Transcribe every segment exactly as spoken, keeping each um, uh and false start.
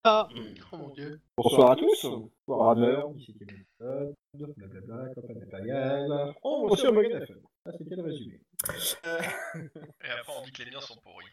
Ah oh mon dieu. Bonsoir à tous. Warhammer, dix-septième épisode, blablabla, campagne impériale. On va sur Morgan F M. Ça, c'était le résumé. Euh... Et après, on dit que les miens sont pourris.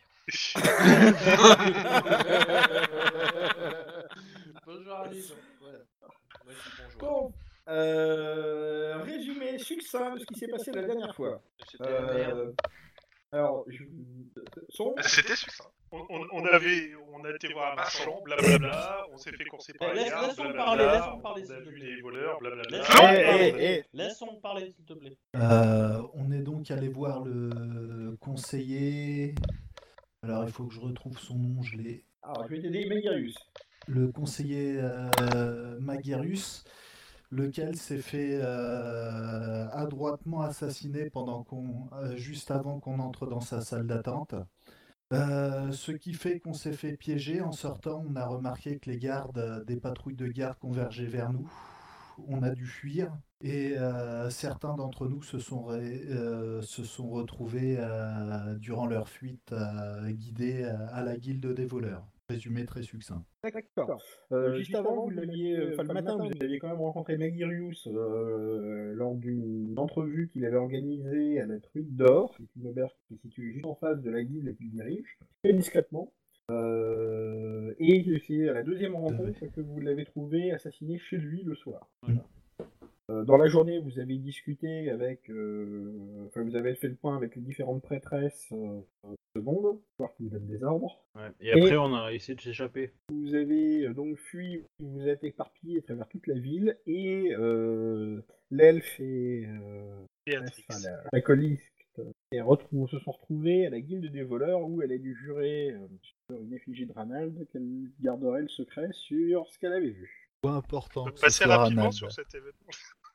Bonjour à les gens. Voilà. Moi je dis bonjour. Bon, euh, résumé succinct de ce qui s'est passé la dernière fois. C'était la merde. Euh, alors, je... Son... C'était succinct. On, on, on avait, on a été voir un marchand, blablabla, on s'est fait courser par les Laisse, gardes, laissons blablabla, parler, laissons parler, on s'il a te vu plaît. des voleurs, blablabla. Laissons Eh, parler, eh, eh. laissons parler, s'il te plaît. Euh, on est donc allé voir le conseiller. Alors il faut que je retrouve son nom, je l'ai. Alors, je vais t'aider, Megarius. Le conseiller euh, Magirus, lequel s'est fait euh, adroitement assassiner pendant qu'on, euh, juste avant qu'on entre dans sa salle d'attente. Euh, ce qui fait qu'on s'est fait piéger. En sortant, on a remarqué que les gardes, des patrouilles de garde convergeaient vers nous. On a dû fuir et euh, certains d'entre nous se sont, ré, euh, se sont retrouvés euh, durant leur fuite euh, guidés à, à la guilde des voleurs. Résumé très succinct. D'accord. Euh, juste avant, vous l'aviez, enfin le matin, vous aviez quand même rencontré Magirius euh, lors d'une entrevue qu'il avait organisée à la Truite d'Or, c'est une auberge qui est située juste en face de la guilde qu'il dirige, très discrètement. Euh, et c'est à la deuxième rencontre que vous l'avez trouvé assassiné chez lui le soir. Voilà. Euh, dans la journée, vous avez discuté avec, euh, enfin vous avez fait le point avec les différentes prêtresses euh, secondes, voir qu'ils vous donnent des ordres. Ouais. Et après, Et on a essayé de s'échapper. vous avez euh, donc fui, vous vous êtes éparpillé à travers toute la ville, et euh, l'elfe et euh, Béatrix. enfin, la, la coliste et retrou- se sont retrouvés à la guilde des voleurs où elle a dû jurer euh, sur une effigie de Ranald qu'elle garderait le secret sur ce qu'elle avait vu. Point important. On peut ce passer soir, rapidement Arnald. sur cet événement.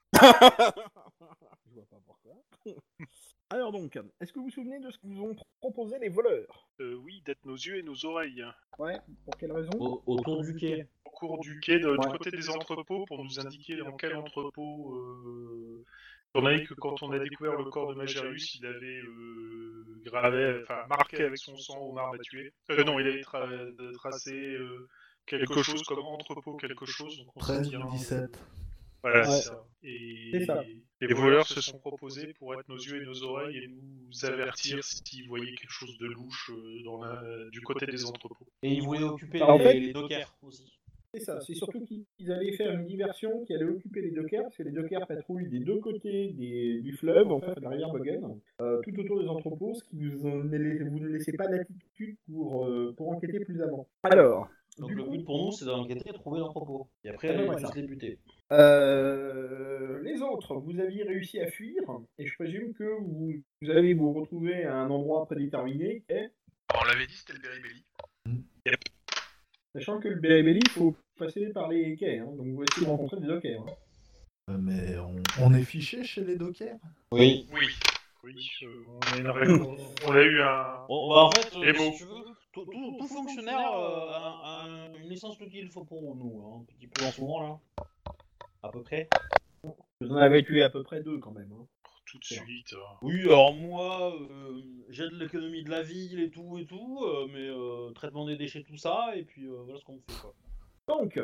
Je vois pas pourquoi. Alors donc, est-ce que vous vous souvenez de ce que vous ont proposé les voleurs? Euh, oui, d'être nos yeux et nos oreilles. Ouais, pour quelle raison? Au, autour du quai. Au cours du quai, de, Ouais. du côté des entrepôts, pour nous indiquer dans quel entrepôt... Euh... On a dit que quand on a découvert le corps de Magirius, il avait euh, gravé, enfin marqué avec son sang au marbre à tuer. Euh, non, il avait tra- tracé euh, quelque chose comme entrepôt quelque chose. Donc on s'est treize dit, ou hein, dix-sept. Voilà, Ouais. c'est ça. Et C'est ça. les voleurs se sont proposés pour être nos yeux et nos oreilles et nous avertir s'ils voyaient quelque chose de louche euh, dans la... du côté des entrepôts. Et ils voulaient occuper Alors, en les, fait- les dockers aussi. C'est ça, c'est surtout qu'ils allaient faire une diversion qui allait occuper les dockers, parce que les dockers patrouillent des deux côtés des, du fleuve, en fait, de la rivière Bogen, euh, tout autour des entrepôts, ce qui vous, en- ne laisse- vous ne laissez pas latitude pour, euh, pour enquêter plus avant. Alors, Donc du le coup, but pour nous, c'est d'enquêter et trouver l'entrepôt. Et après, Ah, aller ouais, plus ça. les buter. Euh, les autres, vous aviez réussi à fuir, et je présume que vous, vous allez vous retrouver à un endroit prédéterminé, et, On l'avait dit, c'était le Beribelli. sachant que le Beribelli, il faut passer par les quais, hein, donc vous essayez de rencontrer des dockers. Hein. Euh, Mais on, on est fiché chez les dockers. Oui. Oui. Oui, euh, on, a une réponse- on a eu un... Bon, bah en fait, euh, Et si bon. tu veux, tout, tout, tout fonctionnaire euh, a, a une licence de qu'il faut pour nous, hein, un petit peu en ce moment là. À peu près. Vous en avez tué à peu près deux quand même. Hein. Tout de suite. hein. Oui, alors moi, euh, j'aide l'économie de la ville et tout et tout, euh, mais euh, traitement des déchets, tout ça, et puis euh, voilà ce qu'on fait quoi. Donc,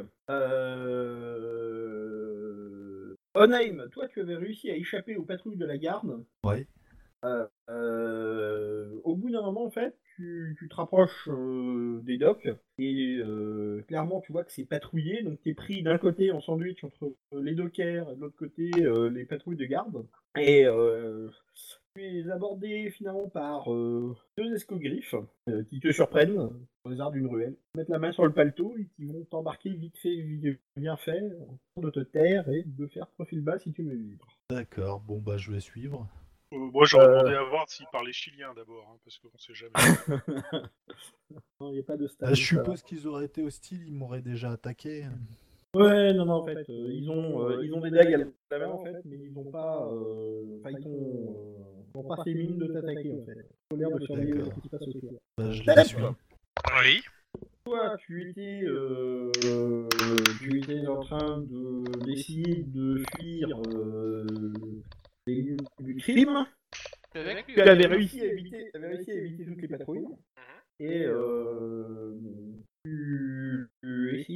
euh... Onheim, toi tu avais réussi à échapper aux patrouilles de la garde. Ouais. Euh, euh, au bout d'un moment, en fait, tu, tu te rapproches euh, des docks et euh, clairement, tu vois que c'est patrouillé. Donc, tu es pris d'un côté en sandwich entre euh, les dockers et de l'autre côté euh, les patrouilles de garde. Et euh, tu es abordé finalement par euh, deux escogriffes euh, qui te surprennent au hasard d'une ruelle. Ils mettent la main sur le paletot et qui vont t'embarquer vite fait, vite- bien fait, euh, de te taire et de faire profil bas si tu veux vivre. D'accord, bon bah je vais suivre. Euh, moi, j'aurais Euh. demandé à voir s'il parlait chilien d'abord, hein, parce qu'on sait jamais. Non, il n'y a pas de stade. Ah, je ça va. suppose qu'ils auraient été hostiles, ils m'auraient déjà attaqué. Ouais, non, non, en fait, euh, ils, ont, euh, ils ont des dagues à la main, en fait, mais ils n'ont pas, euh, enfin, ils t'ont, euh, ils ont pas fait mine de t'attaquer, en fait. Ils ont l'air de surveiller D'accord. ce qui se passe autour. Bah, je Step. les suis. Oui. Toi, tu étais, euh, tu étais en train de d'essayer de fuir euh, les lieux du crime. Avec lui, Tu avais réussi à éviter, tu avais réussi à éviter toutes les patrouilles. Et euh, tu, tu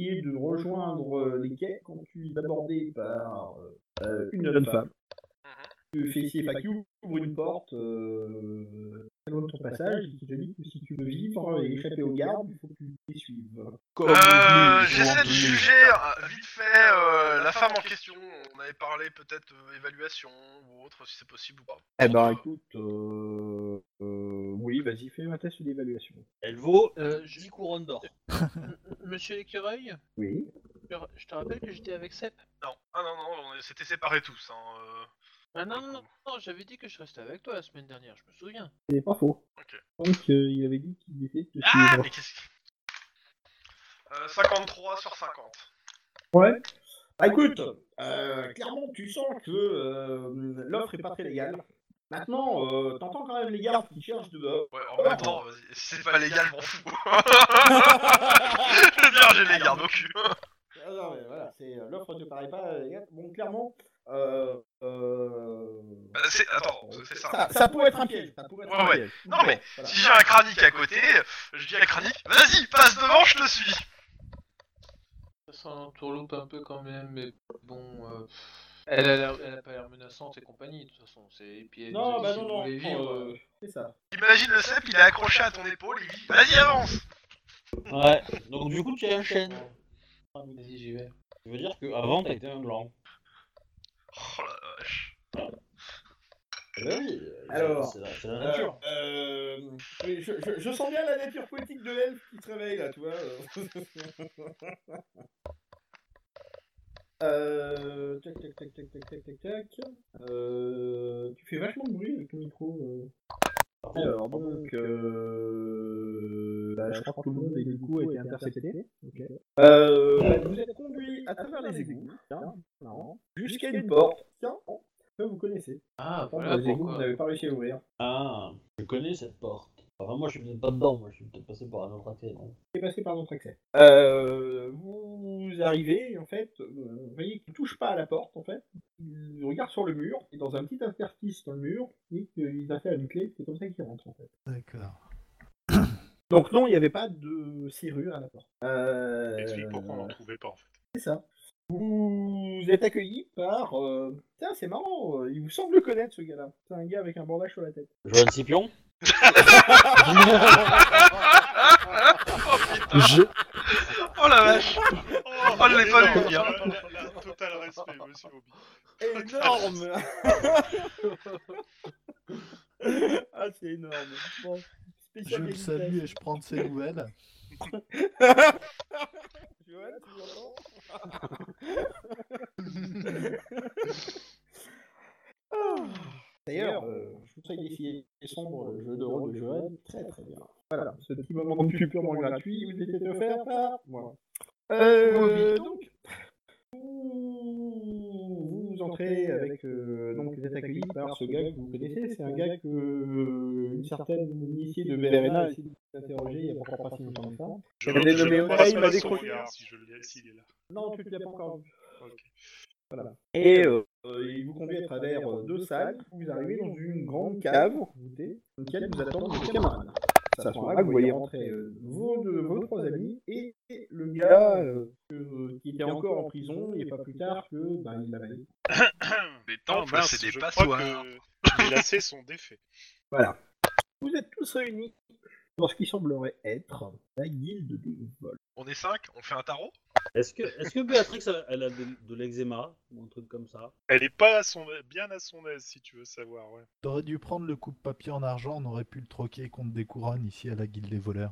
rejoindre euh, les quais quand tu es abordé par euh, une jeune femme. Tu fais ici qui ouvre une porte euh, très loin de ton passage et qui te dit que si tu veux vivre et échapper aux gardes, il faut que tu les suives. Euh, J'essaie de juger euh, vite fait euh, la femme en question. On avait parlé peut-être euh, évaluation ou autre, si c'est possible ou pas. Eh ben écoute, euh, euh, oui, vas-y, fais un test d'évaluation. Elle vaut Euh, dix couronnes d'or. M- Monsieur l'écureuil, Oui. je je te rappelle que j'étais avec Sep. Non, ah non, non, on s'était séparés tous. Hein, euh... Ah non, non, non, non, j'avais dit que je restais avec toi la semaine dernière, je me souviens. C'est pas faux. Ok. Donc euh, il avait dit qu'il était de te Ah, suivre. mais qu'est-ce que... Euh, cinquante-trois sur cinquante. Ouais. Bah écoute, euh, clairement tu sens que euh, l'offre est pas très légale. Maintenant, euh, t'entends quand même les gardes qui cherchent dehors. Ouais, en même temps, vas-y, si c'est pas légal, je m'en fous. Je veux dire, j'ai les gardes au cul. Ah non, mais voilà, c'est, euh, l'offre te paraît pas légale. Bon, clairement, euh, euh, Bah, c'est... Attends, c'est ça. ça, ça pourrait être un piège. Ça pourrait être Ouais, un ouais. piège. Non, Bon, mais voilà. Si j'ai un cranique à côté, je dis à cranique, vas-y, passe devant, je te suis. Ça sent l'entourloupe un peu quand même, mais bon... Euh... Elle a, l'air- elle a pas l'air menaçante et compagnie, de toute façon. C'est... Et puis elle nous Non, a dit, bah si non, vous non, voulez vivre... euh, euh, c'est ça. Imagine le cep, il est accroché à ton épaule, il dit, vas-y, avance. Ouais, donc du coup tu as un chêne. Vas-y, j'y vais. Ça veut dire qu'avant t'as été un blanc. Oh la vache. Oui, Alors, c'est la, c'est la nature. Euh, euh, oui, je, je, je sens bien la nature poétique de l'elfe qui se réveille là, tu vois. euh. Euh, tac, tac, tac, tac, tac, tac, tac, tac. Euh, tu fais vachement de bruit avec ton micro. Euh. Alors, donc, euh, bah, je crois que tout le monde, et du coup, a été intercepté. Okay. Euh, bah, vous êtes conduit à travers les égouts, tiens, marrant, jusqu'à une porte. Tiens, que vous connaissez. Ah, Par contre, voilà les égouts, pourquoi. vous n'avez pas réussi à ouvrir. Ah, je connais cette porte. Enfin moi je suis peut-être pas dedans, moi je suis peut-être passé par un autre accès, non? C'est passé par notre accès. Euh, vous arrivez, et en fait, euh, vous voyez qu'il ne touche pas à la porte, en fait. Il regarde sur le mur, et dans un petit interstice dans le mur, il il a fait une clé, c'est comme ça qu'il rentre, en fait. D'accord. Donc non, il n'y avait pas de serrure à la porte. Euh... Explique pourquoi on n'en trouvait pas en fait. C'est ça. Vous êtes accueilli par... Euh... Tiens, c'est marrant, euh, il vous semble le connaître, ce gars-là. C'est un gars avec un bandage sur la tête. Joanne Scipion. Je... Oh la vache. Oh, je l'ai pas vu venir. Total respect, monsieur Obi. Énorme. Ah, c'est énorme. Bon, je le salue et je prends de ses nouvelles. Johan, tu m'entends? D'ailleurs, euh, je vous conseille d'essayer sombre le jeu de rôle de Johan. Très très bien. Voilà, ce petit moment de pub purement gratuit vous était offert par moi. Euh, donc, vous, vous entrez avec, euh, donc vous êtes accueilli par ce gars que vous connaissez. C'est un gars que euh, une certaine initiée de Verena a essayé d'interroger il y a pas pas si longtemps que ça. Je Elle est je nommée ne Oda, passe il pas m'a son décroché. regard si je l'ai, s'il est là. Non, tu ne l'as pas encore vu. Ok. Voilà. Et euh, euh, il vous conduit à travers euh, deux salles. Vous arrivez dans une grande cave, dans laquelle vous attendent vos camarades. C'est à ce moment-là que vous voyez rentrer euh, vos, deux, vos trois amis et le gars euh, que- qui était encore en prison et pas plus tard que ben, il l'avait. Les Oh, temples, mince, c'est des je crois passoires. que les lacets sont défaits. Voilà. Vous êtes tous réunis dans ce qui semblerait être la guilde des vols. On est cinq, on fait un tarot. Est-ce que, est-ce que Béatrix elle, elle a de, de l'eczéma ou un truc comme ça? Elle est pas à son... bien à son aise, si tu veux savoir, ouais. T'aurais dû prendre le coupe-papier en argent, on aurait pu le troquer contre des couronnes ici à la guilde des voleurs.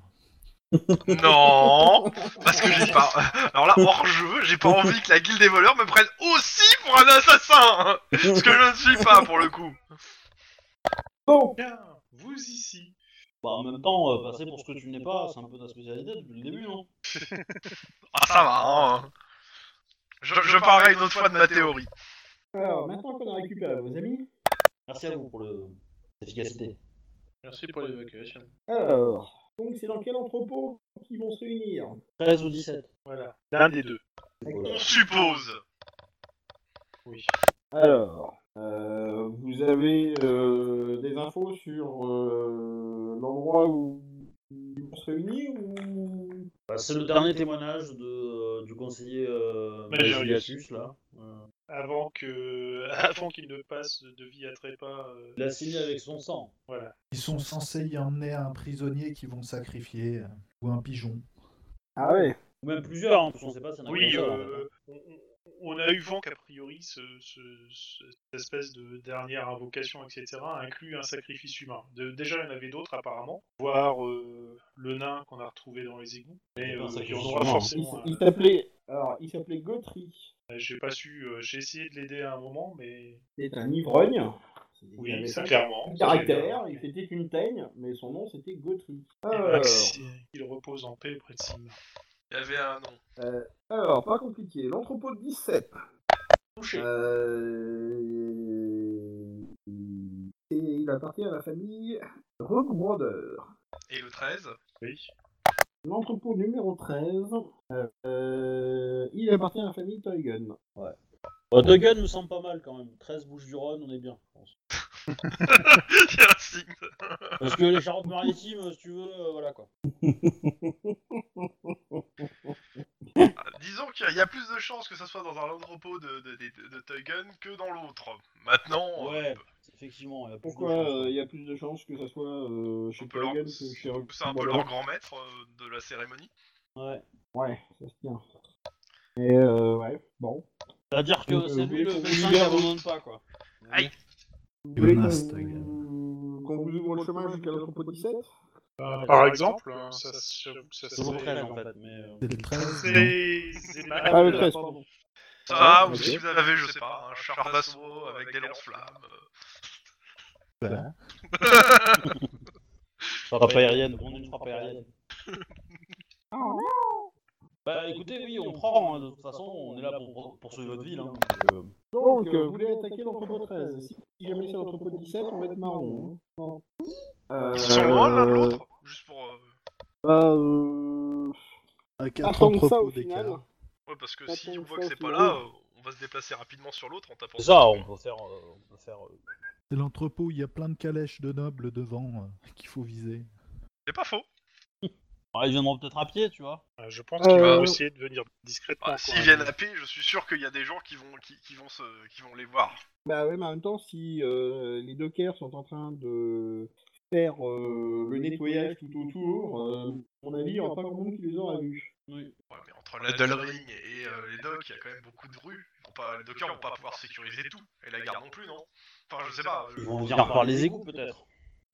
Non, parce que j'ai pas. Alors là, hors jeu, j'ai pas envie que la guilde des voleurs me prenne aussi pour un assassin, ce que je ne suis pas pour le coup. Bon, Bien, vous ici. Bah en même temps, euh, passer pour ce que tu n'es pas, c'est un peu ta spécialité depuis le début, non? Ah ça va, hein. Je, je parlerai une autre fois de ma théorie. alors maintenant qu'on a récupéré vos amis, Merci à vous pour le- l'efficacité. Merci pour l'évacuation. alors, donc c'est dans quel entrepôt qu'ils vont se réunir? treize ou dix-sept. Voilà. L'un des deux. On suppose. Oui. Alors, euh, vous avez euh, des infos sur euh, l'endroit où ils vont se réunir ou Bah, c'est le dernier témoignage de, euh, du conseiller euh, Magérius. Magérius, là. Euh, Avant que, avant qu'il ne passe de vie à trépas. Euh... il a signé avec son sang. Voilà. Ils sont censés y emmener un prisonnier qu'ils vont sacrifier, euh, ou un pigeon. Ah ouais. Ou même plusieurs, hein, parce qu'on sait pas s'il y en a Oui, qu'un seul, en euh, on, on- on a eu vent qu'a priori ce, ce- ce- cette espèce de dernière invocation, et cetera, inclut un sacrifice humain. De- déjà, il y en avait d'autres apparemment, voire euh, le nain qu'on a retrouvé dans les égouts, mais Un euh, il y sacrifice en aura humain. Il, forcément. s- il un. s'appelait, alors, il s'appelait Gautry. Euh, J'ai pas su, euh, j'ai essayé de l'aider à un moment, mais C'est un ivrogne. Il oui, avait ça cinq clairement. caractères, il c'était une teigne, mais son nom c'était Gautry. Alors, Maxi, il repose en paix près de Sim. Il y avait un nom. euh, alors, pas compliqué. L'entrepôt de dix-sept. Touché. Euh... Et il appartient à la famille Roquebrodeur. Et le treize. Oui. L'entrepôt numéro treize, euh, il appartient à la famille Teugen. Bah, Duggan me semble pas mal quand même. treize Bouches du Rhône, on est bien, je pense. Il y a un signe. Parce que les Charentes-Maritimes, si tu veux, euh, voilà quoi. Disons qu'il y a plus de chances que ça soit dans un entrepôt de, de, de, de Teugen que dans l'autre. Maintenant, Ouais, euh, effectivement, il y a plus de Pourquoi chances, euh, ouais. il y a plus de chances que ça soit euh, chez on peut leur- Teugen que chez c'est un peu Roquebrodeur? leur grand maître euh, de la cérémonie. Ouais. Ouais, ça se tient. Et euh, ouais, bon. C'est-à-dire que Donc, c'est euh, lui le vous- médecin vous- qui abandonne pas, quoi. Aïe. Vous voulez qu'on Jonas vous... qu'on vous ouvre le chemin jusqu'à l'entrepôt dix-sept? Euh, par exemple, hein, ça, ça, ça C'est le serait- treize en fait, mais... euh, C'est le treize, C'est c'est Ah, le mal. treize, pardon. Ça, Ah, ou ok. si vous avez, je sais pas, un char d'assaut avec des lance-flammes. euh, Voilà. Frappe aérienne, on est une frappe aérienne. Bah écoutez, oui, on prend, hein, de toute façon, on est là pour, pour poursuivre votre ville. Hein, donc, euh, Donc, euh, vous voulez attaquer l'entrepôt treize. Si si jamais c'est l'entrepôt dix-sept, on va être marron. hein. Euh, Ils sont loin l'un de l'autre. Juste pour. euh, Bah, euh... À quatre Attends que ça au entrepôts final. d'écart. Ouais, parce que Attends, si on voit ça, que c'est c'est pas bon. là, euh, on va se déplacer rapidement sur l'autre en tapant. C'est ça, on peut faire... euh, on peut faire euh, C'est l'entrepôt où il y a plein de calèches de nobles devant euh, qu'il faut viser. C'est pas faux. ah, ils viendront peut-être à pied, tu vois. Euh, Je pense qu'ils Euh, vont essayer de venir discrètement. Bah, quand S'ils même. viennent à pied, je suis sûr qu'il y a des gens qui vont, qui, qui vont, se, qui vont les voir. Bah ouais, mais en même temps, si euh, les dockers sont en train de faire euh, le nettoyage tout autour, euh, à mon avis, il n'y aura pas grand monde qui les aura vus. Oui. Ouais, mais entre la Ring et euh, les docks, il y a quand même beaucoup de rues. Ils vont pas, les dockers vont pas pouvoir sécuriser tout. Et la gare non plus, non? Enfin, je sais pas. Ils je- vont venir par les égouts, peut-être.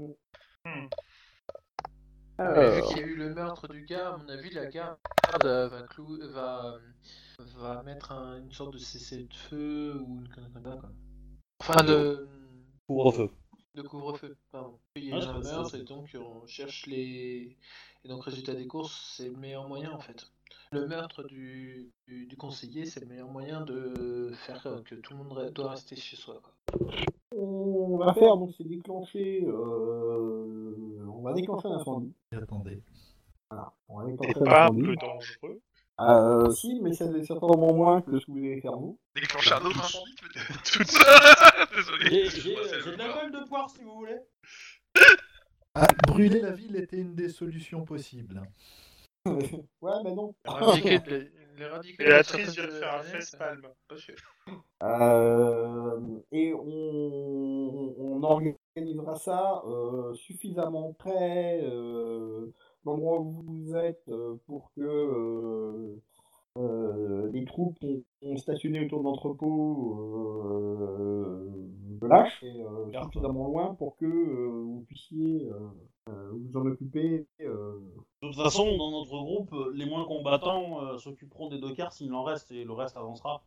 Mais Alors, vu qu'il y a eu le meurtre du gars, à mon avis, la garde euh, va, clou... va, euh, va mettre un- une sorte de cessez-le-feu ou une connerie comme ça, quoi. Enfin, de, Couvre-feu. de couvre-feu, pardon. Il y a Ouais, eu c'est un possible. meurtre et donc on cherche les. Et donc, résultat des courses, c'est le meilleur moyen en fait. Le meurtre du, du, du conseiller, c'est le meilleur moyen de faire euh, que tout le monde re- doit rester chez soi, quoi. on va faire, donc c'est déclencher, euh, on va déclencher un incendie. Attendez. On va C'est déclencher un pas un incendie. peu dangereux. Euh, si, mais c'est certainement moins que ce que vous allez faire vous. Déclencher un autre incendie, peut-être. Tout ça. Désolé. J'ai Je j'ai, vois, c'est euh, j'ai le de la peur. colle de poire, si vous voulez. Ah, brûler la ville était une des solutions possibles. Ouais, mais non. Éradiquer les, l'éradiquer Et de la certaines triste vient de faire un années, face c'est palme. pas sûr. Euh, et on, on organisera ça euh, suffisamment près euh, l'endroit où vous êtes euh, pour que euh, euh, les troupes ont, ont stationné autour de l'entrepôt euh, de lâche et euh, suffisamment loin pour que euh, vous puissiez euh, euh, vous en occuper. Euh, De toute façon, dans notre groupe, euh, les moins combattants euh, s'occuperont des dockers s'il en reste, et le reste avancera.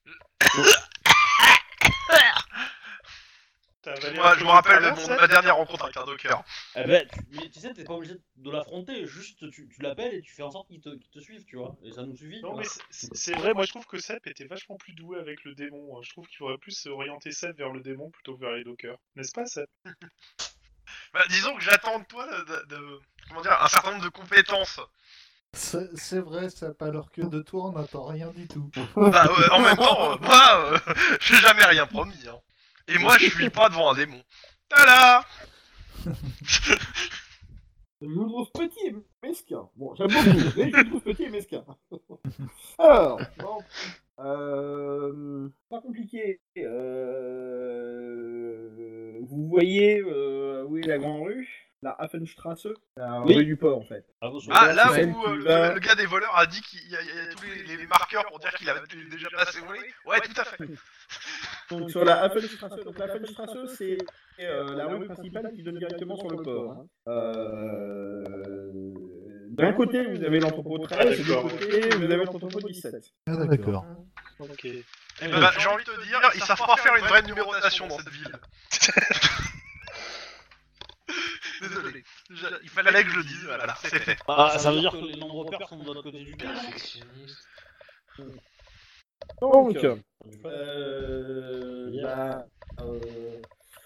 T'as avalé Moi, un je peu me rappelle de de mon- travers, ma dernière rencontre avec un docker. Eh ben, tu, mais tu sais, t'es pas obligé de l'affronter, juste tu, tu l'appelles et tu fais en sorte qu'il te, qu'il te suive, tu vois, et ça nous suffit. Non quoi. mais c'est- c'est c'est vrai, moi je trouve que Sep était vachement plus doué avec le démon. hein. Je trouve qu'il faudrait plus orienter Sep vers le démon plutôt que vers les dockers. N'est-ce pas Sep? Bah, disons que j'attends de toi de, de- comment dire, un certain nombre de compétences. C'est c'est vrai, ça, alors que de toi, on n'entend rien du tout. Bah, euh, en même temps, euh, moi, euh, j'ai jamais rien promis. Hein. Et moi, je suis pas devant un démon. Tada. Je vous trouve petit et mesquin. Bon, j'aime beaucoup, mais je vous trouve petit et mesquin. Alors, bon, euh, pas compliqué. Euh, vous voyez euh, où est la grande rue? La Hafenstrasse, la Oui. rue du port en fait. Attention. Ah, là c'est celle où qui euh, le, va- le gars des voleurs a dit qu'il y, a- il y a tous les, les marqueurs pour dire qu'il avait déjà passé volé. Ouais, tout à fait. Donc sur la Hafenstrasse, donc la Hafenstrasse c'est euh, la rue principale qui donne directement sur le port. Hein. Euh, D'un côté vous avez l'entrepôt treize, et de l'autre côté vous avez l'entrepôt dix-sept. Ah, d'accord. Ok. Eh ben, j'ai envie de te dire, ils savent pas faire une vraie numérotation dans cette ville. Désolé. Je- il fallait que je le dise, voilà, c'est fait. Bah, ça veut dire que les nombres pairs sont de l'autre côté du quai. Perfectionniste. Donc, Euh, euh, bah, euh,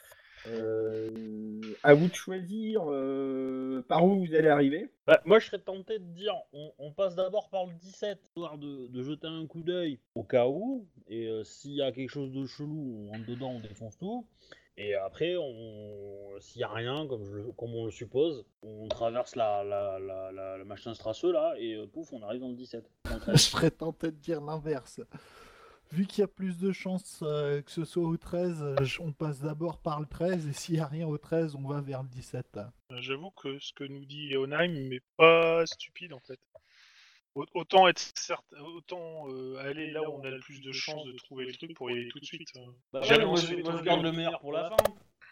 euh, à vous de choisir euh, par où vous allez arriver. Bah, moi, je serais tenté de dire, on, on passe d'abord par le dix-sept, histoire de, de jeter un coup d'œil au cas où, et euh, s'il y a quelque chose de chelou, on rentre dedans, on défonce tout, et après, on, s'il y a rien, comme, je, comme on le suppose, on traverse la, la, la, la, la machin strasseux là, et euh, pouf, on arrive dans le dix-sept. Dans le Je treize. serais tenté de dire l'inverse. Vu qu'il y a plus de chances euh, que ce soit au treize, euh, on passe d'abord par le treize, et s'il n'y a rien au treize, on va vers le dix-sept. Euh, J'avoue que ce que nous dit Léonheim n'est pas stupide en fait. Au- Autant être certain, autant euh, aller là où on a le plus de chances de trouver le truc pour y aller tout de suite. hein. Bah, Jamais ouais, on moi, se je, fait moi, je trop garde bien. le meilleur pour la fin.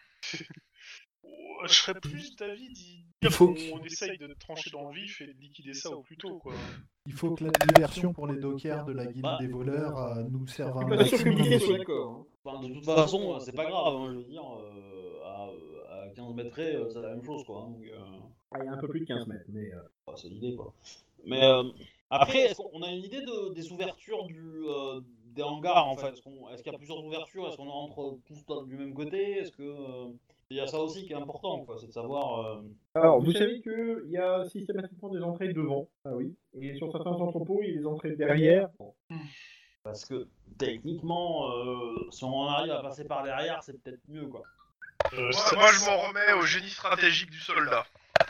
Oh, je serais plus d'avis d'y Il dire faut qu'on que- essaye de trancher dans le vif et de liquider ça au plus tôt quoi. Il faut que la diversion pour les dockers de la guilde Bah, des voleurs euh, nous serve Je un suis pas sûr que maximum. Mickey soit d'accord. Hein. Enfin, de toute façon, c'est pas grave, hein, je veux dire, euh, à, à quinze mètres près, euh, c'est la même chose, quoi. hein, Donc, euh, Ah, il y a un peu plus de quinze mètres, mais... Euh... bah, c'est l'idée, quoi. Mais euh, après, est-ce qu'on a une idée de, des ouvertures du, euh, des hangars, en fait? Est-ce, qu'on, est-ce qu'il y a plusieurs ouvertures? Est-ce qu'on rentre tous dans- du même côté? Est-ce que... euh, il y a ça aussi qui est important, quoi, c'est de savoir... euh, Alors, vous savez qu'il y a systématiquement des entrées devant. Ah oui. Et sur certains entrepôts, il y a des entrées derrière. Parce que, techniquement, euh, si on en arrive à passer par derrière, c'est peut-être mieux, quoi. Euh, Moi, ça- moi, je m'en remets au génie stratégique du soldat.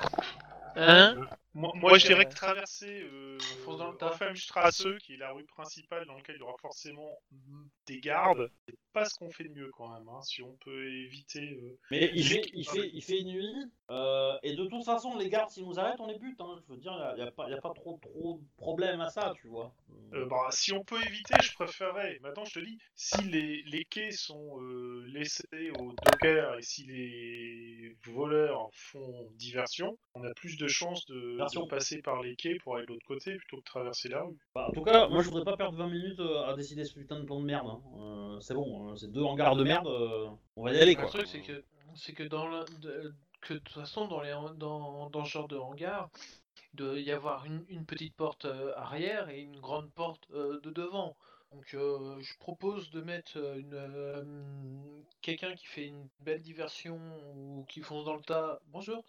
Hein? Moi, moi, je dirais que traverser euh, Fonce dans le tas. Hofheimstrasse, qui est la rue principale dans laquelle il y aura forcément des gardes, c'est pas ce qu'on fait de mieux quand même. Hein, si on peut éviter. Euh... Mais il fait, il fait, il fait nuit, euh, et de toute façon, les gardes, s'ils nous arrêtent, on les bute. Hein. Je veux dire, il n'y a, a, pas- y a pas trop, trop de problème à ça, tu vois. Euh, bah, si on peut éviter, je préférerais. Maintenant, je te dis, si les, les quais sont euh, laissés aux dockers et si les voleurs font diversion, on a plus de chances de, de passer par les quais pour aller de l'autre côté plutôt que de traverser la rue. Bah, en tout cas, moi, je voudrais pas perdre vingt minutes euh, à décider ce putain de plan de merde. Hein. Euh, c'est bon, euh, c'est deux hangars de merde, euh, on va y aller, Le quoi. truc, c'est que, c'est que dans le, de, que de toute façon, dans, les, dans, dans ce genre de hangar, il doit y avoir une, une petite porte euh, arrière et une grande porte euh, de devant. Donc, euh, je propose de mettre une euh, quelqu'un qui fait une belle diversion ou qui fonce dans le tas. Bonjour.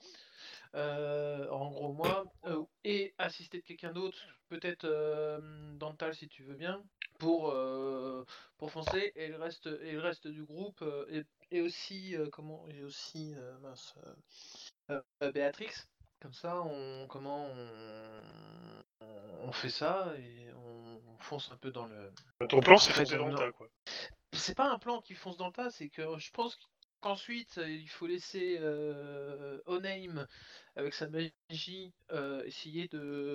Euh, en gros, moi, euh, et assister de quelqu'un d'autre, peut-être euh, Dental si tu veux bien, pour, euh, pour foncer, et le reste, et le reste du groupe, euh, et, et aussi, euh, comment, et aussi, euh, mince, euh, euh, Béatrix, comme ça, on, comment, on, on fait ça, et on, on fonce un peu dans le... Ton plan, c'est En fait, foncer dans le non. tas, quoi. C'est pas un plan qui fonce dans le tas, c'est que je pense qu'ensuite euh, il faut laisser euh, Oneim avec sa magie euh, essayer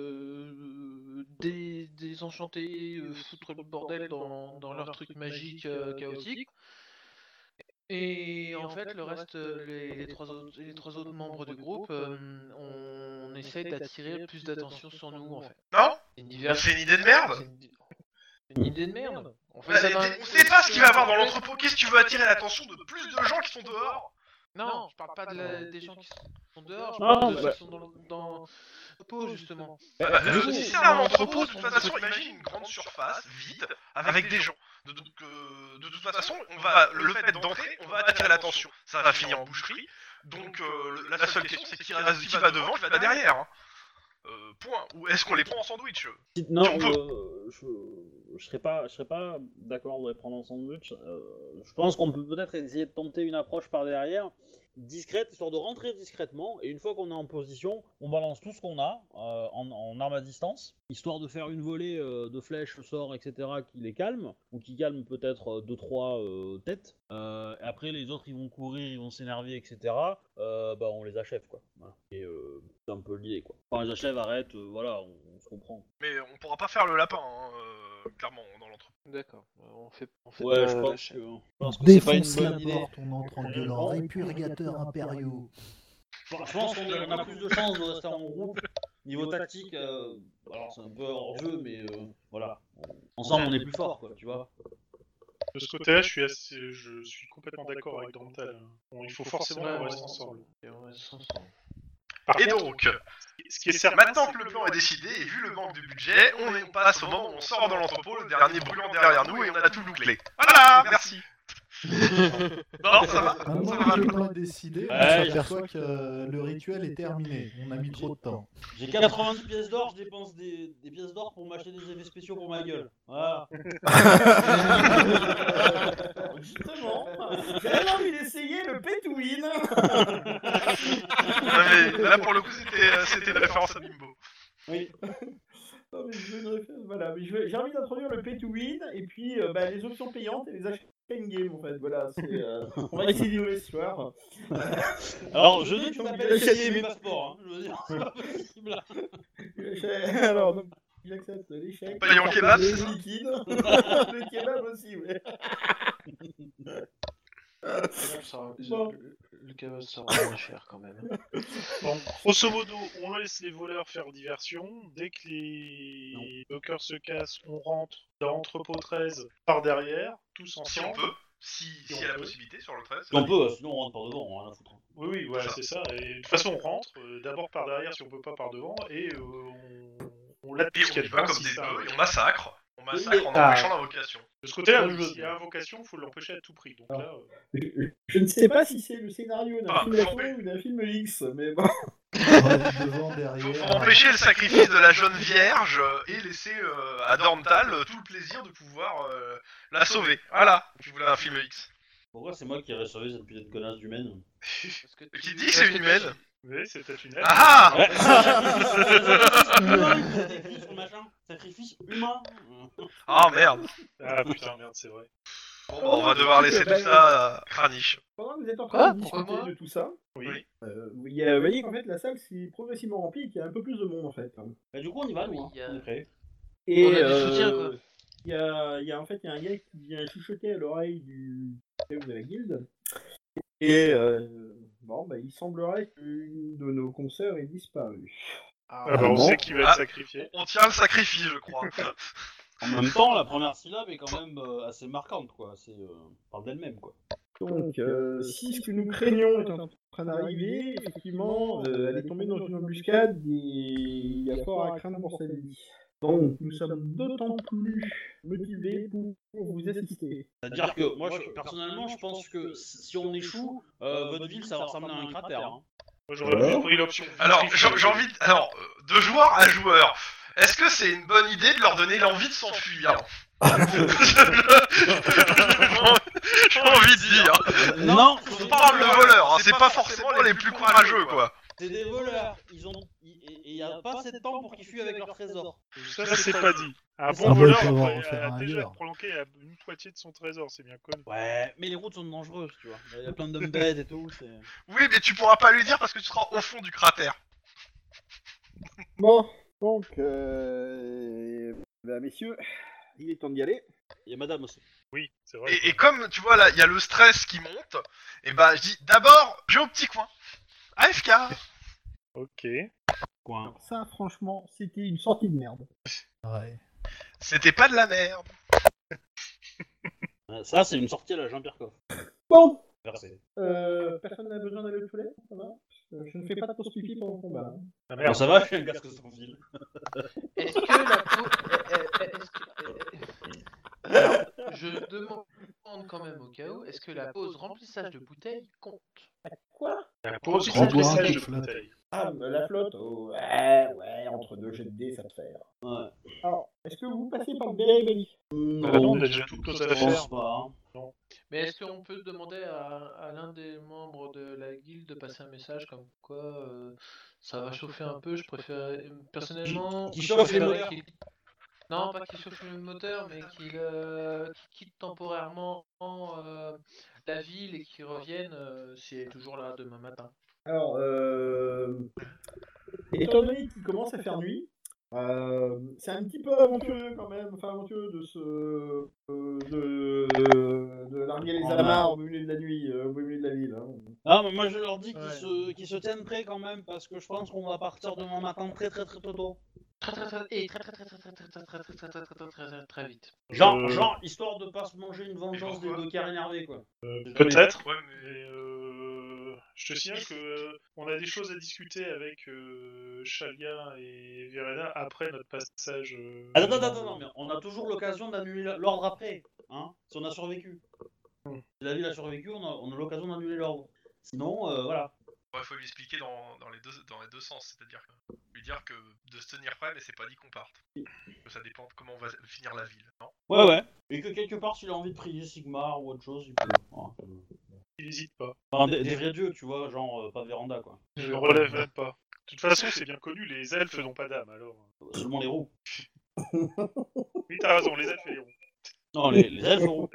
de dé- désenchanter, euh, foutre le bordel dans, dans leur truc magique euh, chaotique. Et en fait, le reste, euh, les, les trois autres, les trois autres membres du groupe, euh, on, on essaye d'attirer plus d'attention sur nous en fait. Non? C'est une diversion. C'est une idée de merde. C'est une, c'est une idée de merde. On fait Bah, ça dans- on sait pas ce qu'il va y avoir dans l'entrepôt. Qu'est-ce que tu veux attirer l'attention de plus de gens qui sont dehors? Non, je parle pas de la- des gens qui sont dehors, je Non, parle de ceux bah- qui sont dans, dans l'entrepôt justement. Bah, bah, du si coup, c'est dans un l'entrepôt, entrepôt, de toute on- façon, imagine une grande surface vide avec des gens. De, de- que- de toute façon, on va, le fait d'entrer, on va attirer l'attention. Ça va finir en boucherie. Donc euh, le- la seule question, c'est qui, reste- qui va devant, qui va derrière. Hein. Euh, point. Ou est-ce qu'on les prend en sandwich? Non, Si on peut. euh, je, je serais pas, je serais pas d'accord de les prendre en sandwich. Euh, je pense qu'on peut peut-être essayer de tenter une approche par derrière, discrète, histoire de rentrer discrètement, et une fois qu'on est en position, on balance tout ce qu'on a euh, en, en arme à distance, histoire de faire une volée euh, de flèches, sorts, et cetera qui les calme, ou qui calme peut-être deux trois euh, têtes. Euh, et après les autres ils vont courir, ils vont s'énerver, et cetera. Euh, bah on les achève quoi. Voilà. Et euh, c'est un peu lié quoi. Enfin on les achève, arrête, euh, voilà, on, on se comprend. Mais on pourra pas faire le lapin, hein, euh, clairement, dans l'entrepôt. D'accord, on fait, on fait Ouais, pas je la pense chaîne. que, je pense que c'est pas une Défonce bonne la idée. porte, on entre en gueulant répurgateurs impériaux. Je pense qu'on a, on a plus de chances de rester en groupe. Niveau tactique, euh, alors c'est un peu hors jeu, mais euh, voilà. Ensemble on est plus fort quoi, tu vois. De ce côté-là, je suis, assez, je suis complètement d'accord avec Dantal. Bon, il faut forcément qu'on reste ensemble. Et on reste ensemble. Par Et contre, donc, ce qui est certain, maintenant que le plan est décidé, et vu le manque de budget, on, est, on passe au moment où on sort dans l'entrepôt, le dernier brûlant derrière nous, et on a tout bouclé. Voilà, merci. Non, ça va, ça Maintenant va. que le plan est décidé, on Ouais, s'aperçoit que euh, le rituel est terminé. On a mis trop de temps. J'ai quatre-vingt-dix pièces d'or, je dépense des, des pièces d'or pour m'acheter des effets spéciaux pour ma gueule. Voilà. Justement, j'avais envie d'essayer le pay to win. Non, mais là, pour le coup, c'était euh, c'était une référence à Bimbo. Oui. Non, mais je veux une référence, voilà, mais je veux- j'ai envie d'introduire le pay to win et puis euh, bah, les options payantes et les achats in-game en fait. Voilà, c'est, euh, on va essayer d'innover ce soir. Alors je dis que tu m'appelles essayer mes passeports, hein. Je veux dire, c'est pas possible là. L'échec- Alors, donc, j'accepte l'échec. Payant le kebab, le c'est ça liquide. Le kebab aussi, ouais. Ça- Bon. le, le kebab sera moins cher quand même. bon, grosso modo, on laisse les voleurs faire diversion. Dès que les dockers se cassent, on rentre dans l'entrepôt treize par derrière, tous Si ensemble. on peut, si Si s'il y on a la peut. possibilité sur le treize. Si on peut, euh, sinon on rentre par devant, on a rien à foutre. Oui, oui, voilà, c'est ça. Et de toute façon, on rentre, euh, d'abord par derrière si on peut pas par devant, et euh, on, on l'a Et on y va comme des bœufs, et on massacre. On massacre en Ah. empêchant l'invocation. De ce côté-là, Moi, je- s'il y a invocation, il faut l'empêcher à tout prix. Donc là, euh, Je, je ne sais pas si c'est le scénario d'un Ah, film faut d'action empêcher. ou d'un film X, mais bon. Devant, Faut, derrière. faut empêcher le sacrifice de la jeune vierge euh, et laisser euh, à Dorntal euh, tout le plaisir de pouvoir euh, la sauver. Voilà, tu voulais un film X. Pourquoi c'est moi qui ai sauvé cette putain de connasse d'humaine? Parce que Qui tu- dit que c'est une humaine? vous voyez, c'est peut-être une aide. Ah ah. Ouais, sacrifice humain, c'est écrit sur le machin. Sacrifice humain. Ah merde. Ah putain, merde, c'est vrai. Bon, bah, on va devoir laisser tout ça à Kranich. Pendant que vous êtes en train Ah, de pourquoi discuter moi de tout ça, Oui. euh, il y a- vous voyez qu'en fait la salle s'est progressivement remplie et qu'il y a un peu plus de monde en fait. Bah, du coup on y va nous, hein. Il y a- On est prêt. Et On a du euh, soutien, quoi. Il y a, il y a en fait il y a un gars qui vient chuchoter à l'oreille du chef de la guilde. Et euh, bon bah il semblerait qu'une de nos consoeurs ait disparu. Ah, bah, on bon sait qui va être Ah. sacrifié. On tient le sacrifice, je crois. En même temps, la première syllabe est quand même euh, assez marquante, quoi. C'est euh, parle d'elle-même, quoi. Donc euh, si ce que nous craignons est en train d'arriver, effectivement, euh, elle est tombée dans une embuscade et il y a fort à craindre pour sa vie. Donc nous sommes d'autant plus motivés pour vous assister. C'est-à-dire que moi, je- personnellement, je pense que si si on échoue, euh, votre ville, ça va ressembler à un cratère. Hein. Moi, j'aurais plus pris l'option. Alors, j'ai j'ai envie de... Alors, euh, de joueur à joueur, est-ce que c'est une bonne idée de leur donner l'envie de s'enfuir? J'ai envie de dire. Non, On parle de voleurs, hein, c'est pas forcément les plus courageux, quoi. c'est des voleurs. Ils ont, et il y a pas assez de temps pour qu'ils fuient avec leur trésor. Ça, c'est pas dit. Un C'est bon ça. voleur Ah, bah, a, on va faire a un déjà ailleurs. planqué à une moitié de son trésor, c'est bien connu. Ouais, mais les routes sont dangereuses, tu vois. Il y a plein d'hommes bêtes et tout. c'est- Oui, mais tu pourras pas lui dire parce que tu seras au fond du cratère. Bon, donc, euh, bah, messieurs, il est temps d'y aller. Il y a madame aussi. Oui, c'est vrai. Et, et comme, tu vois, là, il y a le stress qui monte, et bah, je dis, d'abord, je vais au petit coin. A F K. Ok. Quoi. Alors ça, franchement, c'était une sortie de merde. Ouais. C'était pas de la merde. Euh, Ça, c'est une sortie à la Jean-Pierre Coff. Bon, Versé. euh, personne n'a besoin d'aller aux toilettes, ça va? Euh, Je ne fais pas de pause pipi pendant le combat. hein. Ah, Bon, merde. ça va, je suis un casque sans fil. Est-ce que la peau... eh, eh, eh, est-ce que- eh, Alors, je demande quand même au cas où, est-ce que la pause remplissage de bouteille compte? Quoi? La pause Remboire un remplissage coup de de flotte. bouteille. Ah, bah, la flotte, oh, ouais, ouais, entre deux jets de dés, ça te fait. Ouais. Alors, est-ce que vous passez par le Berry Valley? Bah non, on a déjà toutes nos Je affaires. pense pas. Hein. Mais est-ce qu'on peut demander à, à l'un des membres de la guilde de passer un message comme quoi euh, ça va chauffer un peu? Je préfère personnellement. Qui je chauffe les préférerais moteurs. qu'il- Non, pas qu'il chauffe le moteur, mais qu'il euh, qu'il quitte temporairement euh, la ville et qu'il revienne euh, s'il est toujours là demain matin. Alors, euh, étant donné qu'il commence à faire nuit, euh, c'est un petit peu aventureux quand même, enfin aventureux de se, euh, de, de larguer les amarres au milieu de la nuit, euh, au milieu de la ville. Hein. Ah, mais moi je leur dis qu'ils Ouais. se, qu'ils se tiennent prêts quand même, parce que je pense qu'on va partir demain matin très très très très tôt. Très très très et très très très très très très très très très très très très très très très vite. Genre, Euh, genre, histoire de pas se manger une vengeance des pourquoi deux cars énervés, quoi. Peut-être. Ouais, mais Mais euh, je te signale que euh, on a des choses à discuter avec euh, Shalia et Verena après notre passage. Euh, Attends, attends, attends, non, mais on a toujours l'occasion d'annuler l'ordre après, hein, si on a survécu. Hmm. Si la ville a survécu, on a, on a l'occasion d'annuler l'ordre. Sinon, euh, voilà. il faut lui expliquer dans, dans, les deux, dans les deux sens, c'est-à-dire que, lui dire que de se tenir prêt, mais c'est pas dit qu'on parte. Que ça dépend de comment on va finir la ville, non? Ouais, ouais. Et que quelque part, s'il a envie de prier Sigmar ou autre chose, il peut. Voilà. Il n'hésite pas. Enfin, des, des vrais dieux, tu vois, genre euh, pas Véranda, quoi. Je ne relève même pas. De toute façon, c'est bien connu, les elfes n'ont pas d'âme, alors. Seulement les roues. Oui, t'as raison, les elfes et les roues. Non, les, les elfes roues.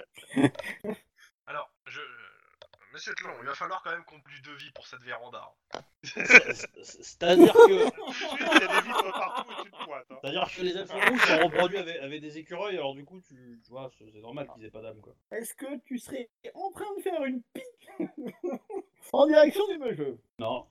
Alors, je... Monsieur Tlon, il va falloir quand même qu'on plus de vie pour cette véranda. C'est-à-dire que. Il y a des vitres partout et tu te pointes. Hein. C'est-à-dire que les elfes rouges sont reproduits avec, avec des écureuils, alors du coup, tu, tu vois, c'est normal qu'ils aient pas d'âme, quoi. Est-ce que tu serais en train de faire une pique en direction du jeu? Non.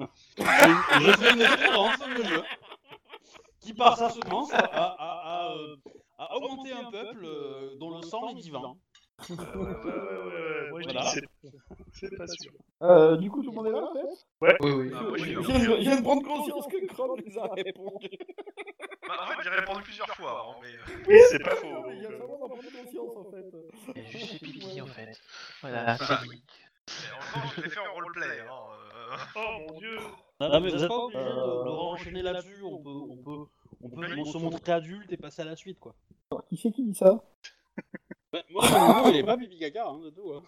Je fais une référence au jeu qui, par sa semence, a, a, a, a, euh, a augmenté un peuple euh, dont le sang est divin. Ouais, ouais, ouais, ouais. Moi, je Voilà. dis c'est... c'est pas sûr. Euh, du coup, tout le monde est là, en fait? Oui, oui. Ah, moi, je Je suis viens, de, je viens de prendre conscience que Chrome nous a répondu. Bah, en fait, j'ai répondu plusieurs fois, hein, mais... Oui, c'est pas faux. Il vient seulement d'en prendre conscience, en fait. Et juste fait pipi en fait. Voilà, c'est dit. mais en même temps, je l'ai fait en roleplay, hein. Euh... Oh mon dieu. Non, mais vous êtes pas obligé de, de renchaîner là-dessus, on peut, on peut, on peut se montrer adulte et passer à la suite, quoi. Alors, qui c'est qui dit ça? Bah, moi, mon niveau, il est pas pipi caca, hein, c'est tout. Hein.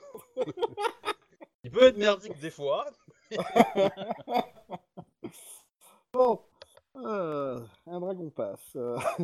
Il peut être merdique des fois. Bon, euh, un dragon passe.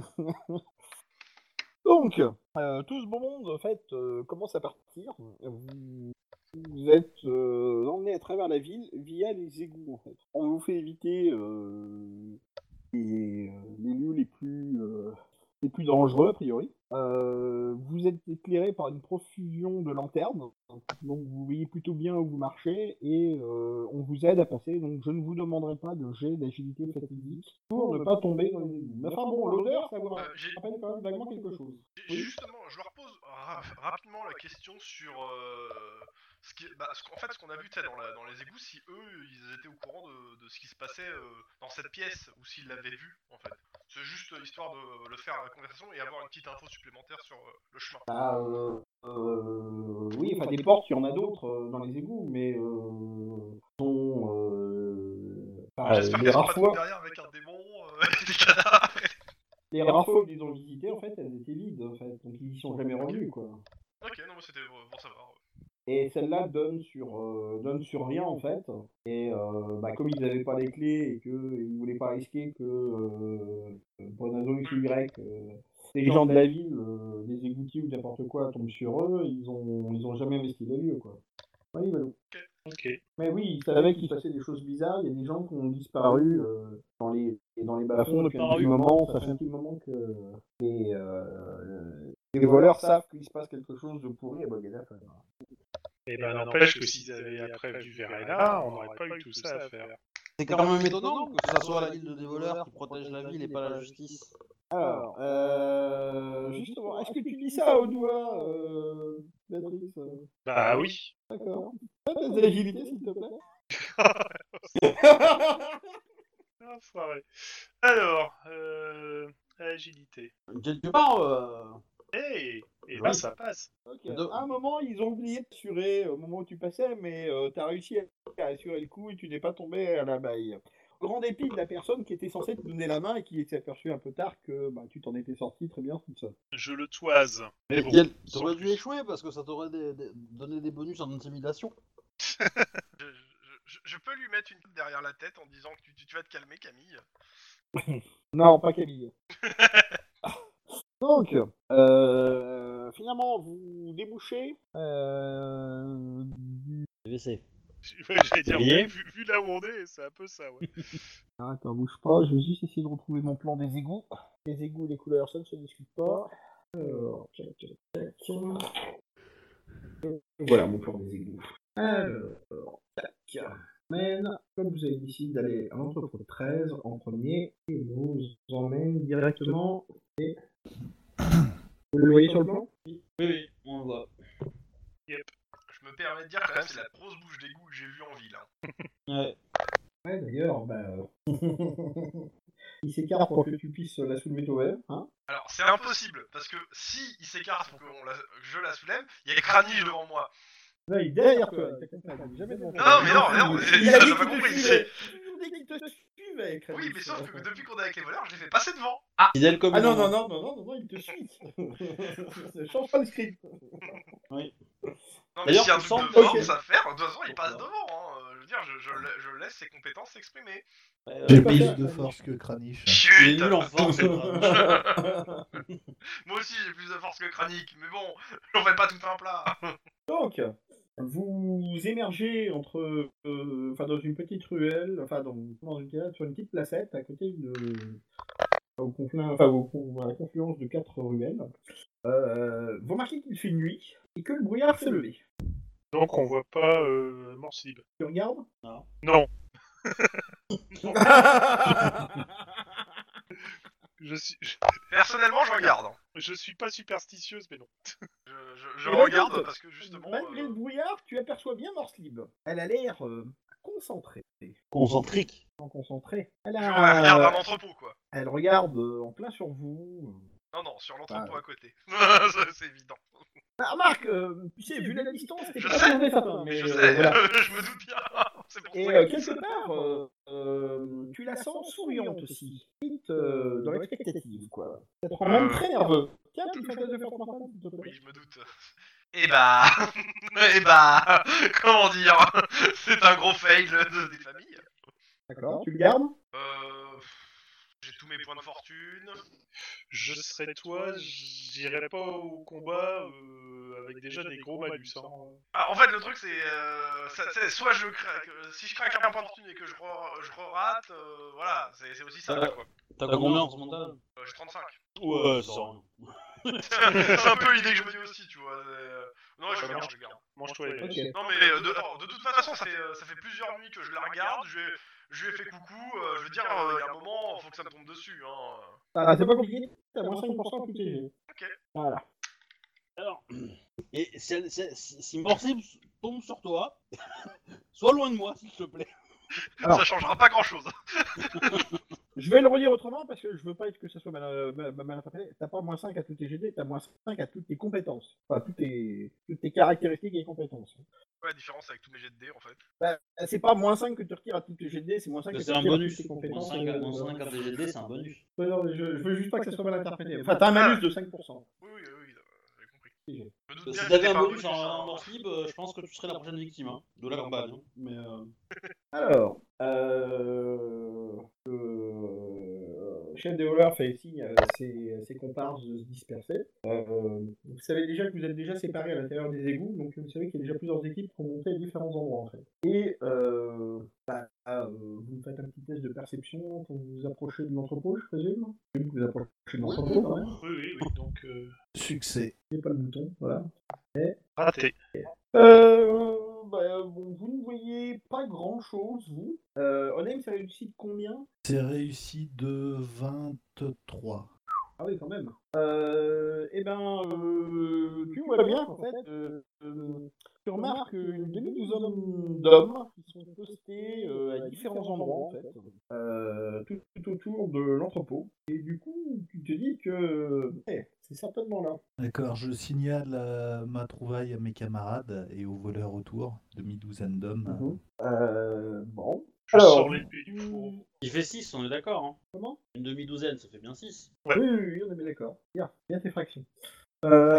Donc, euh, tout ce beau monde, en fait, euh, commence à partir. Vous, vous êtes euh, emmenés à travers la ville via les égouts, en fait. On vous fait éviter euh, les, les lieux les plus, euh, les plus dangereux, a priori. Euh, vous êtes éclairé par une profusion de lanternes, donc vous voyez plutôt bien où vous marchez, et euh, on vous aide à passer, donc je ne vous demanderai pas de jet d'agilité fatidique pour ne pas tomber dans les égouts. Mais enfin bon, l'odeur, ça vous Euh, j'ai- rappelle quand même vaguement quelque chose. J'ai- Justement, je leur pose ra- rapidement la question sur euh, ce qui, bah, ce qu'en fait, ce qu'on a vu tu sais, dans, la- dans les égouts, si eux, ils étaient au courant de, de ce qui se passait euh, dans cette pièce, ou s'ils l'avaient vu, en fait. C'est juste histoire de le faire à la conversation et avoir une petite info supplémentaire sur euh, le chemin. Ah, euh, euh, oui, enfin des portes, il y en a d'autres euh, dans les égouts, mais euh, sont euh, enfin, J'espère les qu'elles sont rares pas fois, toutes derrière avec un démon, euh, des cadavres. les rares fois qu'ils ont visité, en fait, elles étaient vides, en fait, donc ils y sont jamais revenus, quoi. Ok, non, mais c'était euh, pour savoir. Et celle-là donne sur euh, donne sur rien en fait. Et euh, bah, comme ils n'avaient pas les clés et qu'ils ne voulaient pas risquer que euh, pour une raison X ou Y, euh, les gens de la ville, euh, des égoutiers ou n'importe quoi tombent sur eux, ils ont ils ont jamais investi les lieux quoi. Oui, voilà. Ok. Mais oui, ils savaient qu'il se passait des choses bizarres. Il y a des gens qui ont disparu euh, dans les dans les bas-fonds depuis un petit moment. Ça fait un petit moment que les, euh, les voleurs savent qu'il se passe quelque chose de pourri à Bogdanaf. Et ben n'empêche que s'ils avaient prévenu Verena, on n'aurait pas eu tout ça à faire. C'est quand même étonnant que ça soit la guilde des voleurs qui protège la ville et pas la justice. Alors, euh, justement, est-ce que tu dis ça au doigt, euh, Béatrice? Bah oui. D'accord. Fais tes agilités, s'il te plaît. Ah, foiré. Alors, euh, agilité. Quelque part, euh... Hey, et ben ça passe. Okay. À un moment, ils ont oublié de t'assurer au moment où tu passais, mais euh, tu as réussi à assurer le coup et tu n'es pas tombé à la baille. grand dépit de la personne qui était censée te donner la main et qui s'est aperçu un peu tard que bah, tu t'en étais sorti très bien tout seul. Je le toise. Mais bon, Quel- sans T'aurais dû plus. échouer parce que ça t'aurait des- des- donné des bonus en intimidation. Je, je- je peux lui mettre une tape derrière la tête en disant que tu, tu- tu vas te calmer, Camille. Non, pas Camille. Donc, euh, finalement, vous débouchez euh, V V C. Ouais, j'allais dire, Bien. vu, vu là où on est, c'est un peu ça, ouais. Ah, attends, bouge pas, je vais juste essayer de retrouver mon plan des égouts. Les égouts, les couleurs, ça ne se discute pas. Alors, tac, tac, tac. Voilà mon plan des égouts. Alors, tac. Mène, comme vous avez décidé d'aller à l'entrepôt treize en premier, et vous emmène directement. Et... Vous le voyez sur le plan? Oui, oui, on le voit. Je me permets de dire quand même, c'est la grosse bouche d'égout que j'ai vue en ville. Hein. Ouais. Ouais, d'ailleurs, bah. Il s'écarte pour que tu puisses la soulever toi-même, hein? Alors, c'est impossible, parce que si il s'écarte pour que on la- que je la soulève, il y a Kranich devant moi. Là, il est derrière toi, t'as compris, il est jamais devant toi. Non, mais non, mais non, Il ça, a j'ai dit pas qu'il te compris. suivait. Il a toujours dit qu'il te suivait, Kranich. Oui, mais sauf que depuis qu'on est avec les voleurs, je l'ai fait passer devant. Fidèle comme Ah non, une non, maman. non, non, non, non, non, il te suit. Ne change pas le script. Oui. Non, mais D'ailleurs, s'il y a un tu truc sens de que- force à faire, de toute façon, il passe devant. Hein. Euh, Je veux dire, je, je, la- je laisse ses compétences s'exprimer. Euh, J'ai pas plus faire, de ça. force que Kranich. Il est Chut. nul en force. c'est pas- Moi aussi, j'ai plus de force que Kranich, mais bon, j'en fais pas tout un plat. Donc, vous émergez entre, euh, enfin, dans une petite ruelle, enfin, dans, dans une, sur une petite placette à côté de, au confluent, enfin, au, au- à la confluence de quatre ruelles. Euh, vous remarquez qu'il fait nuit et que le brouillard s'est levé. Donc on voit pas euh, Morse libre. Tu regardes? Non. Je suis, je, Personnellement, je regarde. hein. je suis pas superstitieuse, mais non. Je, je, je Et là, regarde écoute, parce que justement. Malgré euh, le brouillard, tu aperçois bien Morse Libre. Elle a l'air euh, concentrée. Concentrique. En concentrée. Elle, Je a- regarde un entrepôt, quoi. elle regarde euh, en plein sur vous. Non, non, sur l'entrepôt Ah. à côté. Ça, c'est évident. Ah, remarque, euh, tu sais, vu la distance, c'était Je pas sais, mauvais sapin, mais je euh, sais, voilà. je me doute bien. C'est pour Et ça euh, que je dis quelque ça. part, euh, euh, tu la sens souriante aussi. Limite, euh, dans l'expectative, quoi. Ça te rend même très nerveux. Tiens, tu fais un test de force mentale, s'il te plaît. Oui, je me doute. Et bah. Et bah. Comment dire. C'est un gros fail de, des familles. D'accord, tu le gardes? Euh. J'ai tous mes points de fortune. Je serais toi, j'irais pas au combat euh, avec déjà des gros malus. Hein. Ah, en fait, le truc, c'est. Euh, ça- c'est soit je craque. euh, Si je craque un point de fortune et que je, re, je re-rate, euh, voilà, c'est c'est aussi ça, Ouais. quoi. T'as combien en ce mental? Euh, J'ai trente-cinq. Ouais, ça rien. C'est un peu l'idée que je me dis aussi, tu vois. euh, Non, je garde, je garde. Mange-toi les Ok. malus. Non, mais euh, de, alors, de toute façon, ça fait, euh, ça fait plusieurs nuits que je la regarde. Je, lui ai- je lui ai fait coucou. euh, je veux dire, euh, il y a un moment, faut que ça me tombe dessus. Hein. Ah, c'est pas compliqué, t'as moins cinq pour cent tout est. Ok. Voilà. Alors, et si, elle- si, si, si Morse tombe sur toi, sois loin de moi, s'il te plaît. Alors. Ça changera pas grand chose. Je vais le redire autrement parce que je veux pas être que ça soit mal, euh, mal, mal interprété. T'as pas moins cinq à tous tes G D, t'as moins cinq à toutes tes compétences. Enfin, toutes tes, toutes tes caractéristiques et compétences. Ouais, la différence avec tous mes jets de dés, en fait. Bah, c'est pas moins cinq que tu retires à toutes tes G D, c'est moins cinq que tu C'est un retires à bonus. toutes tes Moins compétences. cinq à euh, moins cinq à D G D, c'est un bonus. Ouais, non, mais je, je veux juste pas que ça soit mal interprété. Enfin, t'as un malus de cinq pour cent. Oui, oui, oui, euh, j'ai compris. Si, j'ai- Je me doute Si bien que t'avais c'était un pas bonus en hein. Morse libre, euh, je pense que tu serais la prochaine victime hein, de la campagne. hein. Mais euh... Alors, euh, le chef des voleurs fait signe à ses, à ses comparses de se disperser. Euh, vous savez déjà que vous êtes déjà séparés à l'intérieur des égouts, donc vous savez qu'il y a déjà plusieurs équipes qui ont monté à différents endroits en fait. Et euh, bah, euh, vous faites un petit test de perception quand vous vous approchez de l'entrepôt, je présume. Vous vous approchez de l'entrepôt quand même. Oui, oui, oui. Donc, euh, Succès. Il n'y a pas le bouton, voilà. raté. Euh, bah, bon, vous ne voyez pas grand-chose, vous. Euh, Onem, ça réussit de combien? C'est réussi de vingt-trois. Ah oui, quand même. Euh, eh ben, euh, tu vois bien qu'en fait, euh, euh, tu remarques une demi-douzaine d'hommes qui sont postés euh, à différents endroits, en fait, euh, tout, tout autour de l'entrepôt. Et du coup, tu te dis que eh, c'est certainement là. D'accord, je signale euh, ma trouvaille à mes camarades et aux voleurs autour, demi-douzaine d'hommes. Euh, bon. Je Alors, sors l'épée du fourreau. Il fait six, on est d'accord, hein. Comment? Une demi-douzaine, ça fait bien six. Ouais. Oui, oui, oui, on est bien d'accord. Bien, bien tes fractions. Euh...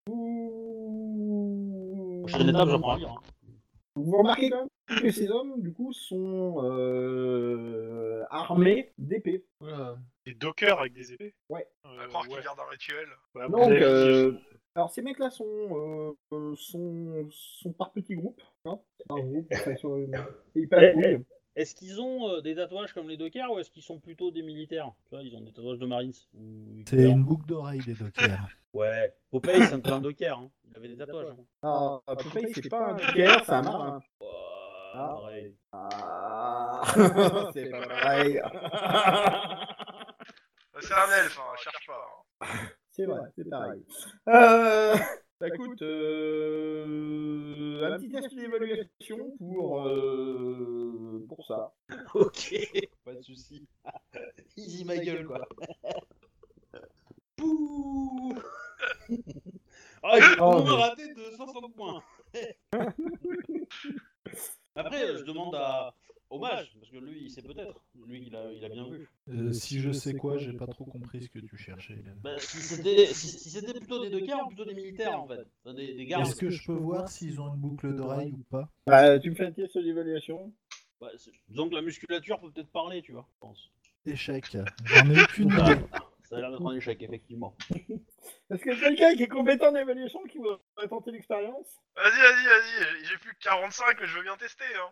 Vous... Prochaine étape, j'apprends à lire. Hein. Vous remarquez quand même que ces hommes, du coup, sont euh, armés d'épées. Voilà. Des dockers avec des épées. Ouais. Euh, On va croire qu'il ouais. garde un rituel. Ouais, à mon Donc, avis, euh, alors ces mecs-là sont, euh, euh, sont, sont par petits groupes. Hein, par groupe, enfin, ils sont, euh, ils patrouillent. Est-ce qu'ils ont euh, des tatouages comme les dockers ou est-ce qu'ils sont plutôt des militaires? Tu vois, ils ont des tatouages de Marines. Ou... C'est une boucle d'oreille des dockers. Ouais. Popeye, c'est un peu un docker. Hein. Il avait des tatouages. Hein. Ah, Popeye, c'est pas un docker, c'est un marin. Oh, Ah. pareil. Ah, c'est pas pareil. C'est un elfe, hein, cherche pas. Hein. C'est vrai, c'est pareil. Euh, bah, écoute, euh, un petit test d'évaluation pour, euh, pour ça. Ok, pas de soucis. Easy ma gueule, quoi. Pouh. Ah, j'ai Oh, vraiment mais- raté de soixante points. Après, je demande à Hommage, parce que lui, il sait peut-être. Lui, il a, il a bien vu. Euh, si je sais quoi, j'ai pas trop compris ce que tu cherchais. Bah, si c'était si, si c'était plutôt des dockers ou plutôt des militaires, en fait. Enfin, des, des gardes. Est-ce que je peux voir s'ils ont une boucle d'oreille ou pas? Bah, tu me fais un test d'évaluation. Ouais, c'est- disons que la musculature peut peut-être parler, tu vois, je pense. Échec. J'en ai aucune Ah, idée. ça a l'air d'être un échec, effectivement. Est-ce que quelqu'un qui est compétent en évaluation qui voudrait tenter l'expérience? Vas-y, vas-y, vas-y, j'ai plus que quarante-cinq, mais je veux bien tester. Hein.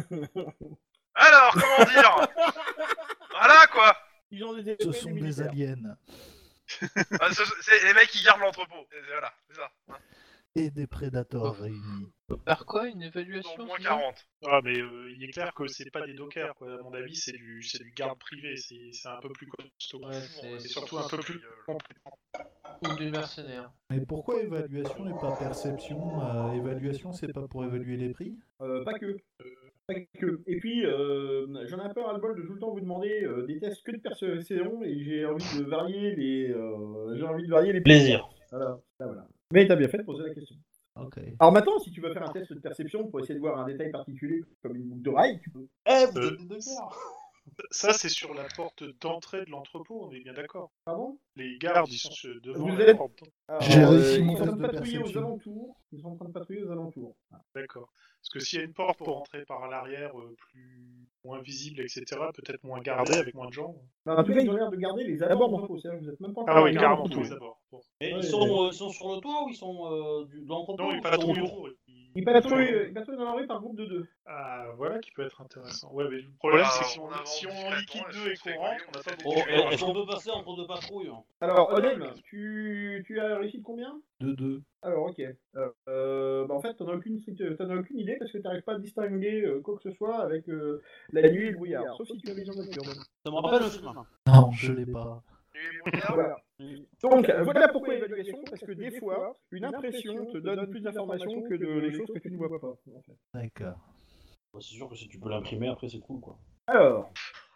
Alors, comment dire? Voilà quoi. Ils ont des Ce épées, sont des des militaires. aliens. Ah, ce- C'est les mecs qui gardent l'entrepôt. Et Voilà, c'est ça. Hein. Et des prédateurs réunis. Faire quoi, une Dans évaluation moins sinon quarante. Ah, mais euh, il est clair que c'est pas des dockers, quoi. À mon avis, c'est du, c'est du garde privé, c'est c'est un peu plus costaud. Ouais, c'est- Et surtout un peu plus compétent. Ou du mercenaire. Mais pourquoi évaluation et pas perception? Euh, évaluation, c'est pas pour évaluer les prix? Euh, pas que. Pas que. Et puis, euh, j'en ai un peu ras-le-bol de tout le temps vous demander euh, des tests que de perception et j'ai envie de varier les. Euh, j'ai envie de varier les Plaisir. Voilà. Là, voilà. Mais t'as bien fait de poser la question. Ok. Alors maintenant, si tu veux faire un test de perception pour essayer de voir un détail particulier comme une boucle d'oreille, tu peux. Eh, vous Euh, êtes des dockers. Ça, c'est sur la porte d'entrée de l'entrepôt, on est bien d'accord. Pardon? Les gardes, ils sont sur- devant Vous la êtes- porte. Alors, J'ai réussi ils mon sont en train test de de patrouiller aux perception. alentours. Ils sont en train de patrouiller aux alentours. D'accord. Parce que s'il y a une porte pour entrer par l'arrière, euh, plus moins visible, et cetera, peut-être moins gardée, avec moins de gens. Alors, en tout cas, ils ont l'air de garder les abords d'entrepôt. C'est-à-dire que vous êtes même pas encore Ah oui, arrivé carrément, dans tous le les trou. abords. Bon. Et Ouais, ils sont, ouais. euh, sont sur le toit ou ils sont euh, du, dans l'entrepôt Non, ou ils ils patrouillent sont autour. Ils patrouillent, ils patrouillent dans la rue par groupe de deux. Ah, voilà qui peut être intéressant. Ouais, mais le problème, Voilà, c'est que si on on, avance si on en discrètement, liquide et deux si et on se fait qu'on rentre, griller, on n'a on pas essaie de Oh, beaucoup de est-ce temps. qu'on peut passer entre deux patrouilles? Hein? Alors, Oden, tu, tu as réussi de combien? De deux. Alors, ok. Euh, euh, bah, en fait, t'en as aucune, t'en as aucune idée parce que t'arrives pas à distinguer euh, quoi que ce soit avec euh, la nuit et le brouillard. Sauf si tu as vision nocturne. Ça me rappelle le film. Non, je l'ai pas. Et brouillard, Voilà. Donc, euh, voilà pourquoi évaluation, parce que des fois, une impression te donne plus d'informations que de, les choses que tu ne vois pas. En fait. D'accord. Bah, c'est sûr que si tu peux l'imprimer après, c'est cool, quoi. Alors,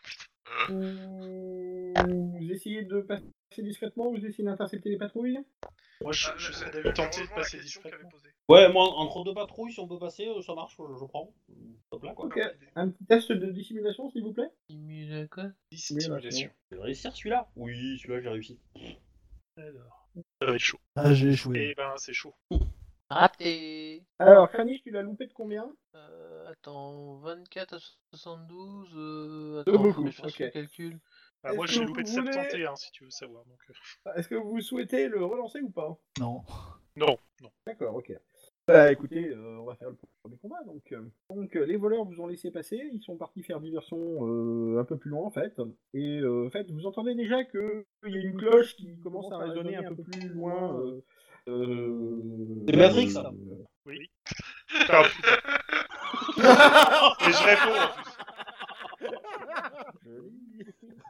vous essayez de passer discrètement, vous essayez d'intercepter les patrouilles? Moi, je, Ah, je je- tenté je de rejoins passer la question qu'avait discrètement. posée. Ouais, moi, entre deux patrouilles, si on peut passer, euh, ça marche, je, je prends. Hop là, quoi. Ok. Un petit test de dissimulation, s'il vous plaît? Simulacre. Dissimulation. Je vais réussir celui-là? Oui, celui-là, j'ai réussi. Alors, ça va être chaud. Ah, j'ai échoué. Eh ben, c'est chaud. Raté. Alors, Kranich, tu l'as loupé de combien? Euh, attends, vingt-quatre à soixante-douze. Euh, De attends, beaucoup, faut que je fasse ok. le calcul. Ah, moi, Est-ce j'ai que loupé de vous voulez- soixante et un, si tu veux savoir. Donc, euh, Est-ce que vous souhaitez le relancer ou pas? Non. Non, non. D'accord, ok. Bah écoutez, euh, on va faire le premier combat. Donc, euh, donc euh, les voleurs vous ont laissé passer, ils sont partis faire diversion euh, un peu plus loin en fait. Et euh, en fait, vous entendez déjà qu'il y a une cloche qui commence à résonner un peu plus loin. Euh, euh, C'est Matrix, ça. euh, Oui. Ah, putain. Et je réponds en plus. Joli.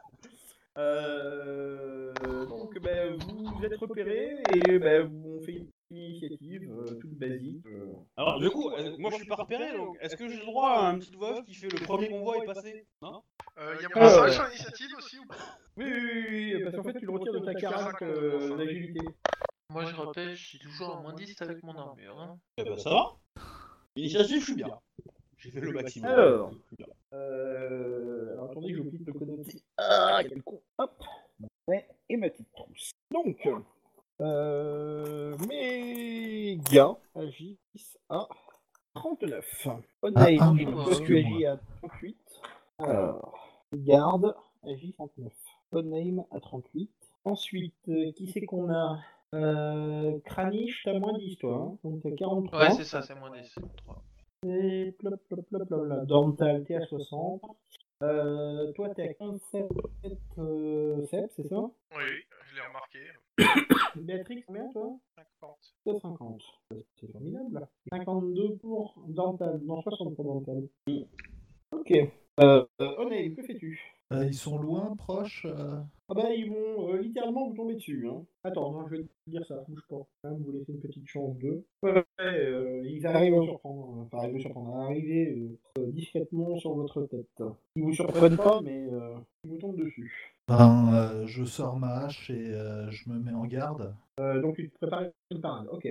Euh, donc, ben, vous êtes repérés et ben, vous on fait une initiative euh, toute basique. euh. Alors, du coup, euh, moi, je suis pas repéré, donc est-ce que j'ai le droit à un petit voix off qui fait le premier convoi est passé? Non? Euh, y a Ah, pas ça ouais. sur l'initiative aussi ou pas? Oui, oui, oui, oui, parce qu'en fait, tu le retires de ta carac euh, d'agilité. Moi, je rappelle, je suis toujours à moins dix avec mon armure. Hein. Eh ben, ça va. Initiative, je suis bien. J'ai fait le maximum. Alors, euh... alors attendez, j'oublie de le connoter. Ah, quel con. Hop. Ouais, et ma petite trousse. Donc, euh... mes gars agissent à trente-neuf. Oneil, Ah, tu ah, agis à trente-huit. Alors, garde agit trente-neuf. Oneim à trente-huit. Ensuite, euh, qui c'est qu'on a euh, Kranich, t'as moins dix toi, hein, donc t'as quarante-trois. Ouais, c'est ça, c'est moins dix. trois. Et plop, plop, plop, plop, là. Dormtal, t'es à soixante. Euh, toi, t'es à quinze-sept, euh, sept, c'est ça? Oui, je l'ai remarqué. Béatrix, combien toi? cinquante. Toi, cinquante. C'est formidable. cinquante-deux pour Dormtal, non, soixante pour Dormtal. Ok. Euh, euh, Oneil, que fais-tu? Euh, ils sont loin, proches euh... Ah bah ils vont euh, littéralement vous tomber dessus. Hein. Attends, non, je vais te dire ça, bouge pas. Quand même, vous laissez une petite chance d'eux. Ouais, euh, ils arrivent à vous surprendre, enfin arrivent à vous surprendre, à arriver euh, discrètement sur votre tête. Ils vous surprennent pas, mais euh, ils vous tombent dessus. Ben, euh, je sors ma hache et euh, je me mets en garde. Euh, donc tu te prépares une parade, ok.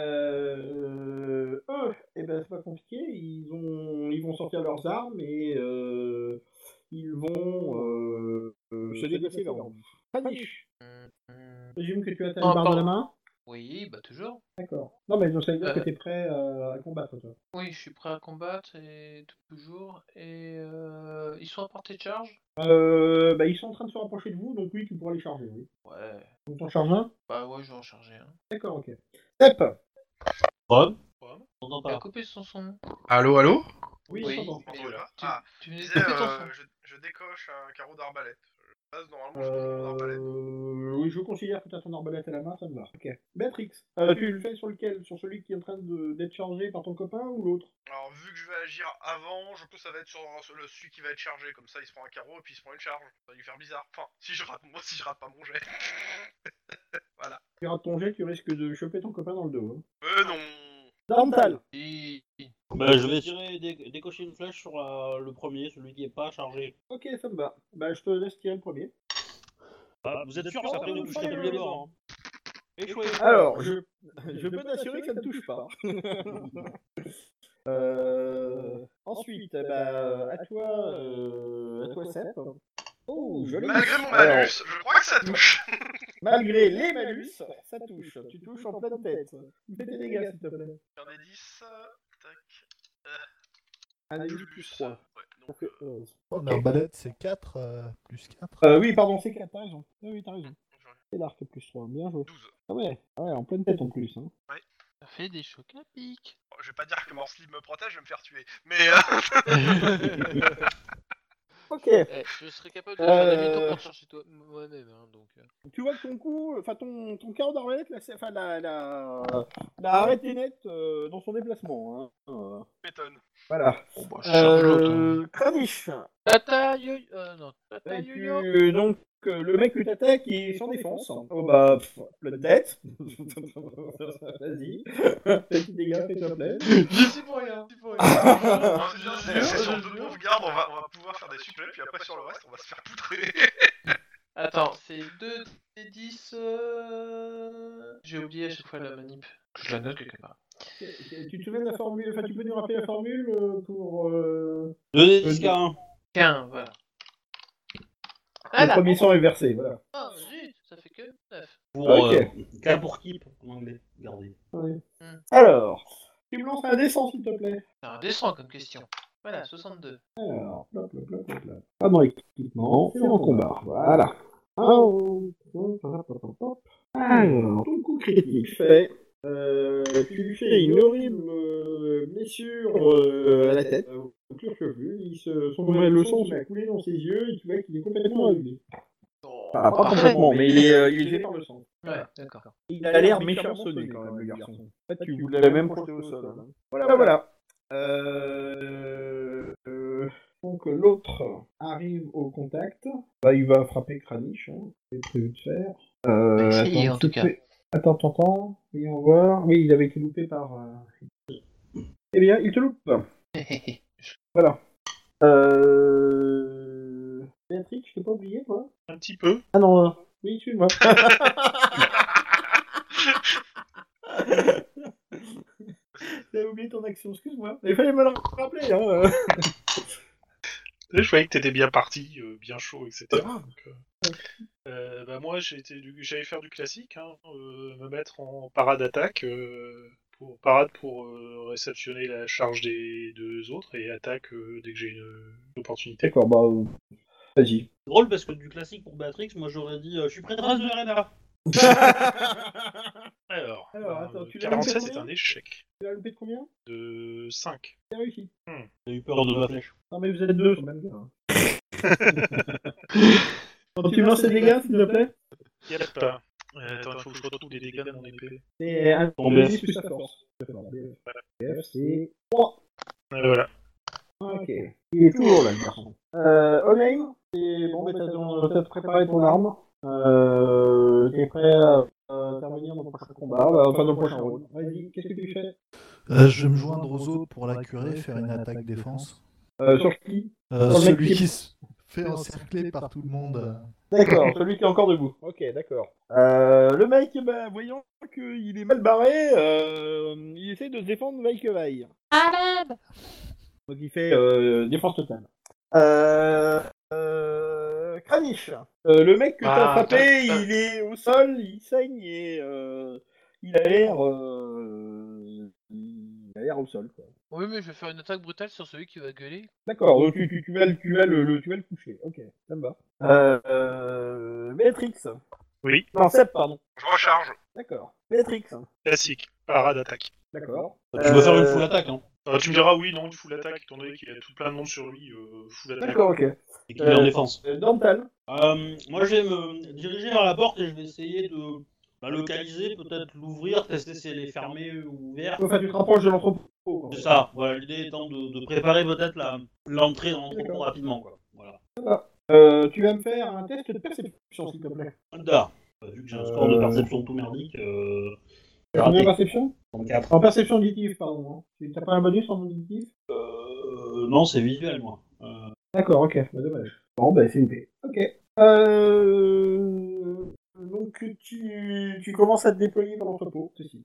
Euh, eux, eh ben c'est pas compliqué, ils, ont, ils vont sortir leurs armes et euh, ils vont euh, euh, se déplacer vers vous. Kranich, j'imagine que tu as ta Non, barre de la pardon. main. Oui, bah toujours. D'accord. Non mais donc, ça veut dire que Euh. tu es prêt euh, à combattre toi. Oui, je suis prêt à combattre et toujours. Et euh, ils sont à portée de charge? Euh, bah, ils sont en train de se rapprocher de vous, donc oui, tu pourras les charger, oui. Ouais. Donc t'en charges un? Bah ouais, je vais en charger un. D'accord, ok. Step. Ron, Ouais. on t'entend Il a pas. coupé son son. Allô, allô? Oui, Oui, on t'entend. mais Voilà. tu, Ah, tu Je venais de disais, couper ton euh, son. je, je décoche un carreau d'arbalète. Je passe normalement, je trouve mon arbalète. Euh... Oui, je considère que tu as ton arbalète à la main, ça me va. Ok. Béatrix, euh, tu le fais sur lequel? Sur celui qui est en train de- d'être chargé par ton copain ou l'autre? Alors, vu que je vais agir avant, je pense que ça va être sur, sur le celui qui va être chargé. Comme ça, il se prend un carreau et puis il se prend une charge. Ça va lui faire bizarre. Enfin, si je rate, moi, si je rate pas mon jet. Voilà. Tu rates ton jet, tu risques de choper ton copain dans le dos. Hein. Euh, non. Dormtal. Et... Bah, je vais tirer, dé- décocher une flèche sur euh, le premier, celui qui est pas chargé. Ok, ça me va. Bah, je te laisse tirer le premier. Ah, vous êtes sûr que ça sûr, ne ça touche va qu'à pas double les mort, hein. Échoué. Alors, je, je peux t'assurer que ça ne touche pas. euh, ensuite, bah, à toi, euh, à toi, Sep. Oh, joli. Malgré mon Alors, malus, je crois que ça touche. malgré les malus, ça touche. Tu touches en pleine tête. Fais tes dégâts, s'il te plaît. Faire des dix. Tac. Un des Plus plus trois. Ouais, Ça donc, fait onze. Oh, l'arbalète, c'est quatre, euh, plus quatre. Euh, oui, pardon, c'est quatre, t'as raison. Oui, oui, t'as raison. C'est l'arc plus trois, bien joué. douze. Ah ouais, ah ouais, en pleine tête en plus. Hein. Ça fait des chocs à pic. Bon, je vais pas dire que mon slip me protège, je vais me faire tuer. Mais euh... Ok. Eh, je serais capable de faire Euh. demi-tour pour te chercher toi moi-même, hein, donc. euh. Tu vois que ton coup, enfin ton, ton carreau d'arbalète, là, c'est- enfin, la, la, la arrêté net euh, dans son déplacement. Hein. Euh, m'étonne. voilà. Bon bah, je charge l'autre. hein. Euh, Kranich. Tata yo euh, non, Tata Et yo tu- donc, euh, le mec que t'attaques, il est sans défense. Oh bah, pff, plein de tête. Vas-y. Petit dégâts, fais-toi plaisir. C'est pour rien, c'est pour rien. Non, c'est bien, c'est c'est sur deux pauvres gardes, on va, on va pouvoir faire des supplés, puis après sur le reste, on va se faire poutrer. Attends, c'est deux d dix. Euh... J'ai oublié à chaque fois la manip. Je la note quelque part. Tu te souviens de la formule, enfin tu peux nous rappeler la formule euh, pour euh, deux D dix K un. quinze, voilà. le Voilà. premier sang est versé. Voilà. Oh, zut, ça fait que neuf. Pour Ok. euh, K pour keep en anglais. Regardez. Ouais. Hmm. Alors, tu me lances un descend s'il te plaît. C'est un descend comme question. Voilà, soixante-deux. Alors, hop, hop, hop, hop, hop. Pas dans l'équipement, c'est en combat. Voilà. Alors, ton coup critique fait. Euh, tu lui fais une horrible euh, blessure euh, à la tête, euh, au cuir chevelu. Il se, son, le sang se met à couler dans ses yeux et tu vois qu'il est complètement aveuglé. Oh, Enfin, pas parfait. complètement, mais il est, euh, il est gêné par le sang. Ouais, d'accord. Il a l'air méchamment sonné quand même, le garçon. En fait, tu voulais même projeter au sol. Hein. Voilà, voilà. Euh, euh, donc l'autre arrive au contact. Bah, il va frapper Kranich. Hein. C'est prévu de faire. Euh, Bah, essayez, attends, en tout cas. fait- Attends, attends, attends. Voyons voir. Oui, il avait été loupé par. Euh... Eh bien, il te loupe. Voilà. Euh... Béatrix, je t'ai pas oublié, quoi. Un petit peu. Ah non, euh... oui, excuse-moi. J'avais oublié ton ton action, excuse-moi. Il fallait me le rappeler, hein. Je voyais que t'étais bien parti, euh, bien chaud, et cetera. Donc, euh, euh, bah moi, j'ai été du- j'allais faire du classique, hein, euh, me mettre en parade attaque, euh, pour parade pour euh, réceptionner la charge des deux autres et attaque euh, dès que j'ai une, une opportunité. D'accord, bah, euh, vas-y. C'est drôle parce que du classique pour Béatrix, moi j'aurais dit euh, je suis prêtresse de Rena. Alors, Alors, bah, attends, euh, tu l'as quarante-sept, loupé c'est combien un échec. Tu as loupé de combien? De cinq. J'ai réussi. J'ai eu peur de ma flèche. Non, mais vous êtes deux sur le même gars. hein. Quand tu lances les dégâts, s'il te plaît. Yep. Euh, attends, il faut que je retrouve les dégâts de mon épée. C'est un Ton de B F. dix plus ta force. D'accord, B F, c'est trois. Et voilà. Ok. Il est toujours là, le garçon. Euh, Onaim, c'est bon, mais t'as ton- t'as préparé ton arme. Euh, t'es prêt à euh, intervenir dans le prochain combat, bah, enfin dans le prochain round. Vas-y, qu'est-ce que tu fais? Euh, je vais me joindre aux autres pour la curer, faire une attaque défense. euh, Sur qui? Euh, Sur le mec celui qui- qui se fait encercler par tout le monde. euh. D'accord, celui qui est encore debout. Ok, d'accord. Euh, le mec, bah, voyant qu'il est mal barré, euh, il essaie de se défendre vaille que vaille. Donc il fait euh, défense totale. Euh, euh, Kranich. Euh, le mec que t'as Ah, frappé, t'as- il est au sol, il saigne et euh, il a l'air, euh, il a l'air au sol, quoi. Oui, mais je vais faire une attaque brutale sur celui qui va gueuler. D'accord, donc tu, tu, tu, vas, le- tu, vas le, le- tu vas le coucher. Ok, ça me va. Euh, euh, Béatrix. Oui. Non, Seb, pardon. Je recharge. D'accord. Béatrix. Classique. Parade attaque. D'accord. Tu veux faire une full attaque, hein. Euh, tu me diras oui, non, une full attaque, étant donné qu'il y a tout plein de monde sur lui, euh, full attaque. D'accord, ok. Et qu'il est en Euh, défense. Euh, Dantal. Euh, moi je vais me diriger vers la porte et je vais essayer de la localiser, peut-être l'ouvrir, tester si elle est fermée ou ouverte. Enfin, tu te rapproches de l'entrepôt. quoi. C'est ça, voilà, l'idée étant de, de préparer peut-être la- l'entrée dans l'entrepôt D'accord. rapidement, quoi. Voilà. Euh, tu vas me faire un test de perception, s'il te plaît. Là, vu que j'ai un score de perception tout merdique, euh, j'ai Combien de raté. perception? trente-quatre. En perception auditive, pardon. hein. Tu T'as pas un bonus en auditif? Euh, non, c'est visuel, moi. Euh, D'accord, ok. Bah, dommage. Bon, bah, c'est loupé. Ok. Euh... Donc, tu, tu commences à te déployer dans l'entrepôt, ceci.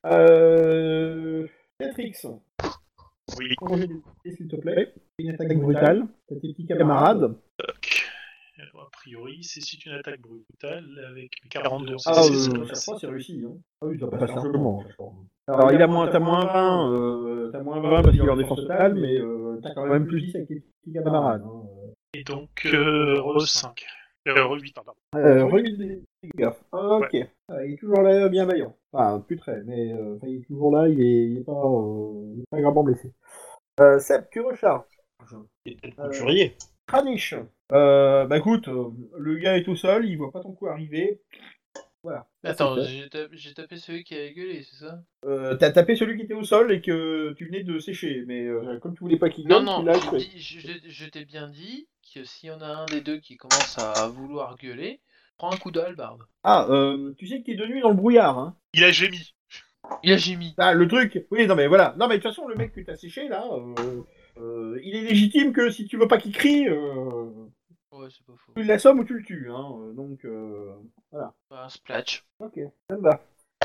Euh... Béatrix. Oui. Congé des- s'il te plaît. Une attaque brutale. T'as tes petits camarades. Tac. Alors, a priori, c'est si une attaque brutale avec quarante-deux. Ah, c'est- euh, c'est- chaque fois, c'est réussi. Hein. Ah oui, ça passe simplement. Alors, il a moins, t'as moins vingt, euh, t'as moins vingt parce qu'il est en défense totale, mais euh, t'as quand même plus dix avec tes petits camarades. Hein. Et donc, euh, Re cinq. Euh, Re huit, pardon. Euh, remise des gaffe. Ok. Ah, il est toujours là, bien vaillant. Enfin, plus très, mais euh, enfin, il est toujours là, il est, il est pas, euh, il est pas gravement blessé. Euh, Seb, que recharge. il est peut-être couturier. Kranich. Euh, bah écoute, euh, le gars est au sol, il voit pas ton coup arriver. Voilà. Ça, Attends, c'est fait. j'ai tapé, j'ai tapé celui qui avait gueulé, c'est ça? Euh, t'as tapé celui qui était au sol et que tu venais de sécher, mais euh, comme tu voulais pas qu'il Non, gueule, non, tu l'as j'ai tué. dit- je, je- je t'ai bien dit que s'il y en a un des deux qui commence à vouloir gueuler, prends un coup de hallebarde. Ah, euh, tu sais qu'il est de nuit dans le brouillard, hein. Il a gémi. Il a Jimmy. Ah, le truc, oui, non mais voilà. Non mais de toute façon, le mec que t'as séché, là, euh, euh, il est légitime que si tu veux pas qu'il crie, euh, Ouais, c'est pas faux. tu l'assommes ou tu le tues, hein. euh, Donc, euh, voilà. Un splatch. Ok, ça me va.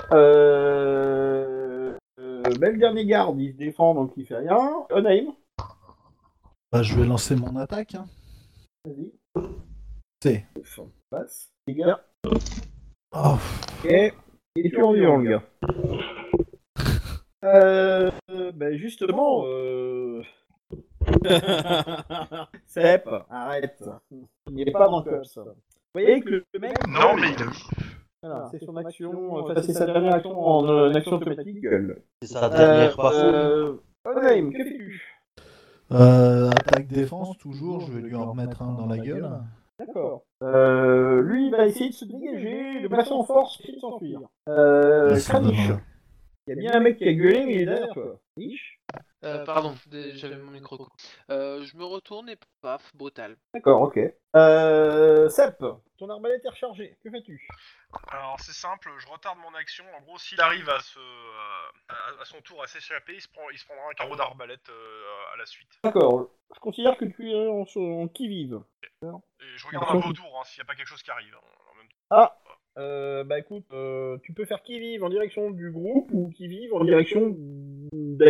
Euh... euh, ben, le dernier garde, il se défend, donc il fait rien. Onaim, Bah, je vais lancer mon attaque. Hein. vas-y. C'est. Passe. Les gars. Oh, Ok. Il est toujours vivant, le gars. Euh, ben justement, euh... Sep, arrête. Il n'est pas dans le cops. Vous voyez que le mec... Non, mais il a... Voilà, c'est son action, enfin c'est sa dernière action en euh, action automatique, gueule. C'est ça, dernière pas fou. euh... Onaim, que fais-tu? Euh, attaque défense, toujours, je vais lui en remettre un dans la gueule. D'accord. Euh, lui, il va essayer de se dégager, de passer en force, essayer de s'enfuir. Euh, Ouais, ça me Kranich. va. Il y a bien un mec qui a gueulé, mais il est derrière toi. Kranich. Euh, pardon, dé- j'avais mon micro coupé. Euh, je me retourne et paf, brutal. D'accord, ok. Euh, Sep, ton arbalète est rechargée, que fais-tu? Alors c'est simple, je retarde mon action. En gros, s'il arrive à, se, euh, à, à son tour à s'échapper, il se, prend, il se prendra un carreau d'arbalète euh, à la suite. D'accord, je considère que tu es en, en qui-vive. Et je regarde un peu autour hein, s'il n'y a pas quelque chose qui arrive. hein, en même temps. Ah, euh, bah écoute, euh, tu peux faire qui-vive en direction du groupe ou qui-vive en direction d'ailleurs.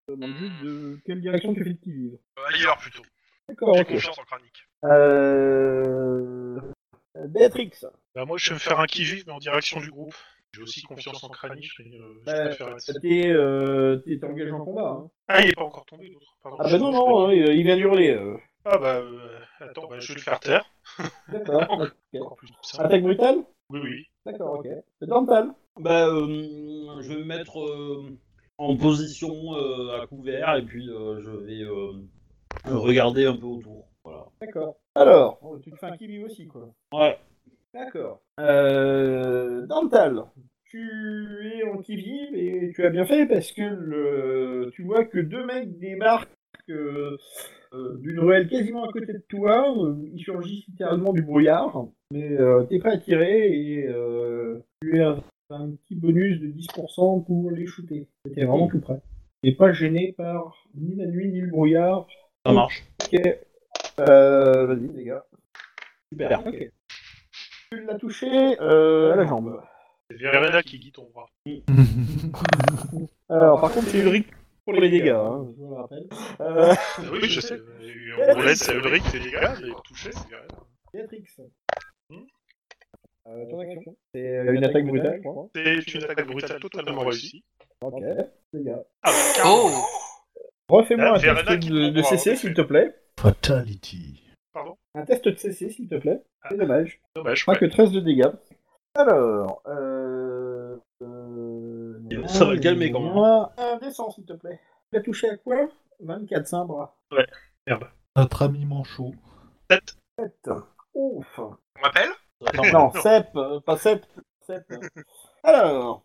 Je demande juste de quelle direction tu fais le qui-vive. Euh, ailleurs plutôt. D'accord, J'ai ok. confiance en Kranik. Euh... Béatrix. Bah, moi, je vais me faire un qui-vive, mais en direction du groupe. J'ai aussi confiance en Kranich, mais euh, je Bah, préfère être... t'es euh, t'es engagé en combat. Hein. Ah, il est pas encore tombé, l'autre. Pardon. Ah bah non, non, hein, il vient d'hurler. Euh. Ah bah, euh, attends, bah, je vais le faire taire. D'accord, Encore ok. plus simple. Attaque brutale. Oui, oui. D'accord, ok. Dental. Bah, euh, je vais me mettre euh, en position euh, à couvert et puis euh, je vais euh, regarder un peu autour. Voilà. D'accord. Alors, oh, tu te fais un qui-vive aussi, quoi. Ouais. D'accord. Euh, Dental. Tu es en qui-vive et tu as bien fait parce que le... tu vois que deux mecs débarquent euh, euh, d'une ruelle quasiment à côté de toi. Euh, ils surgissent littéralement du brouillard. Mais euh, t'es prêt à tirer et euh, tu as un petit bonus de dix pour cent pour les shooter. T'es vraiment tout prêt. T'es pas gêné par ni la nuit ni le brouillard. Ça marche. Ok. Euh, vas-y les gars. Super. Ok. Tu l'as touché euh, à la jambe. C'est Verena qui guide ton bras. Alors, par contre, c'est Ulrich pour les dégâts, hein, je vous le rappelle. Euh, Oui, je sais. On laisse à Ulrich les dégâts, mais toucher, c'est Verena. Béatrix. Hmm Euh, ton action. C'est euh, une attaque brutale, je crois. C'est une attaque brutale totalement réussie. Ok, dégâts. Ah, Oh Refais-moi Là, un Verena test qui de, te de prendra, C C, en s'il effet. te plaît. Fatality. Pardon. Un test de C C, s'il te plaît. C'est dommage. Dommage, Je crois ouais. que treize de dégâts. Alors, euh... euh... Ça va le calmer, quand même. Moi, un descend, s'il te plaît. Tu as touché à quoi vingt-quatre, c'est un bras. Merde. Notre ami Manchot. sept. sept. Ouf. On m'appelle? Non, Sep, euh, pas Sep. Sep. Alors,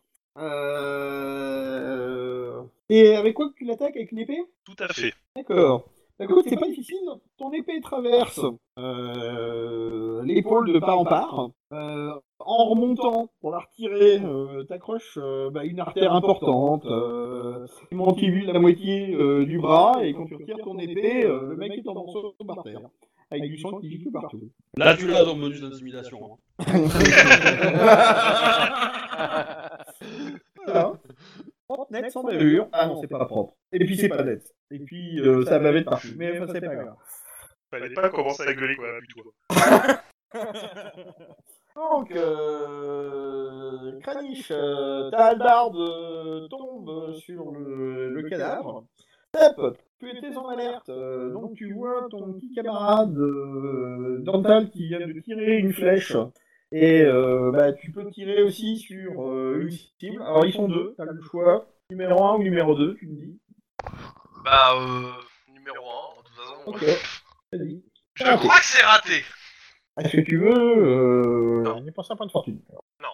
euh... et avec quoi que tu l'attaques? Avec une épée? Tout à fait. D'accord. D'accord, c'est pas difficile. Ton épée traverse euh, l'épaule de part en part. Euh, en remontant pour la retirer, euh, t'accroches euh, bah, une artère importante. Euh, tu mantibules la moitié euh, du bras et quand tu retires ton épée, euh, le mec est en morceaux par terre. Avec du sang qui gicle partout. Là, tu l'as dans le bonus d'intimidation. Hein. Voilà. Propre, net, sans bavure. Ah non, c'est pas propre. Et puis c'est pas net. Et puis euh, ça va être partout. Mais enfin, c'est pas grave. Fallait pas commencer à gueuler, quoi, bute-toi. Donc, euh, Kranich, euh, ta hallebarde euh, tombe sur le, le cadavre. Sep, tu étais en alerte. Euh, donc tu vois ton petit camarade euh, Dental qui vient de tirer une flèche. Et euh, bah, tu peux tirer aussi sur euh, une cible. Alors ils sont deux, t'as le choix. Numéro un ou numéro deux, tu me dis. Bah, euh. Numéro un, de toute façon. Ok, vas-y. Je crois que c'est raté. Est-ce que tu veux euh... Non. On est passé un point de fortune. Non.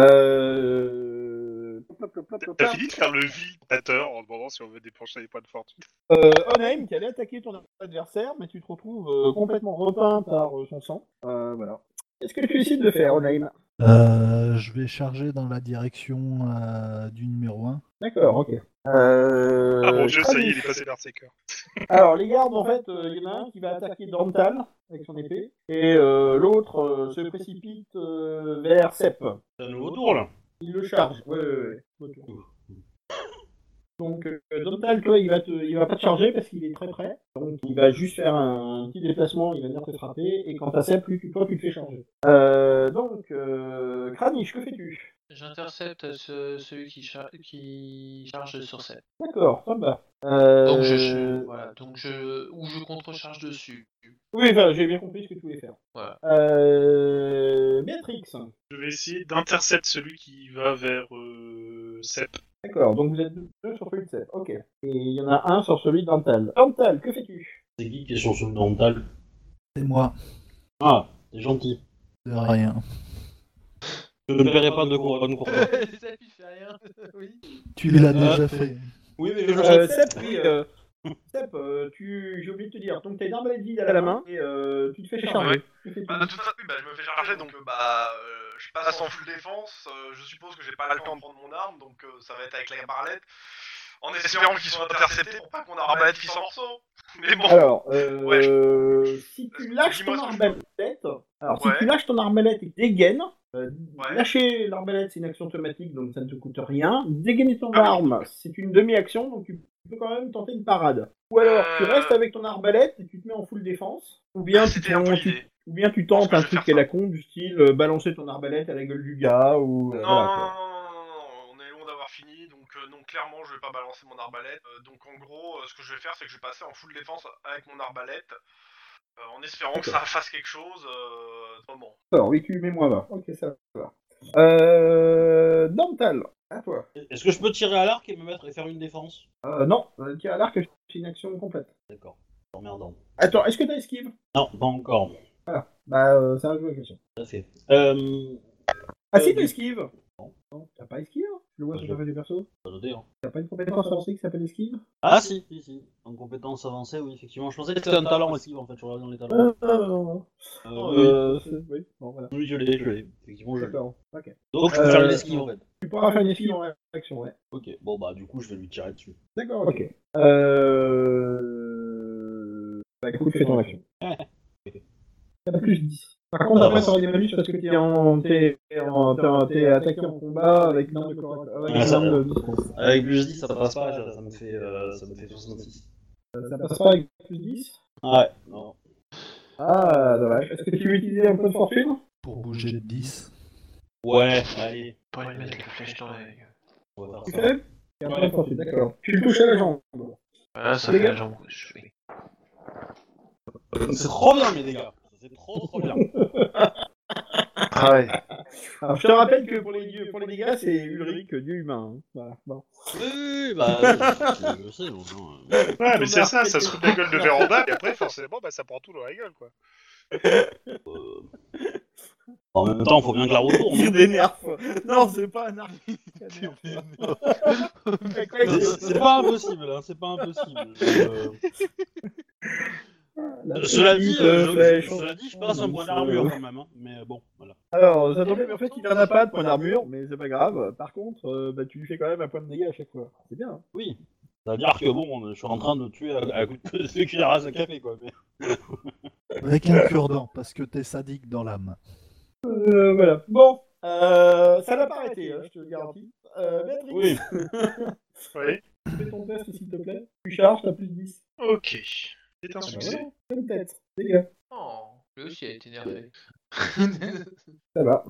Euh... plop, plop, plop, plop, T'as plop. fini de faire le vilitateur en demandant si on veut dépenser les points de fortune. Euh, Onheim qui allait attaquer ton adversaire, mais tu te retrouves euh, complètement repeint par euh, son sang. Euh, voilà. Qu'est-ce que tu décides de faire, Onheim? Euh, je vais charger dans la direction euh, du numéro un. D'accord, ok. Euh... Ah mon dieu, ça y est, Kranich. il est passé Berserker. Alors, les gardes, en fait, il euh, y en a un qui va attaquer Dental avec son épée, et euh, l'autre euh, se précipite euh, vers Sep. C'est un nouveau tour, là. Il le charge. Ouais, ouais, ouais. Retour. Donc, euh, Dental, toi, il va, te, il va pas te charger parce qu'il est très près. Donc, il va juste faire un, petit déplacement, il va venir te frapper, et quand t'as Sep, lui, tu- toi, tu te fais charger. Euh, donc, euh, Kranich, que fais-tu? J'intercepte ce- celui qui, char- qui charge sur sept. D'accord, ça me va. Euh... Donc je, je- voilà, donc je ou je contrecharge dessus. Oui, enfin, j'ai bien compris ce que tu voulais faire. Voilà. Euh... Béatrix. Je vais essayer d'intercepter celui qui va vers euh, Sep. D'accord, donc vous êtes deux sur celui de Sep. Ok. Et il y en a un sur celui d'Antal. Antal, que fais-tu? C'est qui qui est sur ce mental? C'est moi. Ah, c'est gentil. De rien. Je ne paierai pas de couronne pour toi. Ça lui fait rien. Oui. Tu l'as déjà fait. Oui, mais je Euh, Sep, oui. Euh... Sep, euh, tu... j'ai oublié de te dire. Donc t'as une arbalète vide à la main et euh, tu te fais charger. Ouais. Que fais-tu? Bah, de toute façon, oui, bah, je me fais charger, donc euh, bah, euh, je passe en full défense. Euh, je suppose que j'ai pas le temps de prendre mon arme, donc euh, ça va être avec la barlette. En espérant qu'ils soient interceptés pour pas qu'on arbalète fils en morceaux. Mais bon. Alors, euh, Ouais, si tu lâches ton Dis-moi ce que je arbalète, alors Ouais. si tu lâches ton arbalète et que dégaines, Euh, Ouais. Lâcher l'arbalète, c'est une action automatique, donc ça ne te coûte rien. Dégainer ton Ah oui. arme, c'est une demi-action, donc tu peux quand même tenter une parade. Ou alors, tu Euh, restes avec ton arbalète et tu te mets en full défense. Ou bien, Ah, tu, c'était un peu tu- l'idée. ou bien tu Je pense tentes que un je vais truc faire à la ça. con, du style euh, balancer ton arbalète à la gueule du gars, ou... euh, Non, voilà, non, quoi. non, non, non, non, on est loin d'avoir fini, donc euh, non, clairement, je vais pas balancer mon arbalète. Euh, donc en gros, euh, ce que je vais faire, c'est que je vais passer en full défense avec mon arbalète, euh, en espérant que ça fasse quelque chose. Euh, moment. Alors, oui, tu mets moi là. Ok, ça va. Euh... Dental, à toi. Est-ce que je peux tirer à l'arc et me mettre et faire une défense? Euh, non, euh, tir à l'arc, c'est une action complète. D'accord. Emmerdant. Attends, est-ce que t'as esquive? Non, pas encore. Voilà. Bah, euh, c'est un jeu à question. Tout à fait. Euh... Ah Euh, si, t'as du- esquive. Non, t'as pas esquive? Je le vois sur ta feuille de perso. Pas noté, hein. T'as pas une compétence avancée qui s'appelle esquive? Ah si, si, si. En compétence avancée, oui, effectivement. Je pensais que c'était un talent esquive, en fait, je regarde dans les talents. Ah, non, non, non. Euh, Euh, c'est- oui, bon, voilà. oui. oui, je l'ai, je l'ai. Effectivement, je l'ai. D'accord, ok. Donc, je peux faire une Euh, esquive, en fait. Tu pourras faire une esquive en réaction, ouais. Ok, bon, bah, du coup, je vais lui tirer dessus. D'accord, ok. Euh... Bah écoute, fais ton action. T'as plus dix. Par contre, après, t'auras des malus parce que t'es en... t'es en... t'es en- t'es attaqué en combat avec une arme de corps... avec Ah, une ça arme va. de distance. Avec plus dix, ça passe pas, ça, ça me fait, euh, ça me fait soixante-six. Ça passe pas avec plus dix? Ouais, non. Ah, dommage. Est-ce que tu veux utiliser un peu de fortune? Pour bouger de dix. Ouais, allez. Pour lui mettre la flèche dans la gueule. On va Tu faire ça. fais? Et un peu de fortune, d'accord. Tu le touches à la jambe. Voilà, ça Les fait gars. la jambe gauche, oui. C'est trop bien, mes dégâts. C'est trop, trop bien. Ah ouais. Alors, je te rappelle que pour les, dieux, pour les dégâts, c'est Ulrich, dieu humain. Hein. Voilà, bon. Oui, oui, bah, oui, je, je sais, bon, non, euh, Ouais, mais c'est Thomas, ça, ça se fout de la gueule de Véranda, et après, forcément, bah, ça prend tout dans la gueule, quoi. euh, En même temps, faut bien que la retourne. Il dénerve. Non, c'est pas un arc. C'est c'est pas impossible, hein, c'est pas impossible. Euh, Cela dit, euh, je, cela dit, je passe un point d'armure quand même, hein, mais bon, voilà. Alors, ça tombe bien, mais en fait, il en a pas de point d'armure, mais c'est pas grave. Par contre, euh, bah, tu lui fais quand même un point de dégâts à chaque fois. C'est bien. Hein. Oui. C'est-à-dire que bon, je suis en train de tuer à, à coup de cuillère à café, quoi. Mais... Avec un cure-dent, parce que t'es sadique dans l'âme. Euh, voilà. Bon, euh, ça l'a pas arrêté, hein, je te le garantis. Euh, Béatrix, Oui. Oui. fais ton test, s'il te plaît. Tu charges, t'as plus de dix. Ok. C'est un Ah, bah succès. voilà, fais une tête. Dégâts. Oh, lui aussi a été énervé. Ça va.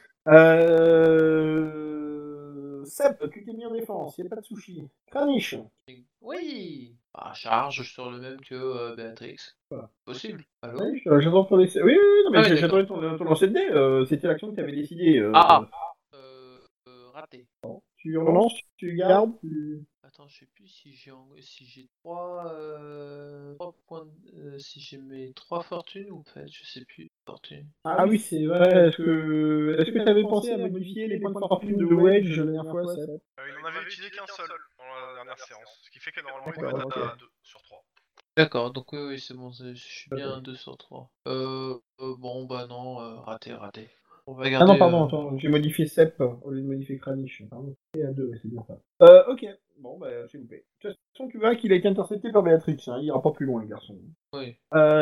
Euh... Seb, tu t'es mis en défense, y'a pas de sushi. Kranich. Oui. Ah, charge sur le même que euh, Béatrix. Voilà. Possible. Allô. Oui, euh, j'attends ton laisser. Oui, oui, oui, non, mais Ah oui, j'ai- d'accord. j'attendais ton, ton lancer de dés. Euh, C'était l'action que tu avais décidé. Euh, Ah. Euh, euh, raté. Tu relances, tu gardes. Tu... Attends, je sais plus si j'ai en... si j'ai trois, euh... trois points, de- euh, si j'ai mes trois fortunes ou en fait, je sais plus. Fortune. Ah oui, c'est vrai. Est-ce que est-ce que tu avais pensé à modifier les points de fortune de Wedge la dernière fois, Seb? Euh, il en avait utilisé qu'un seul dans la dernière séance, ce qui fait que normalement il D'accord, doit être ok. à deux sur trois. D'accord, donc oui, oui, c'est bon, c'est- je suis bien D'accord. à deux sur trois. Euh, euh, bon, bah non, euh, raté, raté. On va Ah garder. non, pardon, euh, attends, j'ai modifié Sep au lieu de modifier Kranich. Pardon. Et à deux, ouais, c'est bien ça. Euh, ok. Bon, bah, s'il vous plaît. De toute façon, tu vois qu'il a été intercepté par Béatrix, hein. Il ira pas plus loin, le garçon. Oui.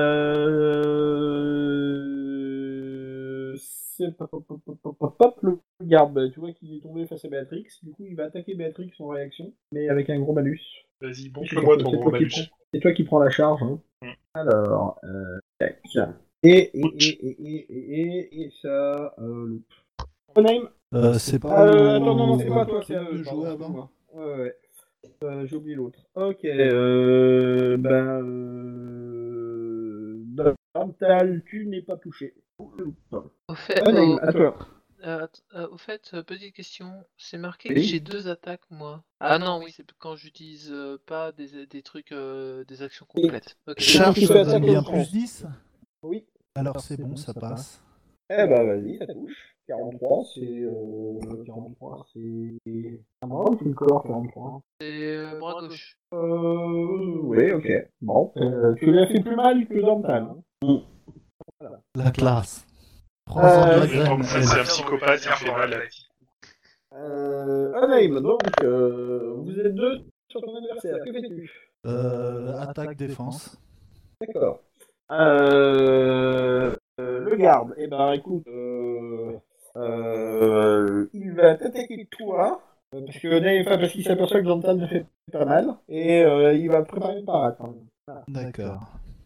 Euh... C'est pop, pop, pop, pop, pop, pop, le garde, bah, tu vois qu'il est tombé face à Béatrix, du coup il va attaquer Béatrix en réaction, mais avec un gros malus. Vas-y, bon, C'est fais-moi toi- ton c'est gros toi qui malus. prends- C'est toi qui prends la charge. Hein. Mm. Alors, euh, tac. Et, et, et, et, et, et, et, et ça... Euh, loup. Name. Euh, c'est pas. Euh, au- attends, non, non, c'est pas toi, truc c'est à eux, de pardon, jouer avant. excuse-moi. Ouais, ouais. Euh, j'ai oublié l'autre. Ok, euh, ben, euh, Dental, tu n'es pas touché. Au fait, Oh, Name, au, à toi. euh, att- euh, au fait, euh, petite question, c'est marqué Oui. que j'ai deux attaques, moi. Ah non, oui, c'est quand j'utilise euh, pas des, des trucs, euh, des actions complètes. Ok. Charge, Tu ça fais donne attaque bien au plus dix. Oui. Alors c'est bon, ça passe. Eh ben, vas-y, ça touche. quarante-trois, c'est, euh, quarante-trois, c'est un bras ou c'est une corps, quarante-trois? C'est euh, bras gauche. Euh, oui, ok. Bon, euh, tu l'as fait plus mal que Dental. Hein. La classe. Prends-en de Euh, la Je pense graine. que ça, c'est un psychopathe, il fait mal. Euh, Anaïm, donc, euh, vous êtes deux sur ton adversaire. Que fais-tu? Euh, attaque défense. D'accord. Euh, euh, le garde, eh ben écoute, euh, Euh, il va t'attaquer toi, euh, parce que Dave, enfin, parce qu'il s'aperçoit que Jantan ne fait pas mal, et euh, il va préparer une parade. Quand même. Voilà. D'accord.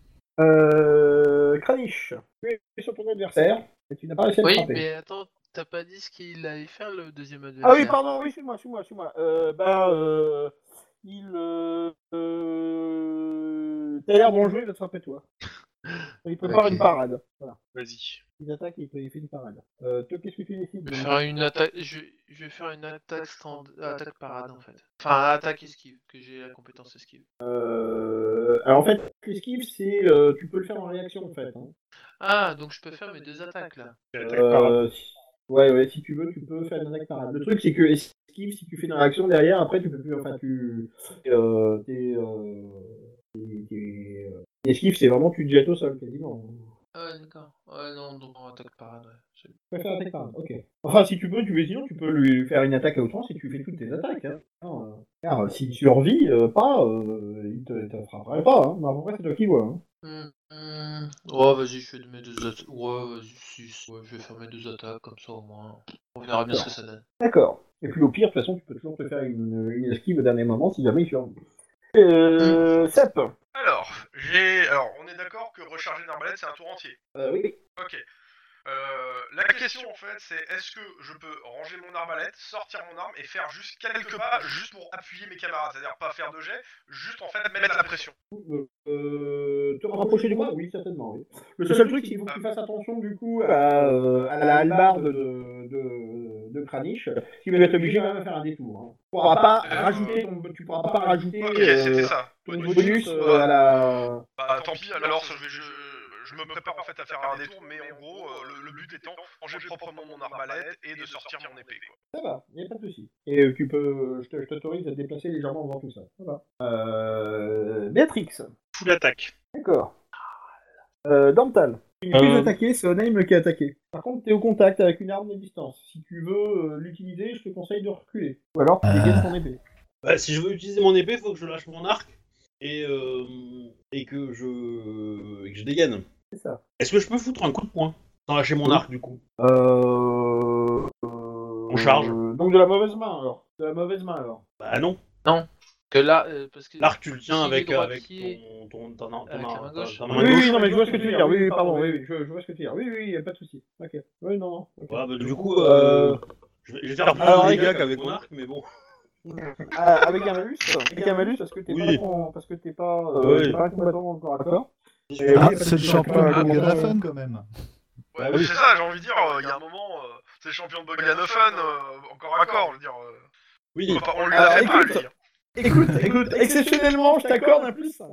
Euh, Kranich, tu es sur ton adversaire, et tu n'as pas réussi à le Oui, frapper. mais attends, t'as pas dit ce qu'il allait faire le deuxième adversaire. Ah oui, pardon, oui, suis-moi, suis-moi, suis-moi. Euh, bah, euh, il... Euh, euh, t'as l'air bon jeu, il va te frapper toi. Il prépare Ok. une parade. Voilà. Vas-y. Il attaque et il fait une parade. Euh, toi, qu'est-ce que tu décides Je de vais faire une attaque. Je, je vais faire une attaque stand... attaque parade en fait. Enfin, attaque esquive, que j'ai la compétence esquive. Euh, alors en fait, l'esquive, c'est, euh, tu peux le faire en réaction en fait. Hein. Ah, donc je peux faire mes deux attaques là. Attaque parade. Euh, si- ouais, ouais, si tu veux, tu peux faire une attaque parade. Le truc, c'est que esquive, si tu fais une réaction derrière, après, tu peux plus. Enfin, tu. Euh, t'es. Euh, t'es- t'es, euh, esquive, c'est vraiment tu te jettes au sol quasiment. Ah ouais, d'accord. Ouais, non, donc en attaque parade, ouais. C'est- Tu peux faire attaque parade, ok. Enfin, si tu peux, tu veux, sinon, tu peux lui faire une attaque à outrance et tu fais toutes tes attaques. Hein. Non, euh, car s'il survit euh, pas, euh, il te, te frappera pas. Hein. Mais après, c'est toi qui vois. Hein. Hum, hum. Ouais, vas-y, je fais mes deux attaques. Ouais, vas-y, si, si, ouais, je vais faire mes deux attaques, comme ça au moins. On verra bien ce que ça donne. D'accord. Et puis au pire, de toute façon, tu peux toujours te faire une, une esquive au dernier moment si jamais il survit. Euh. Sep. Alors, j'ai. Alors, on est d'accord que recharger une arbalète, c'est un tour entier. Euh, oui. Ok. Euh, la question en fait, c'est est-ce que je peux ranger mon arbalète, sortir mon arme et faire juste quelques pas, juste pour appuyer mes camarades, c'est-à-dire pas faire de jet, juste en fait mettre la pression. Euh, te rapprocher du moi? Oui, certainement. Oui. Le seul truc, c'est qu'il faut que tu fasses attention du coup à, euh, à la hallebarde de, de, de Kranich, qui va être obligé quand même à faire un détour. Hein. Tu pourras pas rajouter ton, tu pourras pas rajouter Ok, euh, c'était ça. ton Bonus. bonus euh, à la. Bah tant pis, alors je, vais, je, je me prépare en fait à faire un détour, mais en gros, euh, le, le but étant ranger proprement mon arbalète et de sortir mon épée, quoi. Ça va, y a pas de souci. Et euh, tu peux, je te- je t'autorise à te déplacer légèrement devant tout ça. Ça va. Euh, Béatrix. Full attaque. D'accord. Euh, Dental. Tu n'es plus Euh. attaqué, c'est Onaim qui est attaqué. Par contre, tu es au contact avec une arme de distance. Si tu veux euh, l'utiliser, je te conseille de reculer. Ou alors tu Ah. dégaines ton épée. Bah, si je veux utiliser mon épée, faut que je lâche mon arc et, euh, et que je et que je dégaine. C'est ça. Est-ce que je peux foutre un coup de poing sans lâcher mon arc du coup? Euh... On charge. Donc de la mauvaise main alors. De la mauvaise main alors. Bah non. Que là, euh, parce que. L'arc tu le tiens s'il est avec, avec droitier- ton, ton, ton, ton, Avec ton- la main ta- gauche. ta Oui, main oui, gauche. non, mais je vois ce que tu veux dire. Oui, oui, pardon, oui, oui, je, je vois ce que tu veux dire. Oui, oui, y a pas de souci. Ok. Oui, non, non. ok. Ouais, bah, du coup, euh, je, vais, je vais faire plus alors, de avec- dégâts qu'avec mon arc, mais bon. Ah, avec un malus, avec un malus parce que t'es Oui. pas, con- parce que t'es pas, euh, Oui. t'es pas un combattant encore à corps. Ah, oui, parce c'est que le tu champion vas de pas- Bogdanafan quand même. Ouais, Ah oui. c'est ça, j'ai envie de dire, il y a un moment, euh, c'est le champion de Bogdanofan, euh, encore à corps, je veux dire. Euh, Oui. enfin, on lui Alors, a fait pas, écoute. lui. Écoute, écoute, exceptionnellement, je t'accorde un plus.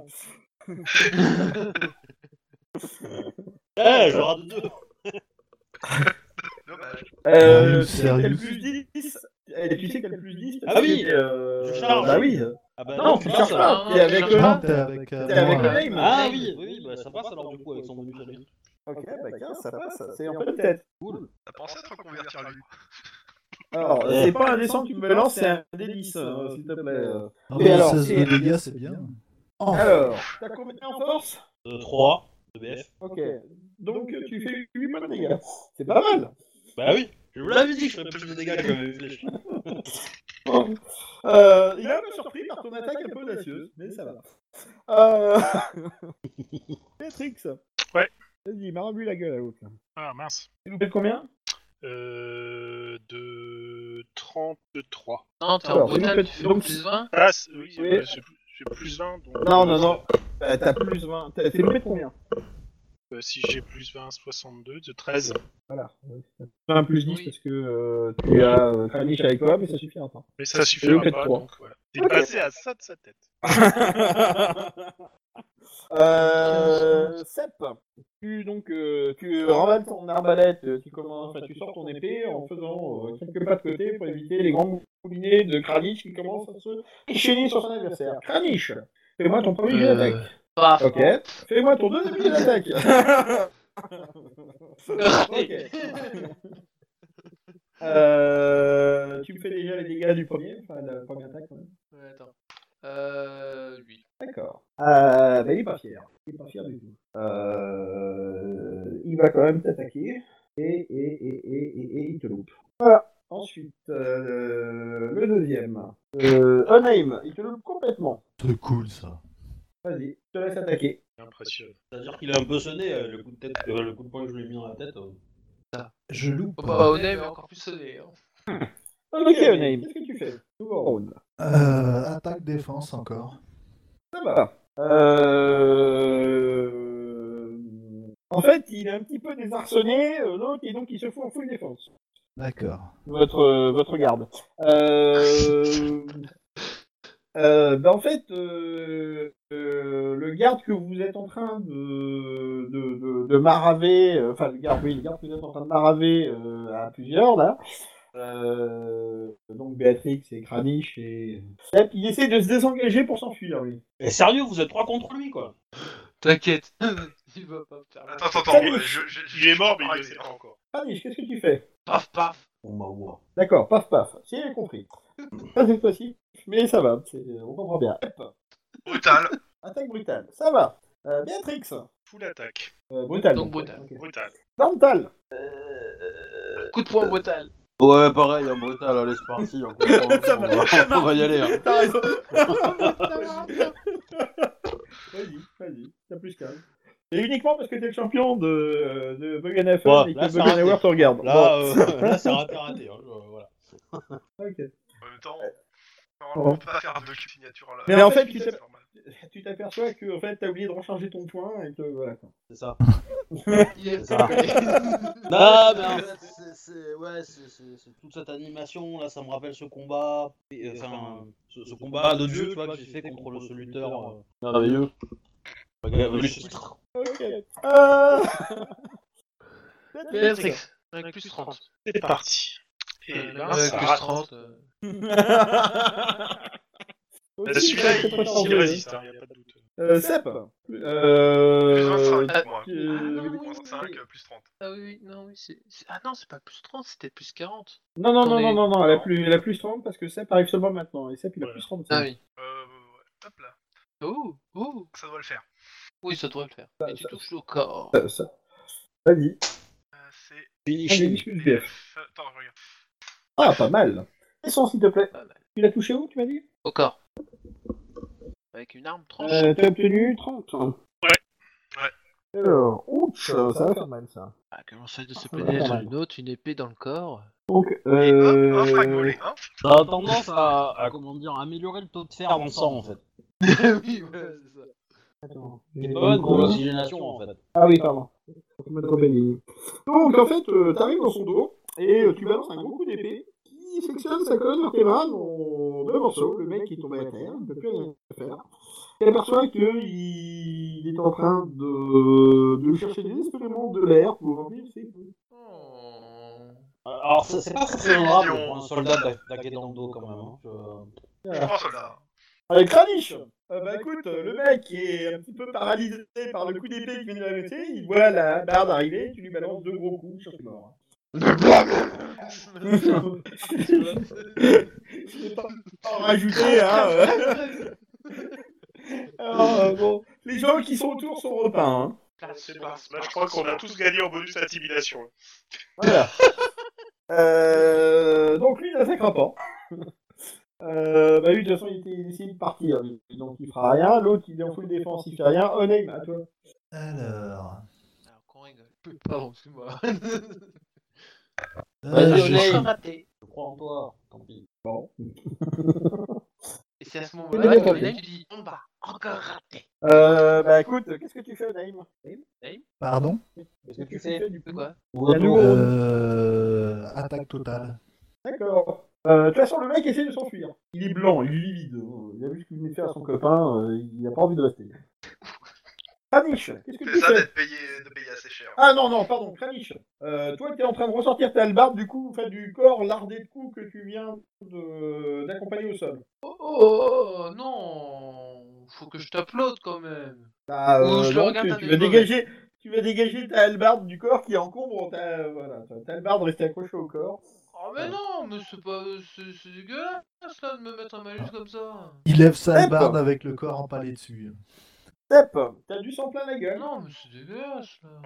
Eh, je rate deux. Dommage. Euh, Sérieux, tu sais que t'as le sérieux. plus dix. Et tu sais que t'as le plus dix. Ah oui, euh, je charge. Bah oui. Ah bah Non, tu ça charges passe, pas. alors. T'es avec Non, le Non, t'es avec, euh, T'es avec moi. le name. Ah oui, oui, oui, bah ça passe alors du coup avec son bonus à lui. Ok, bah quinze, ça passe. C'est en pleine tête. T'as pensé à te reconvertir, lui? Alors, c'est pas un dé cent que tu me lances, c'est un dé dix, euh, s'il te plaît. euh. Ah, Et bah, alors, seize et- de dégâts, c'est bien. Alors, t'as combien en force? Euh, trois de B F. Ok. Donc, tu fais huit points de dégâts. C'est pas mal. Bah oui, je vous l'avais dit que je ferais plus de dégâts que mes flèches. Euh, il est un peu surpris par ton attaque un peu audacieuse, mais ça va. Euh... Matrix. Ouais. Vas-y, m'a revu la gueule à l'autre. Ah mince. Tu nous fais combien? Euh, de trente-trois. Non, t'es en Alors, brutal, donc, tu fais donc- plus vingt. Ah, c'est- oui, Oui. euh, j'ai plus- j'ai plus vingt. Donc, Non, non, non. Euh, T'as plus vingt. T'as- T'es loupé de combien? Euh, si j'ai plus vingt, soixante-deux, de treize. Voilà. Un plus dix Oui. parce que euh, tu as euh, Kranich avec toi, mais ça suffira pas. Mais ça suffira loupé de pas, trois. donc voilà. T'es passé à ça de sa tête. euh, Sep, tu donc euh, tu remballes ton arbalète, euh, tu commences, enfin tu sors ton épée en faisant euh, quelques pas de côté pour éviter les grands moulinets de Kranich qui commencent à se déchaîner sur son adversaire. Kranich, fais-moi ton premier jet Euh, d'attaque. Paf. Ok. Fais-moi ton deuxième jet d'attaque. Ok. Euh, tu me fais déjà les dégâts du premier, enfin de la première attaque quand même. Ouais, attends. Euh. huit. D'accord. Euh, bah, il est pas fier. Il est pas fier du tout. Euh, il va quand même t'attaquer. Et, et, et, et, et, et il te loupe. Voilà. Ensuite, euh, le deuxième. Euh, Unnamed, il te loupe complètement. C'est cool ça. Vas-y, je te laisse attaquer. Impressionnant. C'est-à-dire qu'il a un peu sonné euh, le coup de tête, euh, le coup de poing que je lui ai mis dans la tête. euh. Je loupe. Oh, bah, Onem est encore plus sonné. Hein. Ok, Unnamed, qu'est-ce que tu fais? Nouveau round. Euh, attaque défense encore. Ça va. Euh... En fait, il est un petit peu désarçonné, euh, l'autre, et donc il se fout en full défense. D'accord. Votre, euh, votre garde. Euh... Euh, ben en fait, euh, euh, le garde que vous êtes en train de, de, de, de maraver, euh, enfin le garde, oui, le garde que vous êtes en train de maraver euh, à plusieurs là, euh, donc Béatrix et Kranich et... et puis il essaie de se désengager pour s'enfuir, lui. Et sérieux, vous êtes trois contre lui, quoi. T'inquiète, il va pas me faire mal. Attends, attends, attends. Salut. euh, je- je- je- Il est mort, je- mais il je- le sait pas encore. Kranich, qu'est-ce que tu fais? Paf, paf. Bon bah ouah. D'accord, paf paf, si j'ai compris. Pas cette fois-ci, mais ça va, c'est- on comprend bien. Hop. Brutal. Attaque brutale, ça va. Euh, Béatrix, Full attaque. euh, brutal. Donc brutal. Ok. Brutal. Dental. Coup de poing brutal. Ouais, pareil, hein, brutal, allez, c'est parti. On, on, Ça on va, va, ça on va y aller. Hein. T'as raison. Vas-y, vas-y, t'as plus calme. Et uniquement parce que t'es le champion de, de Buggenhafen Ouais, et que là, c'est Buggenhauer raté. te regarde. Là, euh, là c'est raté, raté. Hein, je- voilà. Bon, ok. En même temps, normalement, on peut pas faire deux signatures là. Mais en fait, tu c'est t'es- normal. Tu t'aperçois que en fait, t'as oublié de recharger ton point et que voilà. quoi. C'est ça. Il est Ça. Non, mais en fait, c'est, c'est, ouais, c'est, c'est, c'est toute cette animation, là, ça me rappelle ce combat, et, enfin, ce, ce combat de Dieu, tu vois, que j'ai fait contre le soluteur euh, merveilleux. Le titre. Ok. Euh... Béatrix, avec plus trente. C'est parti. Et Euh, là, avec ça plus rate. trente. euh, Bah, Celui-là, il, il résiste, hein, y a pas de doute. Euh, Sep. Plus Euh... vingt-cinq, moi. euh, Ah, non, oui, Moins oui, cinq, oui. plus trente. Ah oui, oui, non, oui, c'est... c'est- Ah non, c'est pas plus trente, c'était plus quarante. Non, non, non, Attendez. non, non, non, elle a plus, elle a plus trente parce que Sep arrive seulement maintenant et Sep il a Voilà. plus trente. Ah oui. Euh, ouais. Hop là. Oh, oh. Ça doit le faire. Oui, ça devrait le faire. Ça- Et tu ça- touches le corps. Ça, ça. Vas-y. Euh, c'est. Allez, excuse B F. Attends, je regarde. Ah, pas mal. Et son, s'il te plaît. Pas mal. Tu l'as touché où, tu m'as dit? Au corps. Avec une arme tranche. Euh, t'as obtenu trente. Ouais. Ouais. Alors, ouch, ça va faire mal ça. Ah, comment ça de se Ah, pénétrer pas mal. une autre, une épée dans le corps. Donc, Et hop, un frag euh... volé, hein. Ça a tendance à, à, comment dire, améliorer le taux de fer dans le sang, en fait. Oui, voilà, c'est ça. Attends, C'est j'ai pas pas mal le pour droit. l'oxygénation, en fait. Ah oui, pardon. Faut que je mette Robelli. Donc, en fait, euh, t'arrives dans son dos et euh, tu balances un gros coup d'épée qui sectionne sa colonne vertébrale en deux morceaux. Le mec qui est tombé à terre, il ne peut plus rien faire. Il aperçoit qu'il est en train de, de chercher désespérément de l'air pour remplir ses poumons. Oh. Alors, c'est, c'est pas très C'est honorable mignon. pour un soldat d'attaquer dans le dos, quand même. Hein. Je- Je pense là. Avec Kranich, euh, bah écoute, euh, le mec qui est un petit peu paralysé par le coup d'épée qui vient de l'arrêter, il voit la barde arriver, tu lui balances deux gros coups, je suis mort. Je vais pas en rajouter, hein. euh. Alors, euh, bon, les gens qui sont autour sont repeints, hein. C'est pas. Là, je crois qu'on a tous gagné en bonus intimidation. Voilà. Euh, donc lui, il n'attaquera pas. Euh, bah lui, de toute façon, il était il essayait de partir, lui. Donc il fera rien. L'autre, il est en full défense, il fait rien. Unnamed, à toi. Alors. Alors qu'on rigole. Pardon, excuse-moi. Euh, Vas-y, je- Oneim. raté. Je crois en toi, tant pis. Bon. Et c'est à ce Oui, moment-là que d'accord. Onem tu dis on va encore raté. Euh, bah écoute, qu'est-ce que tu fais, Unnamed? Pardon. Qu'est-ce que tu fais du De coup? quoi? Ou à nouveau. Euh, attaque totale. D'accord. Euh, de toute façon, le mec essaie de s'enfuir. Il est blanc, il est livide. Il a vu ce qu'il venait de faire à son copain, euh, il a pas envie de rester. Kranich, qu'est-ce que C'est tu ça fais? d'être payé, de payer assez cher. Ah non, non, pardon, Kranich. Euh, toi, tu es en train de ressortir ta hallebarde du coup, enfin, du corps lardé de coups que tu viens de- d'accompagner au sol. Oh, oh, oh, non. Faut que je t'applaude quand même. Bah, Ou je le non, regarde tu, d'un tu œil vas mauvais. dégager, tu vas dégager ta hallebarde du corps qui encombre ta, voilà, ta, ta hallebarde restée accrochée au corps. Oh mais non, mais c'est pas... C'est c'est dégueulasse là de me mettre un malus comme ça. Il lève sa Hep. hallebarde avec le corps empalé dessus. Step, t'as du sang plein la gueule. Non, mais c'est dégueulasse là. Ouais.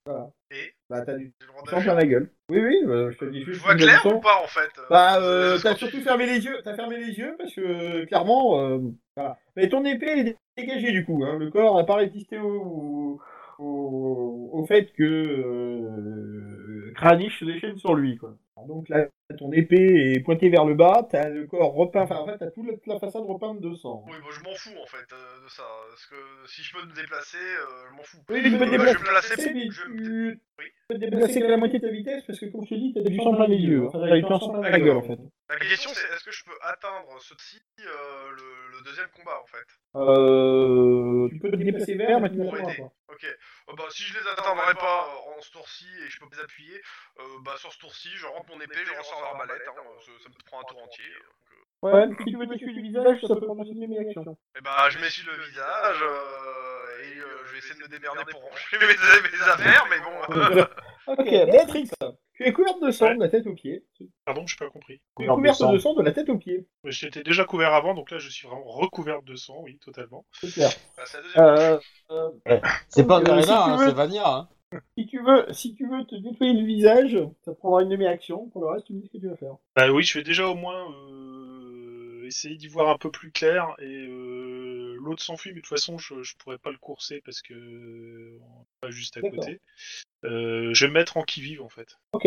Voilà. Et Bah, t'as du j'ai le droit sang d'agir. plein la gueule. Oui, oui, euh, je te dis Je juste. vois une gueule clair de sang. ou pas en fait euh, Bah, c'est- euh, c'est t'as quand surtout tu- fermé les yeux, t'as fermé les yeux parce que euh, clairement, euh, voilà. Mais ton épée est dégagée du coup. Hein. Le corps n'a pas résisté au, au, au fait que euh, Kranich se déchaîne sur lui, quoi. Alors, donc là, ton épée est pointée vers le bas, t'as le corps repeint, enfin en fait, t'as toute la, la façade repeinte de sang. Oui, moi je m'en fous en fait euh, de ça. Parce que si je peux me déplacer, euh, je m'en fous. Oui, tu peux te Euh, je déplacer, vais me placer. mais Je vais me tu Oui. peux te déplacer que la moitié de ta vitesse parce que, comme je te dis, t'as du sang plein les yeux. Enfin, t'as du sang plein la gueule en fait. La question c'est est-ce que je peux atteindre ce ci euh, le, le deuxième combat en fait Euh, tu peux te déplacer vers, mais tu ne pour l'atteindras aider. pas. Ok. Euh, bah si je les atteindrai pas euh, en ce tour-ci et je peux pas les appuyer, euh, bah sur ce tour-ci je rentre mon épée, je ressors l'arbalète. Hein, ça, ça me prend un tour entier. Donc, euh... Ouais, mais si tu veux t'essuyer le visage, ça peut prendre aussi une demi-action. Et bah je m'essuie le visage euh, et euh, je vais essayer de me démerder pour ranger mes, mes affaires, mais bon. Ok, Béatrix, tu es couverte de sang Ouais. de la tête aux pieds. Pardon, j'ai pas compris. Tu es couverte de sang de la tête aux pieds. Mais j'étais déjà couvert avant, donc là je suis vraiment recouverte de sang, oui, totalement. C'est clair. Bah, c'est la deuxième Euh, manche. euh, C'est pas Euh, Verena, si tu hein, veux- c'est Vania. Hein. si tu veux, si tu veux te nettoyer le visage, ça te prendra une demi-action. Pour le reste, tu me dis ce que tu vas faire. Bah oui, je vais déjà au moins euh, essayer d'y voir un peu plus clair, et euh, l'autre s'enfuit, mais de toute façon je, je pourrais pas le courser parce que euh, on est pas juste à D'accord. côté. Euh, je vais me mettre en qui-vive en fait. Ok.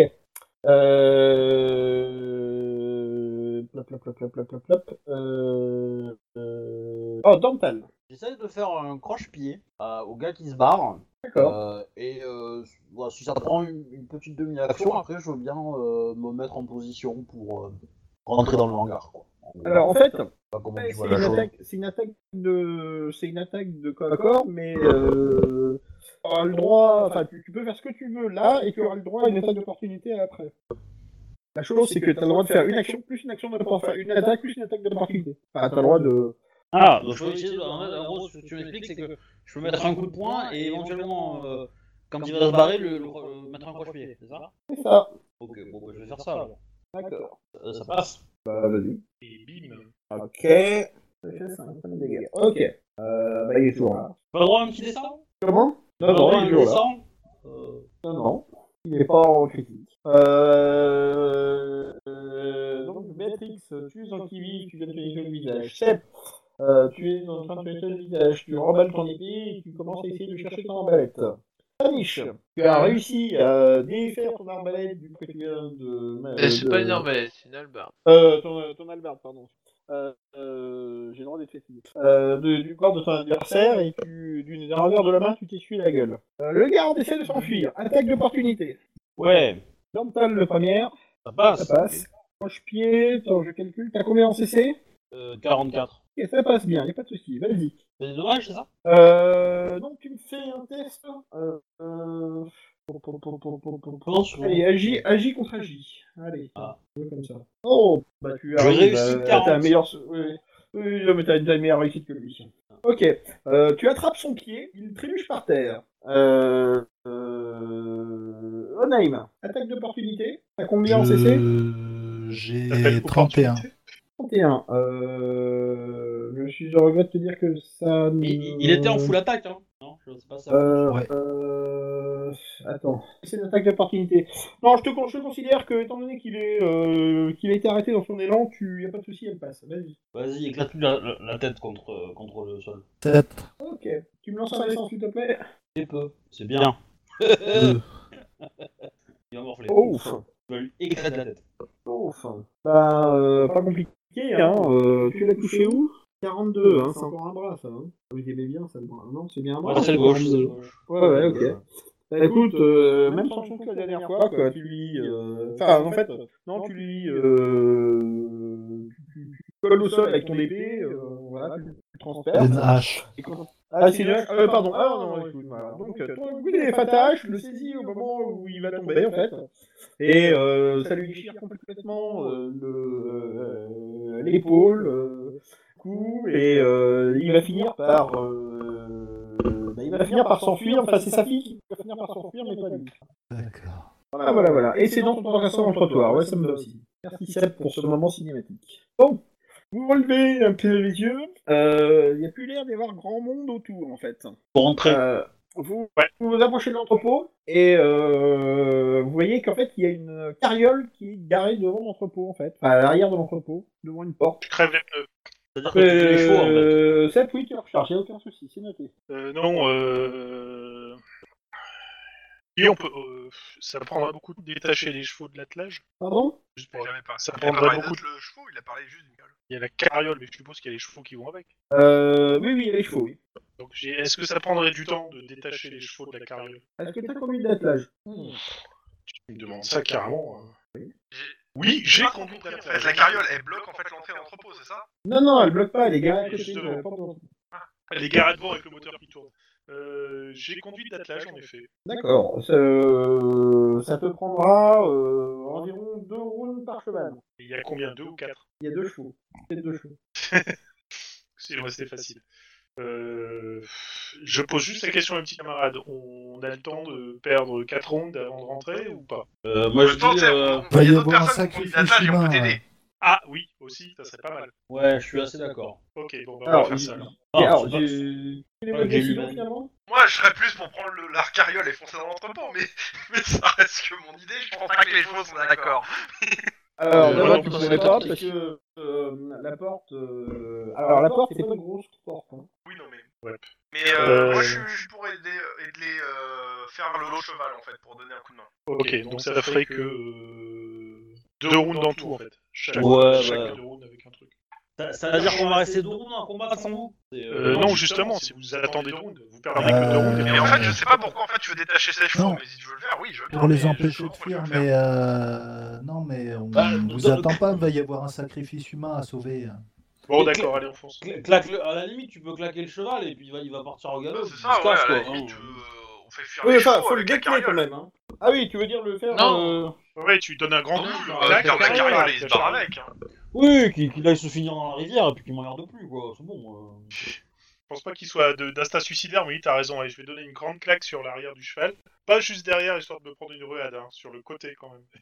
Euh... Plop, plop, plop, plop, plop, plop, plop. Euh... Euh... Oh, Dental. J'essaie de faire un croche-pied euh, au gars qui se barre. D'accord. Euh, et euh, voilà, si ça prend une, une petite demi-action, après je veux bien euh, me mettre en position pour euh, rentrer dans le hangar. Quoi. Alors, en fait, Je sais pas comment ouais, tu vois c'est la une chose. attaque, c'est une attaque de, c'est une attaque de corps à corps, mais euh, tu auras le droit, enfin, tu, tu peux faire ce que tu veux là, et tu auras le droit à une attaque d'opportunité après. La chose, c'est que tu as le droit de faire une action plus une action d'opportunité, faire une attaque plus une attaque d'opportunité. Enfin, tu as le droit de. Ah, donc je peux essayer de... En fait, en gros, ce que tu m'expliques, c'est que je peux mettre un coup de poing et éventuellement, euh, quand il va se barrer, le, le- le- mettre un croche-pied, c'est ça? C'est ça. Ok, bon, bah, je vais faire ça alors. D'accord. Euh, ça passe. Bah, vas-y. Et bim. Ok. Ça fait cinq points de dégâts. Ok. Euh, bah, il est toujours là. Pas le droit à un petit dessin? Comment? Pas Non, le droit non, à il est un toujours là. dessin Euh, Non, non. Il n'est pas en critique. Euh... euh, Donc, Béatrix, tu es en kiwi, tu viens de te nettoyer le visage. Sep, euh, tu es en train de te nettoyer le visage. Tu remballes ton épée et tu commences à essayer de chercher ton arbalète. Anish, tu as réussi à défaire ton arbalète du coup que tu viens de. Mais c'est de- pas une arbalète, c'est une albarde. Euh, ton, ton albarde, pardon. Euh, euh, J'ai le droit d'être fatigué. Euh, de- du corps de ton adversaire et tu, d'une d'un revers de la main, tu t'essuies la gueule. Euh, le garde essaie de s'enfuir. Attaque d'opportunité. Ouais, Dental, le premier. ça passe. Ça passe. Proche-pied, attends, je calcule. T'as combien en C C? Euh, quarante-quatre. Et ça passe bien, y a pas de souci. Vas-y. C'est des dommages, c'est ça? Euh, donc tu me fais un test. Euh, euh... pom, pom, pom, pom, pom, pom, pom. Pense, ouais. Allez, agis, agis contre agis. Allez, Ah. fais comme ça. Oh, bah tu Je arrives. réussis euh, quarante. T'as un meilleur. Oui, oui, non, mais t'as une meilleure réussite que lui. Ok, euh, tu attrapes son pied, il trébuche par terre. Euh. Euh. Onaim, attaque d'opportunité. T'as combien en C C? Je- T'appelles J'ai trente et un. opportunité trente et un. Euh. Je suis je regrette de te dire que ça. ne- Il, il était en full attaque, hein? Non, je sais pas si ça Euh, Ouais. euh, Attends, c'est une attaque d'opportunité. Non, je te, con- je te considère que, étant donné qu'il est, euh, qu'il a été arrêté dans son élan, tu y a pas de souci, elle passe. Vas-y. Vas-y, éclate-lui la, la- la tête contre, euh, contre le sol. sept. Ok. Tu me lances un dessin, s'il te plaît. C'est peu. C'est bien. deux. Il va morfler. Ouf. Il va lui éclater la tête. Ouf. Bah, euh, pas compliqué, hein. Euh, tu l'as touché où? quarante-deux, hein. C'est encore un bras, ça. Hein. Oui, t'aimais bien ça, le bras. Non, c'est bien un bras. Ouais, c'est le gauche, c'est le gauche. Ouais, ouais, ok. Bah, écoute, euh, même sanction que la dernière fois, quoi, tu lui... euh, Enfin, en fait, non, tu lui... Euh... Tu, tu colles au sol avec ton épée, euh, voilà, tu, tu transperces. Une hache. Et quand- Ah, c'est une hache. Euh, pardon, ah non, non, écoute, voilà. Donc, euh, ton oui, les fataches, le saisit au moment où il va tomber, en fait. Et euh, ça lui déchire complètement euh, le- euh, l'épaule, euh, le cou, et euh, il va finir par... Euh, bah, il va finir par s'enfuir, enfin c'est sa fille qui va finir par s'enfuir, mais pas lui. D'accord. Voilà, voilà, voilà. Et c'est dans ton organisation en trottoir, ouais, ça me va aussi. Merci Seb pour ce moment cinématique. Bon, vous relevez un peu les yeux, il euh, n'y a plus l'air d'y avoir grand monde autour, en fait. Pour rentrer. Euh, vous, Ouais. vous vous approchez de l'entrepôt et euh, vous voyez qu'en fait il y a une carriole qui est garée devant l'entrepôt en fait, enfin, à l'arrière de l'entrepôt, devant une porte. Je crève les pneus. C'est-à-dire que tu fais les chevaux en fait. Euh, Seth, oui, tu recharges, il n'y a aucun souci, c'est noté. Euh, non, euh... Et on peut... euh, Ça prendra beaucoup de détacher les chevaux de l'attelage. Pardon? Juste pour... Jamais pas. Ça Il a pas prendrait parlé beaucoup de... d'autres le chevaux, il a parlé juste d'une gueule. Il y a la carriole, mais je suppose qu'il y a les chevaux qui vont avec. euh, Oui, oui, il y a les chevaux, oui. Donc, j'ai... est-ce que ça prendrait du temps de détacher les chevaux de la carriole? Est-ce que tu as conduit d'attelage? Tu me demandes ça carrément. euh. J'ai- Oui, j'ai pas conduit compris, en d'attelage. fait. La carriole, elle bloque en fait l'entrée de l'entrepôt, c'est ça? Non, non, elle bloque pas, elle est garée à côté de Justement. la porte de l'entrepôt. Elle est garée devant avec le moteur qui tourne. Euh, j'ai conduit d'attelage, en effet. D'accord, ça, euh, ça te prendra euh, environ deux rounds par cheval. Et il y a combien? Deux ou quatre? Il y a deux chevaux. C'est deux chevaux. C'est resté facile. Euh, je pose juste la question à mes petits camarades. On a le temps de perdre quatre rounds avant de rentrer ou pas? Euh, moi En je même temps, dis. tu sais, euh, on- il y a y d'autres avoir un personnes qui ont conduit sacrifice d'attelage et on peut humain, t'aider. Ah oui, aussi, ça serait pas mal. Ouais, je suis assez d'accord. Ok, bon, bah, on Alors, va faire il- ça alors. Ah, alors, c'est pas- j'ai... Quelle est pas votre que j'ai décision lu. finalement? Moi, je serais plus pour prendre le, la carriole et foncer dans l'entrepôt, mais, mais ça reste que mon idée, je pense pas que les chevaux sont d'accord. Alors, Euh, d'abord, moi tu non ne plus. pourrais pas parce que euh, la porte... euh, Alors, la porte, c'est pas une grosse porte. Hein. Oui, non, mais... Ouais. Mais euh, Euh, moi, je suis, je suis pour aider, aider euh, faire le lot cheval, en fait, pour donner un coup de main. Ok, donc ça ferait que euh, deux rounds en tout en fait. Chaque, Ouais, chaque ouais. deux rounds avec un truc. Ça, ça veut dire qu'on va rester deux rounds en combat sans vous? C'est, Euh, non, justement, si vous attendez deux rounds, vous perdez que deux rounds. Euh, Mais en fait, je sais pas pourquoi en fait tu veux détacher ces chevaux, Non. mais si tu veux le faire, oui, je veux bien. Pour les mais empêcher je- de je veux fuir, le faire. mais euh, non, mais on Bah, vous dans- attend pas, il va y avoir un sacrifice humain à sauver. Bon, Mais d'accord, cla- allez, on fonce. Cla- Claque le- à la limite, tu peux claquer le cheval et puis il va, il va partir au galop. Ouais, puis c'est il ça, se ouais, casse, à la quoi, limite, hein. euh, on fait fuir Oui, les enfin, chevaux faut le avec la décler quand carriole. même. Hein. Ah oui, tu veux dire le faire... Non. euh, Ouais, tu donnes un grand Non, coup, non, le la claque, carriole, après, carriole, il se la barre charge. avec. Hein. Oui, qu'il qu'il aille se finir dans la rivière et puis qu'il m'emmerde plus, quoi. C'est bon. euh. Je pense pas qu'il soit de- d'instinct suicidaire, mais oui, t'as raison, allez, je vais donner une grande claque sur l'arrière du cheval. Pas juste derrière, histoire de me prendre une ruade, hein, sur le côté quand même.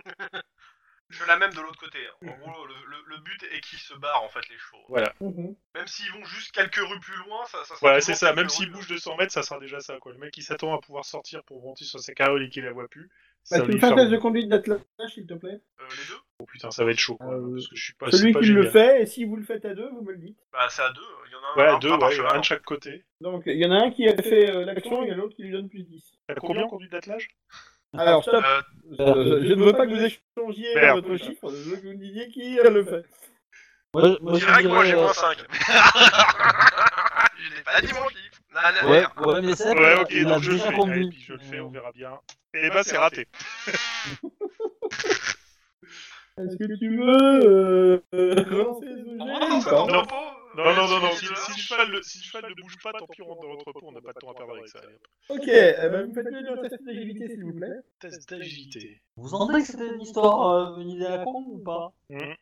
Je fais la même de l'autre côté. Hein. En gros, le, le- le but est qu'ils se barrent en fait, les chevaux. Voilà. mhm. Même s'ils vont juste quelques rues plus loin, ça, ça sera Voilà, toujours c'est ça, quelques même rues, s'il euh. bouge de cent mètres, ça sera déjà ça, quoi. Le mec qui s'attend à pouvoir sortir pour monter sur sa carriole et qu'il la voit plus, ça Bah, va tu me lui fais un faire... test de conduite d'attelage, s'il te plaît. Euh, les deux Oh putain, ça va être chaud, quoi, Euh, parce que je suis pas... Celui c'est pas qui le génial. fait, et si vous le faites à deux, vous me le dites. Bah, c'est à deux, il y en a un, Ouais, un, deux, un par ouais, cheval. un de hein. chaque côté. Donc, il y en a un qui a fait euh, l'action, et l'autre qui lui donne plus dix. T'as combien en conduite d'attelage? Alors, stop. Euh, Euh, je ne veux pas que vous échangiez Merde. votre chiffre, je veux que vous me disiez qui euh, le fait. Moi, moi, je direct, moi j'ai dirais, moins euh, cinq. Je n'ai pas dit mon chiffre. Non, non, Ouais, merde. ouais, mais c'est Ouais, ok, il a donc je le déjà fais, conduit. allez, puis je le fais, on verra bien. Et bah, c'est raté. Est-ce que tu veux euh, euh, relancer ce On jet rentre dans ou cet pas entrepôt. Non, euh, non, non, non, si- si, si le cheval, le- si le cheval ne bouge pas, tant pis, on rentre dans l'entrepôt, on n'a pas de temps à perdre avec ça. Allez, hop. Ok, eh ben, vous me faites un test d'agilité, s'il vous plaît. Test d'agilité. Vous entendez que c'était une histoire, euh, une idée à la con ou pas? Mhm.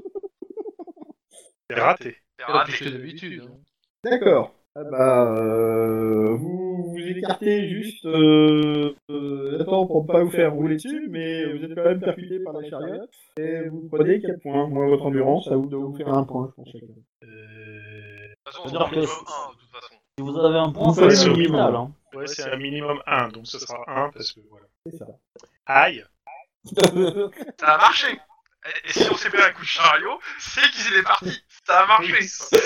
C'est raté. C'est Pas raté. plus que d'habitude. hein. D'accord. Ah bah, euh, vous vous écartez juste euh, euh, attends, pour ne pas vous faire rouler dessus, mais vous êtes quand même percuté par la chariote, et vous prenez quatre points, moins votre endurance, ça vous doit vous faire un point, je pense. chacun. Euh... De toute façon, C'est-à-dire c'est que minimum c'est- un, de toute façon. Si vous avez un point, Vous c'est faites le le minimum. minimum. Hein. Ouais, c'est un minimum un, donc ce sera un, parce que voilà. C'est ça. Aïe. Ça a marché. Et, et si on s'est pris un coup de chariot, c'est qu'il est parti. Ça a marché.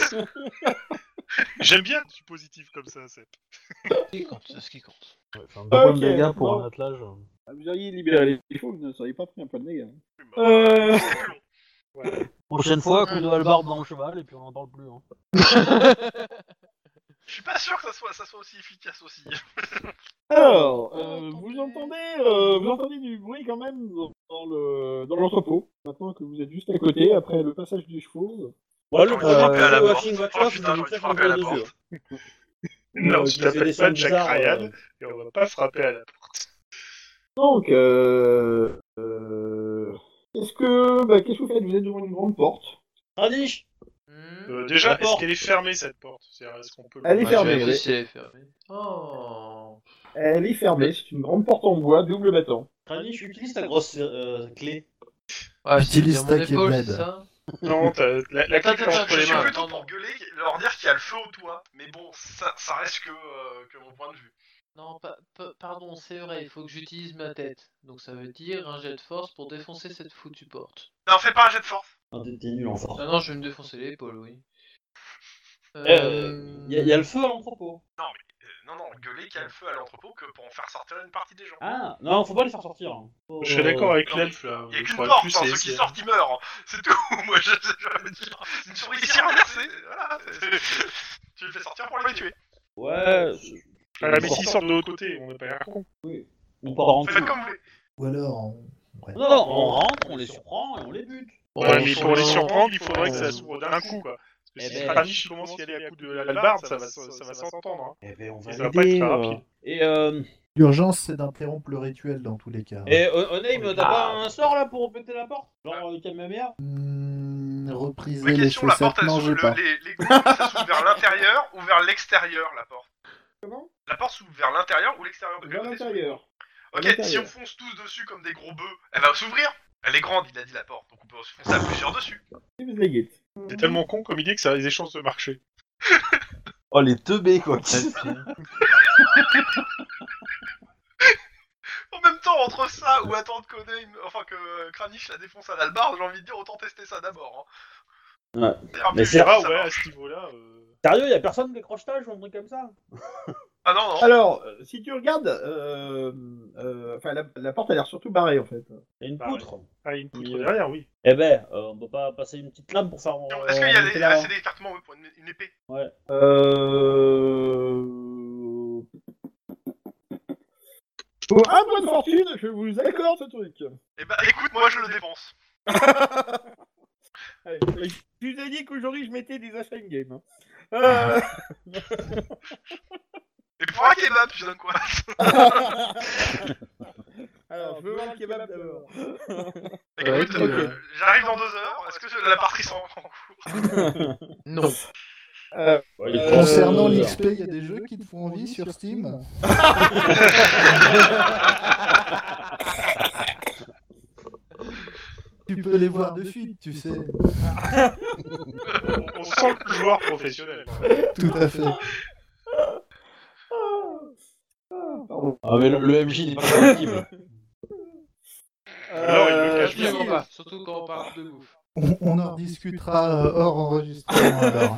J'aime bien que tu positif comme ça, Seb. Ce qui compte, c'est ce qui compte. Ouais, enfin, deux points de Ok, dégâts pour bon. un attelage. Ah, vous auriez libéré les chevaux, vous ne seriez pas pris un point de dégâts. Bah, Euh... c'est plus long. Voilà. Prochaine fois, coup de hallebarde dans le cheval et puis on en parle plus. Hein. Je suis pas sûr que ça soit, ça soit aussi efficace aussi. Alors, euh, vous entendez, euh, vous entendez du bruit quand même dans, dans le dans l'entrepôt. Maintenant que vous êtes juste à côté, après le passage des chevaux. Ouais, J'ai envie de frapper à la porte. Oh putain, j'ai envie de fait frapper à la porte. Non, Euh, tu qui fait t'appelles des pas sons Jack bizarres, Ryan, euh. et on va pas frapper à la porte. Donc, euh, euh, qu'est-ce que, bah, qu'est-ce que vous faites? Vous êtes devant une grande porte. Radish. Hmm. Euh, déjà, La est-ce porte. qu'elle est fermée cette porte? C'est-à-dire, est-ce qu'on peut le- Elle est Ouais, fermée, je vérifie oui. si elle est fermée. Oh. Elle est fermée. C'est une grande porte en bois, double battant. Radish, utilise ta grosse euh, clé. Ouais, Utilise c'est ta mon clé épaule, bled. c'est ça? Non, t'as- la, la Attends, clé attends, entre Je les suis mains. plutôt non, pour non. gueuler, leur dire qu'il y a le feu au toit, mais bon, ça, ça reste que, euh, que mon point de vue. Non, pa- pa- pardon, c'est vrai, il faut que j'utilise ma tête. Donc ça veut dire un jet de force pour défoncer cette foutue porte. Non, fais pas un jet de force. Ah, t'es t'es nul en force. Non, non, je vais me défoncer l'épaule, oui. Il euh, y, y a le feu à l'entrepôt. Non, mais, euh, non, non, gueuler qu'il y a le feu à l'entrepôt que pour en faire sortir une partie des gens. Ah, non, faut pas les faire sortir. Hein. Faut- Je suis d'accord avec Non, l'elfe là. Il y a Je qu'une crois porte, plus hein, c'est- ceux qui c'est- sortent ils meurent, c'est tout. Moi je je veux dire, une souris ici renversée, voilà. Tu le fais sortir pour les tuer. Ouais. Ah, mais s'ils sortent de l'autre côté, on n'a pas l'air con. On part en Faites dessous. comme vous voulez. Ou alors, on... ouais. Non, non, on rentre, on les surprend et on les bute. Ouais, mais faut pour les les- surprendre, il faudrait que Ouais. ça s'ouvre d'un coup, quoi. Parce que Eh si ben- Kranich commence à y aller à coup de l'albarde, ça va, ça va s'entendre. Hein. Eh ben, on va Ça va pas l'aider. être très euh. rapide. Et, euh, L'urgence, c'est d'interrompre le rituel dans tous les cas. et euh, Oneim, t'as Ah. pas un sort là pour péter la porte? Genre, euh, calme-mère? Hmm, repriser Ma les question, la porte chaussettes, elle non, j'ai s'ouvre, pas. le- les, les gouttes, ça s'ouvre vers l'intérieur ou vers l'extérieur la porte? Comment? La porte s'ouvre vers l'intérieur ou l'extérieur de quel Vers côté l'intérieur. Ok, À l'intérieur. si on fonce tous dessus comme des gros bœufs, elle va s'ouvrir. Elle est grande, il a dit la porte, donc on peut se foncer à plusieurs dessus. Steve Leggett. C'est tellement con comme idée que ça a des chances de marcher. Oh, les teubés, quoi. En même temps, entre ça ou attendre qu'Oneim, enfin que euh, Kranich la défonce à l'albarde, j'ai envie de dire autant tester ça d'abord. Hein. Ouais. C'est Mais c'est ça Ah ouais, à marche. ce niveau-là. Euh... Sérieux, y'a personne qui décroche tâche ou un truc comme ça? Ah non, non. Alors, euh, si tu regardes, euh, euh, enfin, la, la porte a l'air surtout barrée en fait. Y'a une Bah poutre. Ah, il y a une poutre Oui. derrière, oui. Eh ben, euh, on peut pas passer une petite lame pour faire. Est-ce euh, qu'il y a monter des, la- ah, c'est des écartements oui, pour une, une épée? Ouais. Euh... Pour un point de fortune, je vous accorde ce truc. Eh ben écoute, moi je le dépense. Allez, je vous ai dit qu'aujourd'hui je mettais des achats in-game. Hein. Euh... Et pour un kebab, tu donnes quoi? Alors, je veux voir le kebab d'abord. Écoute, ok. euh, j'arrive dans deux heures, est-ce que la partie sera en cours? Non. Euh, Ouais, il Euh, faut- Concernant euh, l'X P, il y a des jeux qui te font envie sur Steam. Tu peux les voir de suite, tu sais. On, on sent le joueur professionnel. Tout à fait. Pardon. Ah, mais le, le M J n'est pas correctible. Alors, il me Euh, cache Je bien. comprends pas, surtout quand on parle de bouffe. On, on en rediscutera euh, hors enregistrement alors.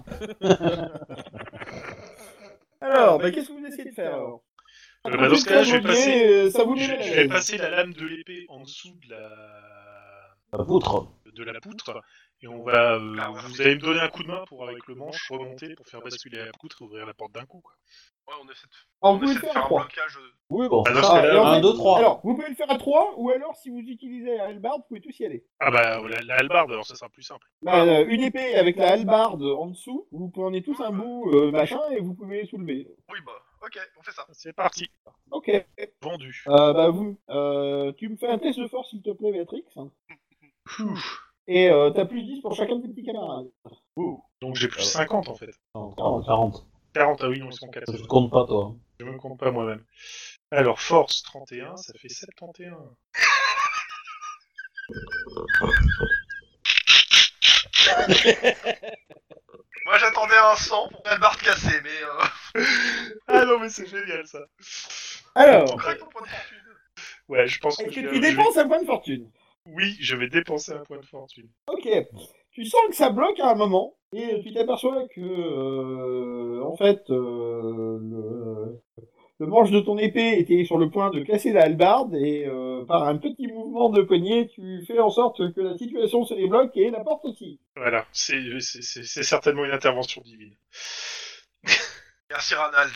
Alors, bah, qu'est-ce que vous essayez de faire alors? Euh, bah, dans ce cas-là, je vais passer, Euh, Ça vous je, met je la vais laine. passer la lame de l'épée en dessous de la, La poutre. de la poutre. Et on va, euh, vous allez me donner un coup de main pour, avec le manche, remonter pour faire basculer la poutre et ouvrir la porte d'un coup. Quoi. Ouais, on essaie de, Alors, on vous pouvez essaie le de faire à faire un trois. blocage. euh, Oui, bon. Bah, dans ça, ce cas-là, et en un, fait- deux, trois. Alors, vous pouvez le faire à trois, ou alors si vous utilisez la hallebarde, vous pouvez tous y aller. Ah bah, la, la hallebarde, alors ça sera plus simple. Bah, euh, une épée avec la hallebarde en dessous, vous prenez tous un bout euh, machin et vous pouvez soulever. Oui, bah, ok, on fait ça. C'est parti. Ok. Vendu. Euh, bah vous, euh, tu me fais un test de force s'il te plaît, Béatrix. Et euh, t'as plus dix pour chacun de tes petits camarades. Donc j'ai plus cinquante en fait. quarante, quarante. quarante, ah oui, non, ils sont quatre. Ça te compte pas, toi. Je me compte pas moi-même. Alors, force trente et un, ça fait soixante et un. Moi j'attendais un cent pour une barre cassée, mais euh... Ah non, mais c'est génial ça. Alors, on craque ton point de fortune. Ouais, je pense que, est-ce je que vais- tu je vais- dépenses un point de fortune? Oui, je vais dépenser un point de fortune. Ok. Tu sens que ça bloque à un moment, et tu t'aperçois que, euh, en fait, euh, le, le manche de ton épée était sur le point de casser la hallebarde, et euh, par un petit mouvement de poignet, tu fais en sorte que la situation se débloque et la porte aussi. Voilà, c'est c'est- c'est- c'est certainement une intervention divine. Merci Ranald.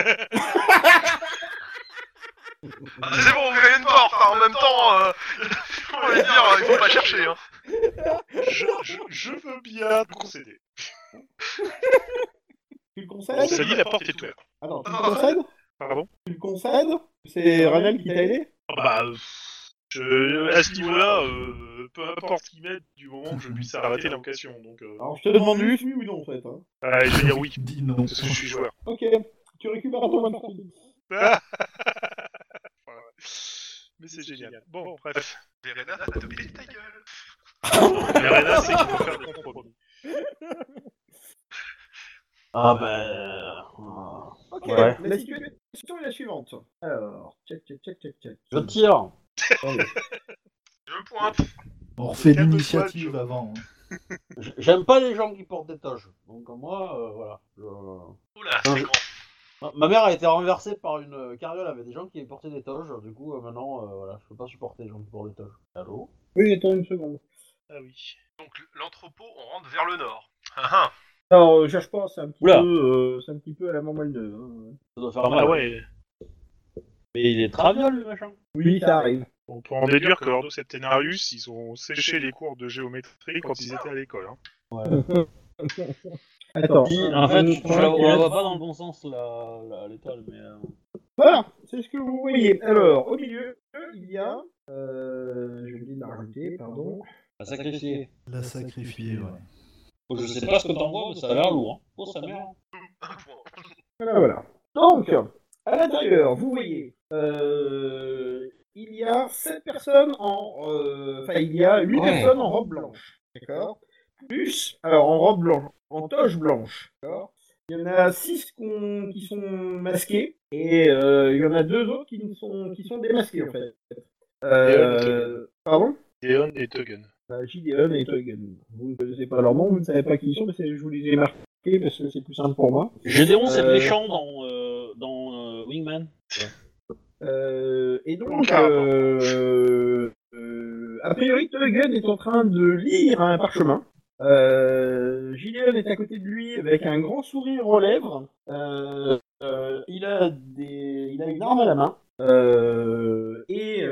Ah, c'est bon, ouvrir une porte, hein, en même temps, euh... on va dire, euh, il faut pas chercher. Hein. Je, je, je veux bien te concéder. Tu le concèdes? Ça dit, la porte est ouverte. Attends, tu le Ah, concèdes? Pardon? Tu le concèdes? C'est Ranel qui t'a aidé? Ah Bah, euh, je, à ce niveau-là, euh, peu importe qui m'aide, du moment que je puisse arrêter l'invocation. Donc, euh, Alors, je te demande juste oui ou non, en fait. Hein. ah, je vais dire oui, Dis non. parce que je suis joueur. Ok, tu récupères ton point de fortune. Voilà. Mais c'est génial. Bon, bref. Verena, t'as te péter ta gueule. Verena, c'est qu'il faut faire des compromis. Ah ben... Ok, Ouais. la situation est la la suivante. Alors, tchac, tchac, tchac, tchac, tchac. Je tire. Attendez. Je pointe. On refait Calme-toi, l'initiative Joe. avant. hein. J- J'aime pas les gens qui portent des toges. Donc moi, euh, voilà. je- Oula, Non, c'est je- grand. Ma- Ma mère a été renversée par une euh, carriole avec des gens qui portaient des toges. Du coup, euh, maintenant, euh, voilà, je peux pas supporter les gens qui portent des toges. Allô? Oui, attends une seconde. Ah oui. Donc l'entrepôt, on rentre vers le nord. Ah, ah. Alors, euh, cherche pas, c'est un petit Oula. peu, euh, c'est un petit peu à la maman neuve. Hein. Ça doit faire mal. Ah ouais. Mais il est traviole, le machin. Oui, ça arrive. On peut en déduire que Ordo Septenarius, ils ont séché les cours de géométrie quand ils étaient à l'école. Hein. Ouais. Attends. Si, un, en fait, deux, je trois, la, on la quatre. voit pas dans le bon sens, la- la- l'étoile, mais... euh, Voilà, c'est ce que vous voyez. Alors, au milieu, il y a... Euh, je vais de la rajouter, pardon. à sacrifier. La sacrifier, ouais. Faut que je sais pas ce que t'en vois, mais ça a l'air lourd. Hein. Oh, sa mère. Un point. Voilà, voilà. Donc, à l'intérieur, vous voyez, euh, il y a sept personnes en... euh, Enfin, il y a huit Ouais. personnes en robe blanche. D'accord. Plus, alors en robe blanche, en toge blanche. D'accord. Il y en a six qui sont masqués, et euh, il y en a deux autres qui, ne sont, qui sont démasqués, en fait. Euh, pardon Deon et Tuggen. Euh, Gideon et Teugen. Vous ne connaissez pas leur nom, vous ne savez pas qui ils sont, mais c'est- je vous les ai marqués parce que c'est plus simple pour moi. Gédéon, c'est le Euh, méchant dans, euh, dans euh, Wingman. Euh, et donc, Donc, ah, euh, euh, a priori, Teugen est en train de lire un parchemin. Euh, Gideon est à côté de lui avec un grand sourire aux lèvres. Euh, euh, il a des, il a une arme à la main. Euh, et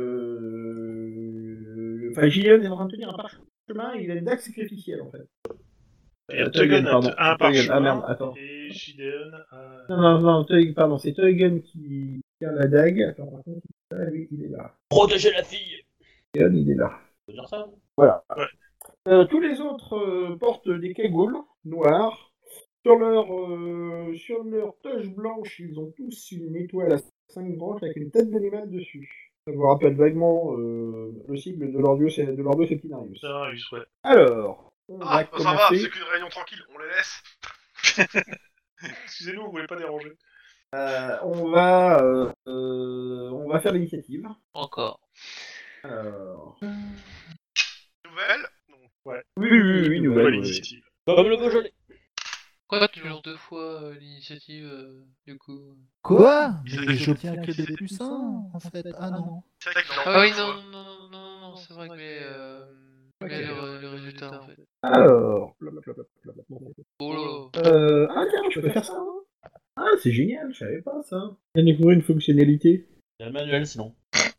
euh, enfin, Gideon est en train de tenir un parchemin. Et il a une dague sacrificielle en fait. Euh, Tuggen a pardon. un Teugen, ah merde, parchemin attends. et Gideon a... Non, non, non, Teug- pardon, c'est Teugen qui tient la dague. Attends, par contre, ah, lui, il est là. Protéger la fille. Gideon, il est là. Tu veux dire ça? Voilà. Ouais. Euh, tous les autres euh, portent des cagoules noires. Sur leur, euh, sur leur toge blanche, ils ont tous une étoile à cinq branches avec une tête d'animal dessus. Ça vous rappelle vaguement euh, le sigle de l'Ordio de l'Ordio Septenarius. Septenarius, ouais. Alors, on Ah, va ça va, commencer. c'est qu'une réunion tranquille, on les laisse. Excusez-nous, vous voulez pas déranger. Euh, on va, euh, euh, on va faire l'initiative. Encore. Alors, Nouvelle. Donc, oui, oui, oui, oui, nouvelle. Nouvelle oui. initiative. Comme le Beaujolais. Pourquoi tu lances deux fois euh, l'initiative, euh, du coup Quoi C'est Mais que j'obtiens que c'est des plus un, en fait. Ah non. c'est vrai que dans Ah oui, le non, choix- non, non, non, non, c'est vrai que mais, euh, mais le, le résultat, en fait. Alors, plop, plop, plop, plop, plop. Oh là. Euh, ah tiens, je peux faire ça. hein. Ah, c'est génial, je savais pas ça. Je viens de découvrir une fonctionnalité. Il y a le manuel sinon.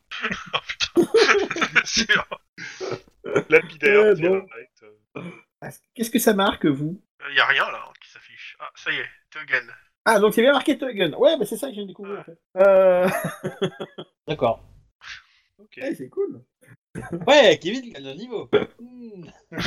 Sûr. Lapidaire, Ouais, direct. bon. Ah, qu'est-ce que ça marque, vous? Il y a rien là hein, qui s'affiche. Ah, ça y est, Tuggen. Ah, donc c'est bien marqué Teugen. Ouais, bah c'est ça que je viens de découvrir en fait. Euh... D'accord. Ok. eh, c'est cool. Ouais, Kevin gagne un niveau. Hmm.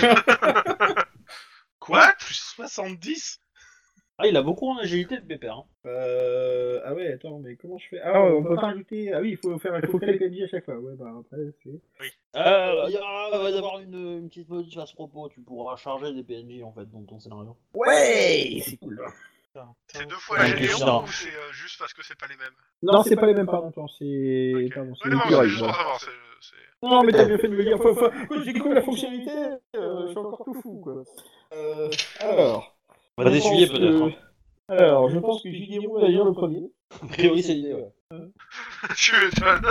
Quoi? Plus soixante-dix? Ah, il a beaucoup en agilité de pépère. Hein. Euh... Ah ouais, attends, mais comment je fais? Ah ouais, on peut pas rajouter. Ah oui, il faut faire, il faut créer les P N J à chaque fois. Ouais, bah après, c'est. Euh, il y aura- va y avoir une, une petite modif à ce propos. Tu pourras charger des P N J en fait dans ton scénario. Ouais, c'est cool. C'est deux fois Ouais, la c'est Gédéon ça. ou c'est euh, juste parce que c'est pas les mêmes? Non, c'est pas les mêmes, pardon. attends, C'est. Ok. Pardon, c'est Ouais, non, c'est l'écureuil, juste pour voilà. savoir. c'est- c'est- Non, mais t'as bien fait de me le dire. Faut, faut... Quand j'ai découvert la fonctionnalité, euh, je suis encore tout fou, quoi. Euh... Alors. On va je t'essuyer pense peut-être. que- Hein. Alors, je pense que Gideon va dire le premier. A priori, c'est l'idée, ouais. Tu m'étonnes.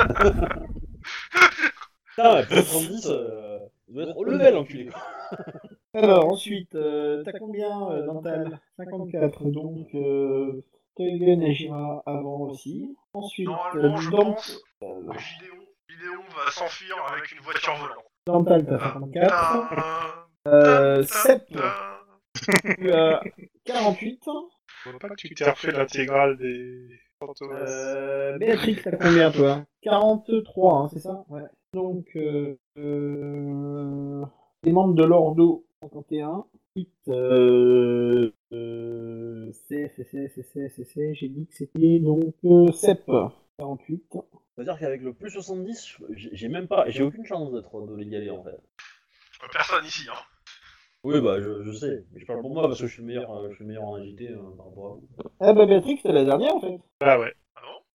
Putain, ouais, plus soixante-dix, euh... il doit être au level, enculé. quoi. Alors, ensuite, euh, t'as combien euh, Dental cinquante-quatre, donc euh, Teugen agira avant aussi. Ensuite, Normalement, euh, je Dent- pense que Gideon, Gideon va s'enfuir avec une voiture volante. Dental, t'as cinquante-quatre. Ta- Euh, ta- Sep, ta- tu as quarante-huit. Je vois pas que tu t'es refait l'intégrale des Fantomas. Euh, Béatrix, t'as combien, toi quarante-trois, hein, c'est ça Ouais. Donc, euh, euh, les membres de l'Ordo, cinquante et un. Ensuite, euh, euh, c'est, c'est, c'est, c'est, c'est, c'est, c'est, j'ai dit que c'était donc euh, Sep, quarante-huit. C'est-à-dire qu'avec le plus soixante-dix, j'ai j'ai même pas, j'ai aucune chance d'être de l'égaler en fait. Euh, Personne ici, hein. Oui, bah je, je sais, mais je parle pour moi parce que je suis le meilleur, euh, je suis le meilleur en agilité euh, par rapport à vous. Ah bah Béatrix, c'était la dernière en fait. Ah ouais. Ah non?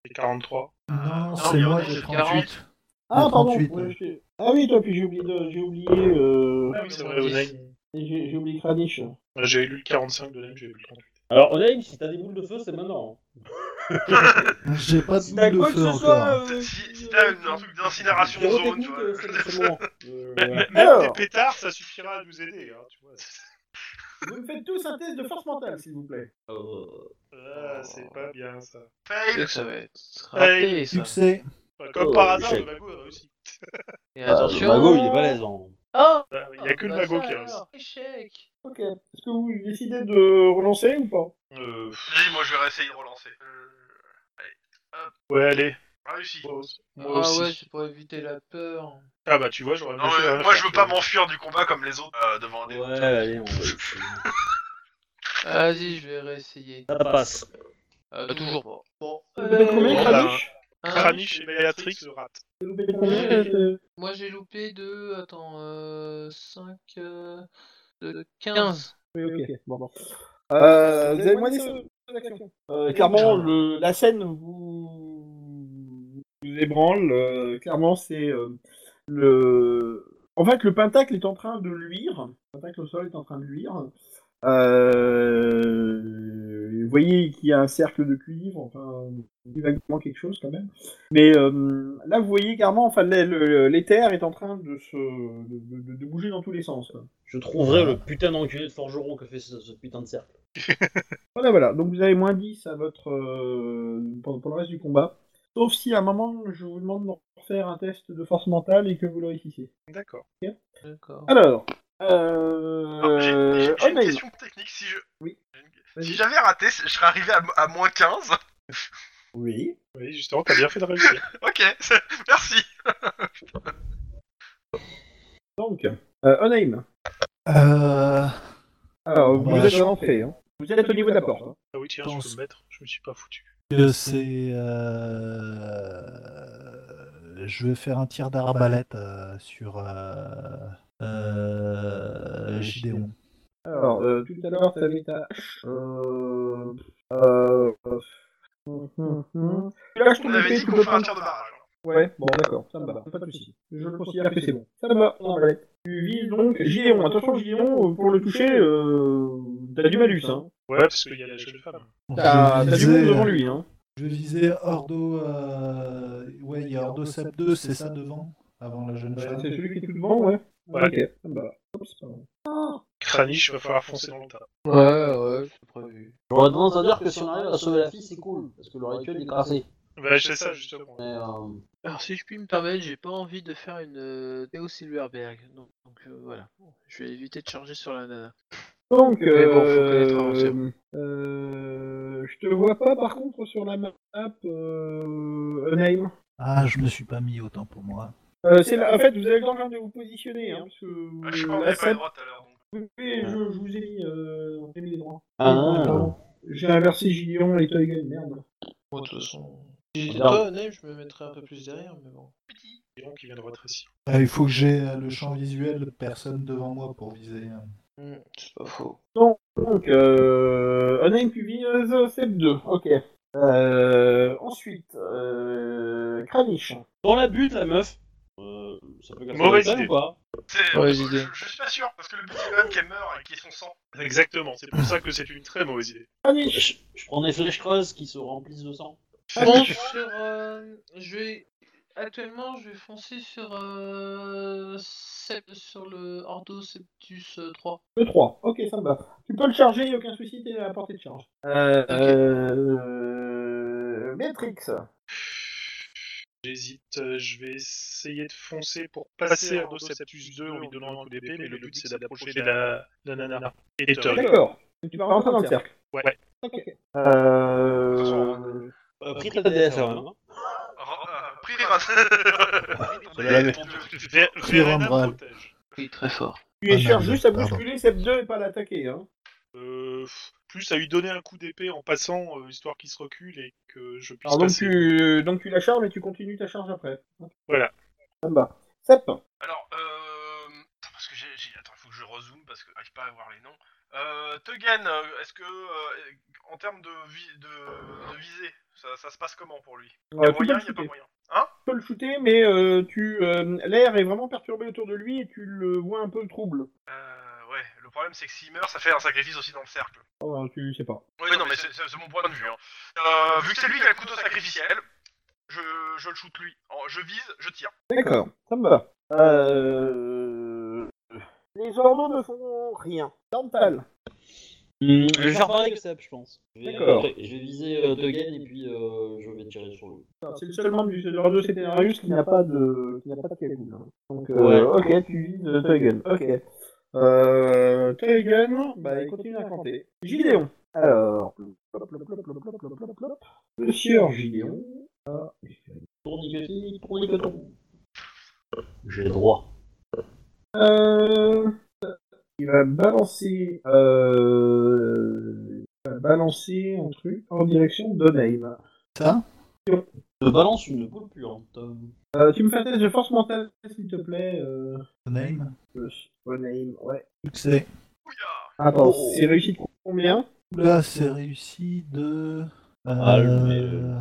J'ai quarante-trois. Non, non, c'est mais moi, on est j'ai sur trente-huit. Ah, J'ai pardon. trente-huit, ouais, ouais. j'ai- Ah oui, toi, puis j'ai oublié, de... j'ai oublié, euh... Ah oui, c'est vrai, dix. Onaim. j'ai j'ai oublié Kranich. Ouais, J'avais lu le quarante-cinq de Onaim, j'avais lu le trente-huit. Alors, Onaim, si t'as des boules de feu, c'est maintenant. J'ai pas de Si t'as boule de quoi que feu ce encore. soit. euh, Si, si t'as une- un truc d'incinération de zone, tu pyrotechnique, vois. euh, c'est c'est le moment. Euh, Mais- voilà. mais- Même Alors. des pétards, ça suffira à nous aider, hein, tu vois. Vous me faites tous un test de force mentale, s'il vous plaît. Euh, Ah, c'est pas bien, ça. C'est Fail. que ça va être raté, ça. Succès. Enfin, Comme Oh, par hasard, échec. le mago a réussi. Et bah, attention. le mago, il est balèze. Hein. Oh Ah, Il y a que le bah mago ça, qui a réussi. alors, échec. Ok. Est-ce que vous décidez de relancer ou pas? Euh... Vas-y, moi je vais réessayer de relancer. Euh, Ouais, allez. réussi. Moi aussi. Moi Ah aussi. ouais, c'est pour éviter la peur. Ah bah tu vois, j'aurais Non, bien fait mais la même moi je affaire, veux pas tu vois. m'enfuir du combat comme les autres euh, devant des. Ouais, allez, on va essayer. Vas-y, je vais réessayer. Ça passe. Euh, toujours pas. Bon. Vous faites combien, Bon, Euh, bah, Kranich? hein, Kranich et Béatrix se ratent. Vous faites combien? euh, Moi j'ai loupé de. Attends, euh. cinq. Euh, de quinze. Oui, ok. Bon, bon. Euh, vous avez moins dix actions. Euh, clairement, le, la scène vous, vous ébranle. euh, clairement, c'est euh, le. En fait, le pentacle est en train de luire. Le pentacle au sol est en train de luire. Euh, vous voyez qu'il y a un cercle de cuivre, enfin, vaguement quelque chose quand même. Mais euh, là, vous voyez carrément, enfin, l'é- le- l'éther est en train de se, de, de- de bouger dans tous les sens. Quoi. Je trouverai le putain d'enculé de forgeron que fait ce, ce putain de cercle. Voilà, voilà. Donc vous avez moins dix à votre euh, pour, pour le reste du combat. Sauf si à un moment, je vous demande de refaire un test de force mentale et que vous le réussissiez. D'accord. D'accord. Alors, euh... Alors, j'ai j'ai- j'ai une Onaim. question technique. Si je. Oui. j'ai une- Vas-y. Si j'avais raté, je serais arrivé à, à moins quinze. Oui. Oui, justement, t'as bien fait de réussir. Ok, merci. Donc, euh, Onaim. Euh... Alors, vous Bah, êtes je- à l'entrée. Hein. Vous êtes au niveau de la porte. Hein. Ah oui, tiens, Pense- je peux me mettre. Je me suis pas foutu. que c'est. euh, Je vais faire un tir d'arbalète euh, sur euh, euh, Gideon. Alors, euh, tout à l'heure, tu avais ta hache. Euh... Euh... hum, hum, hum. Tu lâches ton On avait épée, dit tu qu'on peux ferait un prendre... tir de barrage. Ouais, bon, d'accord, ça me va, pas de soucis. Je considère que c'est bon. Ça me va, on va aller. Tu vises donc Gideon. Attention, Gideon, pour le toucher, euh... t'as du malus, hein. Ouais, parce qu'il y a la jeune femme. T'as Je t'as du visais, monde devant euh, lui, hein. Je visais Ordo. euh, Ouais, il y a Ordo Sep deux, c'est ça devant, avant la jeune Ouais, femme. c'est celui qui est tout devant, ouais. Ouais. Ok, ça me va. Hop, c'est pas mal. Kranich, va falloir foncer dans le tas. Ouais, ouais, c'est prévu. J'aurais tendance à dire que si on arrive à sauver la fille, c'est cool, parce que le rituel est crassé. Bah, c'est ça, justement. Mais, euh, Alors si je puis me permettre, j'ai pas envie de faire une euh, Théo Silverberg. Donc, donc, euh, voilà. Je vais éviter de charger sur la nana. Donc, Mais bon, faut connaître euh... l'avancée. euh... je te vois pas, par contre, sur la map, euh... Onaim. Ah, je me suis pas mis autant pour moi. Euh, c'est là, en fait, vous avez le temps quand même de vous positionner, hein, parce que... Ah, je crois qu'on la avait pas les scène- droits tout à l'heure. Donc. Oui, oui, je, je vous ai mis, euh, on a mis les droits. Ah, Pardon. J'ai inversé Gideon et Toygun, merde. Bon, de toute façon. Si j'étais Regarde. toi, Name, je me mettrais un peu plus derrière, mais bon. Gideon qui vient de rétrécir. Ah, il faut que j'ai euh, le champ visuel de personne devant moi pour viser. hein. Hmm, c'est pas faux. Donc, euh, Onaim, tu vis euh, Sep deux, ok. Euh, ensuite, euh, Kranich. Dans la butte, la meuf. Euh, ça peut casser Mauvaise la tête idée. ou pas? C'est- Mauvaise je, idée. je- je suis pas sûr, parce que le but c'est quand même qu'elle meure et qu'il y ait son sang. Exactement, c'est pour ça que c'est une très mauvaise idée. Kranich. Je, je prends des flèches creuses qui se remplissent de sang. Bon, sur. Euh, je vais. Actuellement, je vais foncer sur. Euh, Sept- sur le Ordo Septus euh, trois. Le trois, ok, ça me va. Tu peux le charger, y a aucun souci, t'es à la portée de charge. Euh, euh, Béatrix. J'hésite, euh, je vais essayer de foncer pour passer Ordo Septus deux en lui donnant un coup d'épée, mais le but c'est d'approcher la, la nana. Et Tug. D'accord. Donc, tu vas rentrer dans le cercle. Ouais. Ok. Euh... Euh, pris ta D S là, hein. Ra- euh, Pris la même. Ver- Verena me Rambral. protège. Oui, très fort. Tu es Ah, cherches merde, juste à pardon. bousculer Sep deux et pas l'attaquer, hein. Euh, plus à lui donner un coup d'épée en passant, euh, histoire qu'il se recule et que je puisse Alors donc passer. tu... donc tu la charges et tu continues ta charge après. Voilà. Ça me va. Sep. Alors, euh... Parce que j'ai... j'ai- Attends, il faut que je rezoome parce que j'arrive pas à voir les noms. Euh, Tuggen, euh, est-ce que... euh, en termes de, vi- de, de visée, ça, ça se passe comment pour lui? Euh, Il y a tu peux moyen, le il y a pas shooter. moyen. Hein? Tu peux le shooter, mais euh, tu euh, l'air est vraiment perturbé autour de lui et tu le vois un peu trouble. Euh, ouais, le problème c'est que s'il meurt, ça fait un sacrifice aussi dans le cercle. Oh, tu sais pas. Oui, non, mais c'est c'est- c'est mon point de vue. Hein. Euh, vu que c'est lui qui a le couteau sacrificiel, je, je le shoot lui. En- Je vise, je tire. D'accord, ça me va. Euh... Les ordos ne font rien. Dental. Hmm, je vais faire pareil que Seb, je pense. Je vais, D'accord. euh, je vais viser euh, Degen et puis euh, je vais tirer sur lui. C'est le seul membre du de Radio Cétérius qui n'a pas de qui n'a pas de cagoule. hein. Donc euh, Ouais. ok, tu vises euh, Teugen. Ok. Euh, Teugen, bah il continue à compter. Gideon. Alors, plop, plop, plop, plop, plop, plop, plop, plop. Monsieur Gideon. Ah, Tourniquetis, tourniqueton. J'ai droit. Euh, il va balancer, euh, il va balancer un truc en direction d'Oneim. Ça Je balance une boule puante. Euh, tu me fais un test de force mentale, s'il te plaît. Euh, Name euh, Oneim, ouais. Succès. Ouya. Attends, c'est réussi de combien? Là, c'est réussi de. Ah, le- Euh,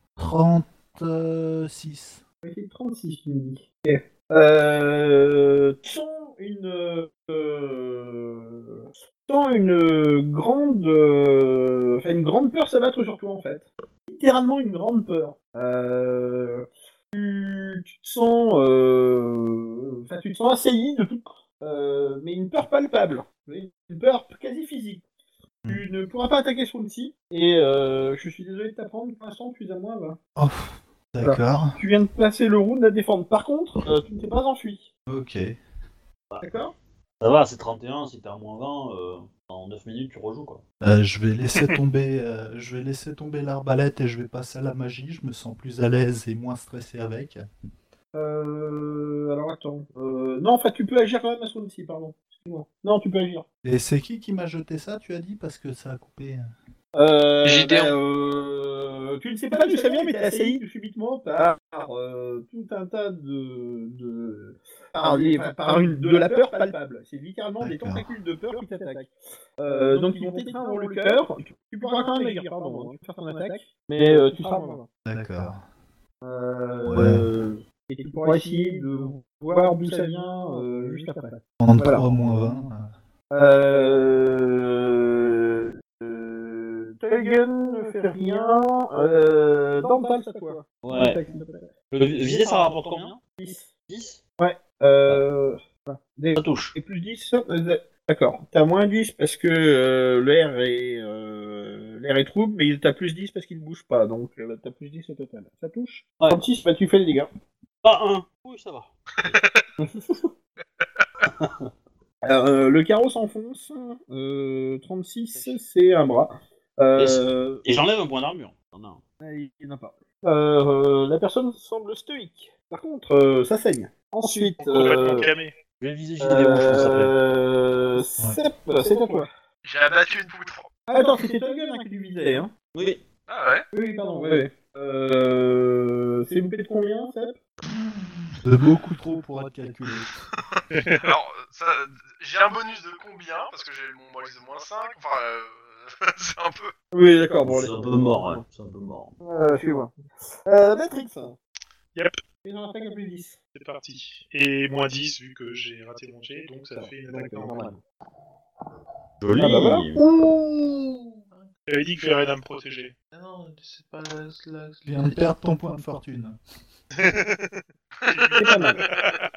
trente-six. Réussi de trente-six, tu me dis. Ok. Euh, tu sens une, euh, tu sens une grande, euh, enfin une grande peur s'abattre sur toi en fait. Littéralement une grande peur. Euh, tu, tu te sens, euh, enfin tu te sens assailli de tout, euh, mais une peur palpable, une peur quasi physique. Tu ne pourras pas attaquer son psy et euh, je suis désolé de t'apprendre, pour l'instant tu es à moins vingt. Oh, d'accord. Tu viens de passer le round à défendre. Par contre, euh, tu ne t'es pas enfui. Ok. D'accord? Ça va, c'est trente et un, si t'es à moins vingt, euh, en neuf minutes tu rejoues quoi. Euh, je vais laisser tomber, euh, je vais laisser tomber l'arbalète et je vais passer à la magie. Je me sens plus à l'aise et moins stressé avec. Euh, alors attends. Euh, non, en fait, tu peux agir quand même à son psy, pardon. Excuse-moi. Non, tu peux agir. Et c'est qui qui m'a jeté ça, tu as dit, parce que ça a coupé. Euh, Gideon. bah, euh, tu ne sais pas d'où ça vient, mais t'es assailli subitement par euh, tout un tas de... de par, les- enfin, par une, de la peur palpable. C'est littéralement des D'accord. tentacules de peur qui t'attaquent. Euh, donc ils vont t'étreindre le cœur. Tu, tu pourras quand même agir, pardon. hein, Tu peux faire ton attaque. Mais euh, tu seras en moins. D'accord. Euh, Et tu pourras essayer de voir d'où ça vient euh, juste après. trente-trois Voilà. moins vingt. Euh... euh... Teugen ne fait rien. Euh... Dental, c'est à toi. Ouais. Attaque, s'il te plaît. Le vi- viser, ça rapporte combien? dix. dix? Ouais. Euh... voilà. Des... Ça touche. Et plus dix. euh, D'accord. T'as moins dix parce que euh, l'air est, euh, l'air est trouble, mais t'as plus dix parce qu'il ne bouge pas. Donc euh, t'as plus dix au total. Ça touche? Ouais. trente-six, bah tu fais les dégâts. Pas un. Oui, ça va. Alors, euh, le carreau s'enfonce. Euh, trente-six, c'est un bras. Euh... Et j'enlève un point d'armure. T'en as un. Ah, il n'y en a pas. Euh, euh, la personne semble stoïque. Par contre, euh, ça saigne. Ensuite, Complètement euh, camé. Je vais viser Gideon, je pense que ça plaît. euh, Sep, c'est à toi. J'ai abattu une poutre. Ah, attends, c'était Teugen hein, que tu visais, hein. Oui. Ah ouais? Oui, pardon, oui, oui. Euh, c'est loupé de combien, Sep? De beaucoup trop pour être calculé. Alors, ça, j'ai un bonus de combien? Parce que j'ai mon bonus de moins cinq. Enfin, euh, c'est un peu. Oui, d'accord, bon, C'est un peu mort, ouais. C'est un peu mort. Euh, suis-moi. Euh, Matrix. Yep. Et j'en attaque à plus dix. C'est parti. Et moins dix vu que j'ai raté mon jet, donc ça fait une attaque Donc, normale. Joli. Ah bah voilà. J'avais dit que Ferena me protégeait. Ah non, c'est pas la... la... Tu viens de perdre ton point de fortune. C'est pas mal.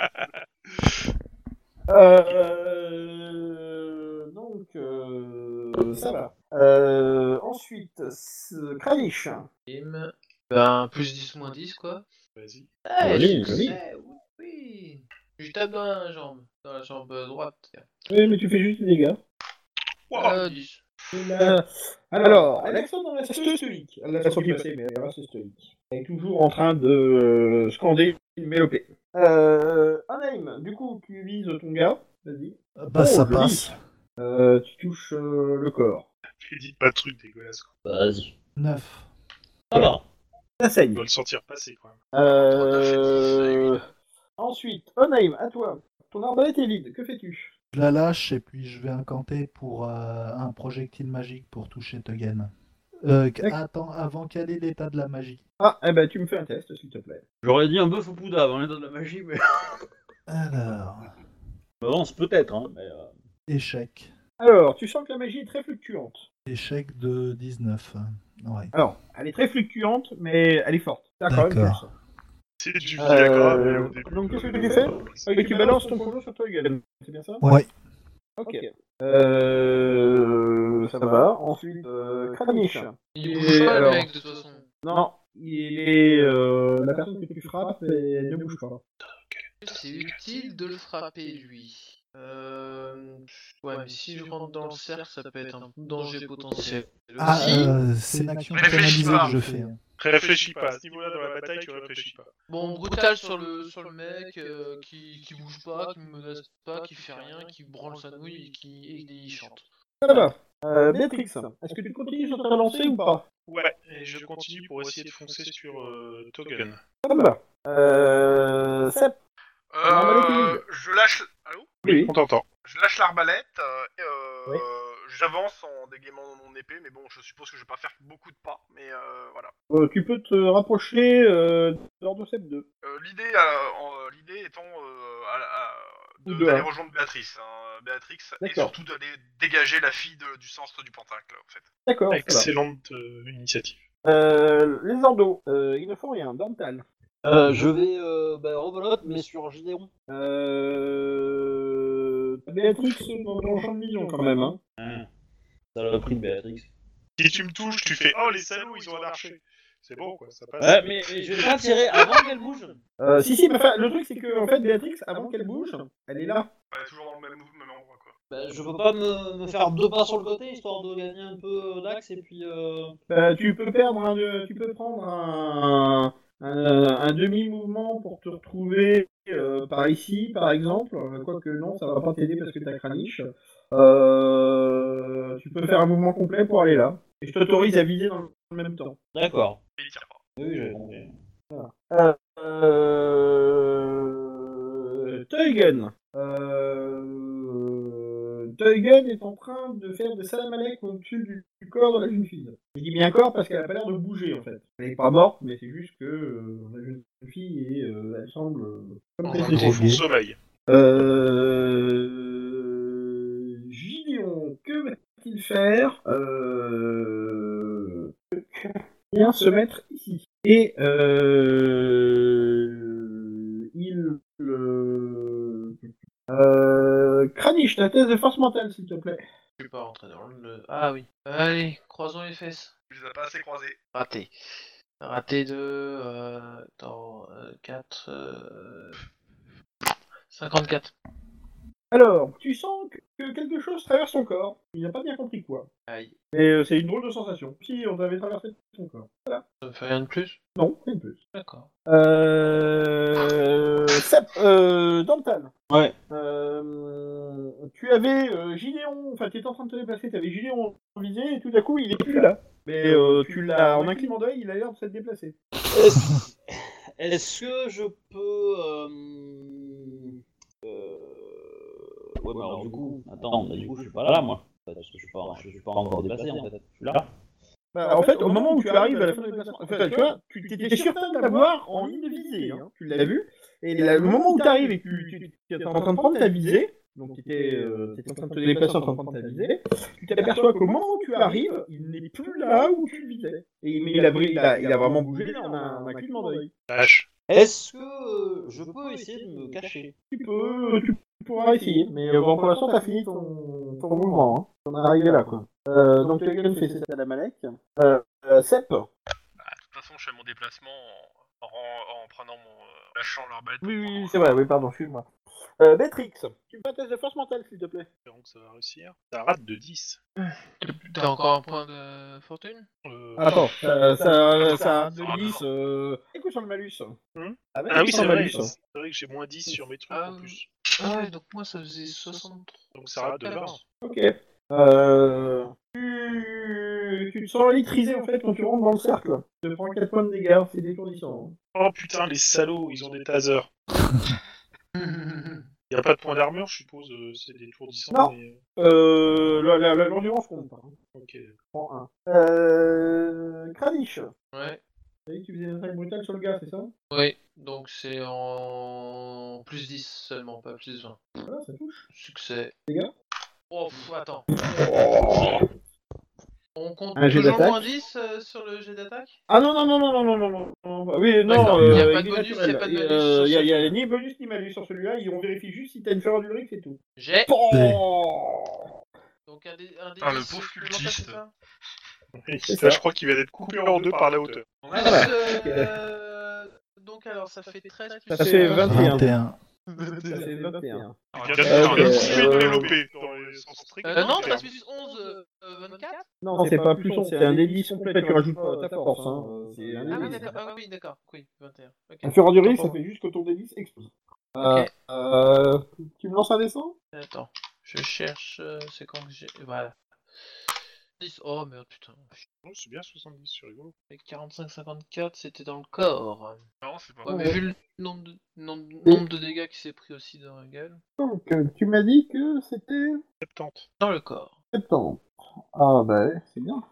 Euh... Donc, euh... ça va. Euh... Ensuite, ce- Kranich. Bim. Ben, plus dix, moins dix, quoi. Vas-y. Eh, Joli, je joli. sais, oui, oui. Je tape dans la jambe. Dans la jambe droite. tiens. Oui, mais tu fais juste des dégâts. Wow. Euh, dix. Euh, Alors, Alexandre reste stoïque. Elle l'a senti passer, mais elle reste stoïque. Elle est toujours en train de euh, scander une mélopée. Euh, Anaïm, du coup, tu vises ton gars. Vas-y. Bah, Oh, ça joli. passe. Euh, tu touches euh, le corps. Je dis pas de trucs dégueulasses. Quoi. Vas-y. neuf. Ça va. Ça On saigne. doit le sentir passer quand même. Euh... Ensuite, Onaim, à toi. Ton arbalète est vide. Que fais-tu? Je la lâche et puis je vais incanter pour euh, un projectile magique pour toucher Tuggen. Euh, qu- attends, avant, quel est l'état de la magie? Ah, eh ben tu me fais un test, s'il te plaît. J'aurais dit un bœuf au poudre avant l'état de la magie, mais. Alors, Avance peut-être, hein, mais. euh, échec. Alors, tu sens que la magie est très fluctuante. Échec de dix-neuf. Ouais. Alors, elle est très fluctuante, mais elle est forte. D'accord. D'accord. C'est du Viagra, mais Euh, au début. donc, qu'est-ce que tu fais? Ah, tu balances ton conjo sur toi, Egan. C'est bien ça? Ouais. Ok. Euh, ça va. Ensuite, euh, Kranich. Il Et bouge pas alors le mec de toute façon. Non, il est. Euh, la personne que tu frappes, elle ne bouge pas. C'est utile de le frapper lui. Euh... Ouais, mais si je rentre dans le cercle, ça peut être un danger potentiel. Ah, aussi. euh, c'est une action Réfléchis canalisée pas. que je fais. hein. Réfléchis pas, à ce niveau-là dans la bataille, tu réfléchis pas. Bon, brutal sur le sur le mec euh, qui, qui bouge pas, qui me menace pas, qui fait rien, qui branle sa nouille et qui, et qui chante. Ça va. Euh, Béatrix, est-ce que tu continues sur ta lancée ou pas? Ouais, et je continue pour essayer de foncer sur euh, Togen. Ça va. Euh, Sep. Euh, je lâche... Allô? Oui. On t'entend. Je lâche l'arbalète, euh, et euh, Oui. j'avance en dégaiement mon épée, mais bon, je suppose que je vais pas faire beaucoup de pas, mais euh, voilà. Euh, tu peux te rapprocher euh, lors de Sep deux. Euh, l'idée, euh, en- euh, l'idée étant euh, à, à, Ou de- deux, d'aller hein. rejoindre Béatrice, hein, Béatrix, et D'accord. surtout d'aller dégager la fille de- du centre du Pentacle, en fait. D'accord. ça va. Excellente euh, initiative. Euh, les ordos, euh, ils ne font rien. Dental. Euh, je vais euh, bah, rebelote, mais sur Gideon. Euh... Béatrix dans ton champ de vision quand même. Hein. Ah, ça l'a pris de Béatrix. Si tu me touches, tu fais « Oh, les salauds, ils ont un archer !» C'est bon, quoi, ça passe. Ouais, mais, mais je vais pas tirer avant qu'elle bouge. Euh, si, si, mais enfin, le truc c'est que en fait, Béatrix, avant qu'elle bouge, elle est là. Ouais, toujours dans le même, move- même endroit, quoi. Bah, je peux pas me, me faire deux pas sur le côté histoire de gagner un peu d'axe et puis. Euh... Euh, tu peux perdre un, de- tu peux prendre un, un, un demi-mouvement pour te retrouver euh, par ici, par exemple. Quoique non, ça va pas t'aider parce que t'as Kranich. Euh, tu peux faire un mouvement complet pour aller là. Et je t'autorise à viser dans le même temps. D'accord. Mais il tire pas. Oui, j'avais compris. Euh, euh, Teugen. Euh, Teugen est en train de faire des salamalek au-dessus du, du corps de la jeune fille. Je dis bien corps parce qu'elle a pas l'air de bouger en fait. Elle est pas morte, mais c'est juste que euh, la jeune fille est, euh, elle semble euh, comme En pétrifiée. Profond sommeil. Euh... Gideon, que va-t-il faire? Euh... Bien se mettre ici. Et euh... il... Euh... Euh... Kranich, ta thèse de force mentale, s'il te plaît. Je suis pas rentré dans le... Ah oui. Allez, croisons les fesses. Tu les as pas assez croisés. Raté. Raté de... Euh... Attends... Euh, quatre... Euh... cinquante-quatre. Alors, tu sens que quelque chose traverse ton corps. Il n'a pas bien compris quoi. Aïe. Mais euh, c'est une drôle de sensation. Si on avait traversé ton corps. Voilà. Ça me fait rien de plus? Non, rien de plus. D'accord. Euh... Sep, euh... Dental. Ouais. Euh... Tu avais euh, Gideon, enfin tu étais en train de te déplacer, tu avais Gideon en visée et tout d'un coup il est plus là. Mais euh, tu l'as, en un climat d'œil, il a l'air de s'être déplacé. Est-ce est-ce que je peux. Euh... Euh... Ouais, mais alors du coup. Attends, bah, du coup je suis pas là moi. Parce que je suis pas, je suis pas encore déplacé en fait. Je suis là. Bah, en fait, au moment où tu arrives à la fin du déplacement, enfin, tu vois, tu étais certain de l'avoir en ligne de visée, hein, tu l'as vu. Et là, le moment où tu arrives et que tu, tu es en train de prendre ta visée, donc tu étais, euh, en train de te déplacer en train de prendre ta visée, tu t'aperçois qu'au moment où tu arrives, il n'est plus là où tu le visais. Et, mais il a, il, a, il a vraiment bougé en un, en un clignement d'œil. Lâche. Est-ce que euh, je peux essayer de me cacher? Tu peux, tu pourras essayer, mais euh, bon, pour l'instant, t'as fini ton, ton mouvement, hein. T'en es arrivé là, quoi. Euh, donc, tu as fait ça à la Malek. Euh, euh, Sep. Bah, de toute façon, je fais mon déplacement en, en, en prenant mon. Euh, lâchant l'arbalète. Oui, oui, c'est vrai, oui, pardon, excuse-moi. Euh, Béatrix, tu me fais un test de force mentale, s'il te plaît. Espérons que ça va réussir. Ça rate de dix. T'as encore un point de fortune? Euh... Attends, ça, ça, ça a de dix, euh... écoute sur le malus. Hmm Ah, Ah oui, sur c'est le vrai. malus. C'est vrai que j'ai moins dix sur mes trucs Ah, en plus. Ah ouais, donc moi ça faisait soixante-trois. Donc ça rate de vingt. Ok. Euh... Tu... tu te sens électrisé, en fait, quand tu rentres dans le cercle. Tu te prends quatre points de dégâts, c'est détournissant. Oh putain, les salauds, ils ont des tasers. Il n'y a pas de point d'armure, je suppose, euh, c'est des tourdissants. Non. Mais... Euh, la, la, la, l'endurance compte pas. Ok. Prends un. Euh, Kranich. Ouais. Tu as dit que tu faisais une attaque brutale sur le gars, c'est ça? Oui, donc c'est en plus dix seulement, pas plus vingt. Ah, ça touche. Succès. Les gars. Oh, pff, attends. On compte Un jet toujours d'attaque. moins dix euh, sur le jet d'attaque? Ah non, non, non, non, non, non, non, non, non. Oui, non, D'accord, euh, y a pas de il est bonus, naturel. y a pas de Et, malus euh, sur y a, y a celui-là. ni bonus ni malus sur celui-là, et on vérifie juste si t'as une ferrure d'Ulrich, c'est tout. J'ai. Oh Donc un des, un des Ah, le dix pauvre supplémentaires, c'est cultiste. ça? C'est Là, ça. je crois qu'il va être coupé en deux par la hauteur. Plus, Voilà. euh, donc alors ça fait treize plus Ça fait vingt et un. vingt et un. Ça fait vingt et un. Alors, Il il y a y a Ok, un un huit euh, développé dans les sens stricts. Euh, non, du treize terme. plus onze, euh, vingt-quatre? Non, c'est pas plus on, c'est un D dix complet, tu rajoutes pas ta force. Hein. C'est un Ah oui, D dix. d'accord, ah oui, d'accord, oui, vingt et un. Ok. Un ferrure d'Ulrich, ça fait juste que ton D dix explose. Euh, Ok. euh, tu me lances un dessin? Attends, je cherche, euh, c'est quand que j'ai... Voilà. dix, oh merde, putain. Oh, c'est bien soixante-dix, c'est rigolo. Avec quarante-cinq cinquante-quatre, c'était dans le corps. Non, c'est pas. Ouais, mais Ouais. vu le nombre de, nombre, nombre de dégâts qui s'est pris aussi dans la gueule. Donc, euh, tu m'as dit que c'était soixante-dix. Dans le corps. septembre. Ah bah ouais, c'est bien.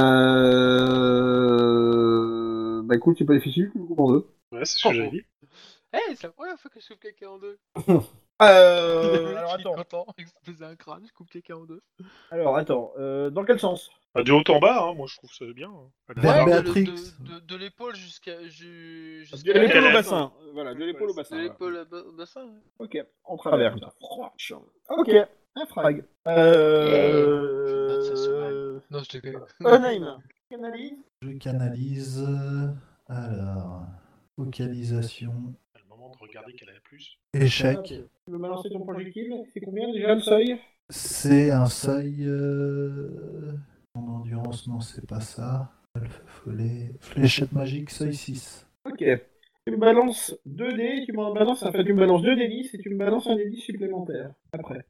Euh... Bah écoute, c'est pas difficile, tu le coupes en deux. Ouais, c'est ce que j'avais dit. Eh, c'est la première fois que je coupe quelqu'un en deux. Euh... Alors Je suis attends, content, exploser un crâne, je coupe quelqu'un en deux. alors attends, euh, dans quel sens? Bah, de haut en bas, hein, moi je trouve ça bien. Hein. À la Vers barre. de, Béatrix. de, de, de l'épaule jusqu'à... ju- De jusqu'à l'épaule au la- bassin. Voilà, de l'épaule au bassin. De voilà. l'épaule à ba- au bassin. Ouais. Ok, en travers. comme ça. Ok, un frag. Euh... Je note ça sur ma- Non, je te connais. Onaim, canalise. Je canalise. Alors, focalisation. C'est le moment de regarder qu'elle a la plus. Échec. Ok. Tu veux balancer ton projectile? C'est combien déjà le seuil? C'est un seuil. Euh... En endurance, non, c'est pas ça. Alpha follet. Fléchette magique, seuil six. Ok. Tu me balances deux dés, tu me balances, enfin, tu me balances deux dés dix et tu me balances un dé dix supplémentaire. Après.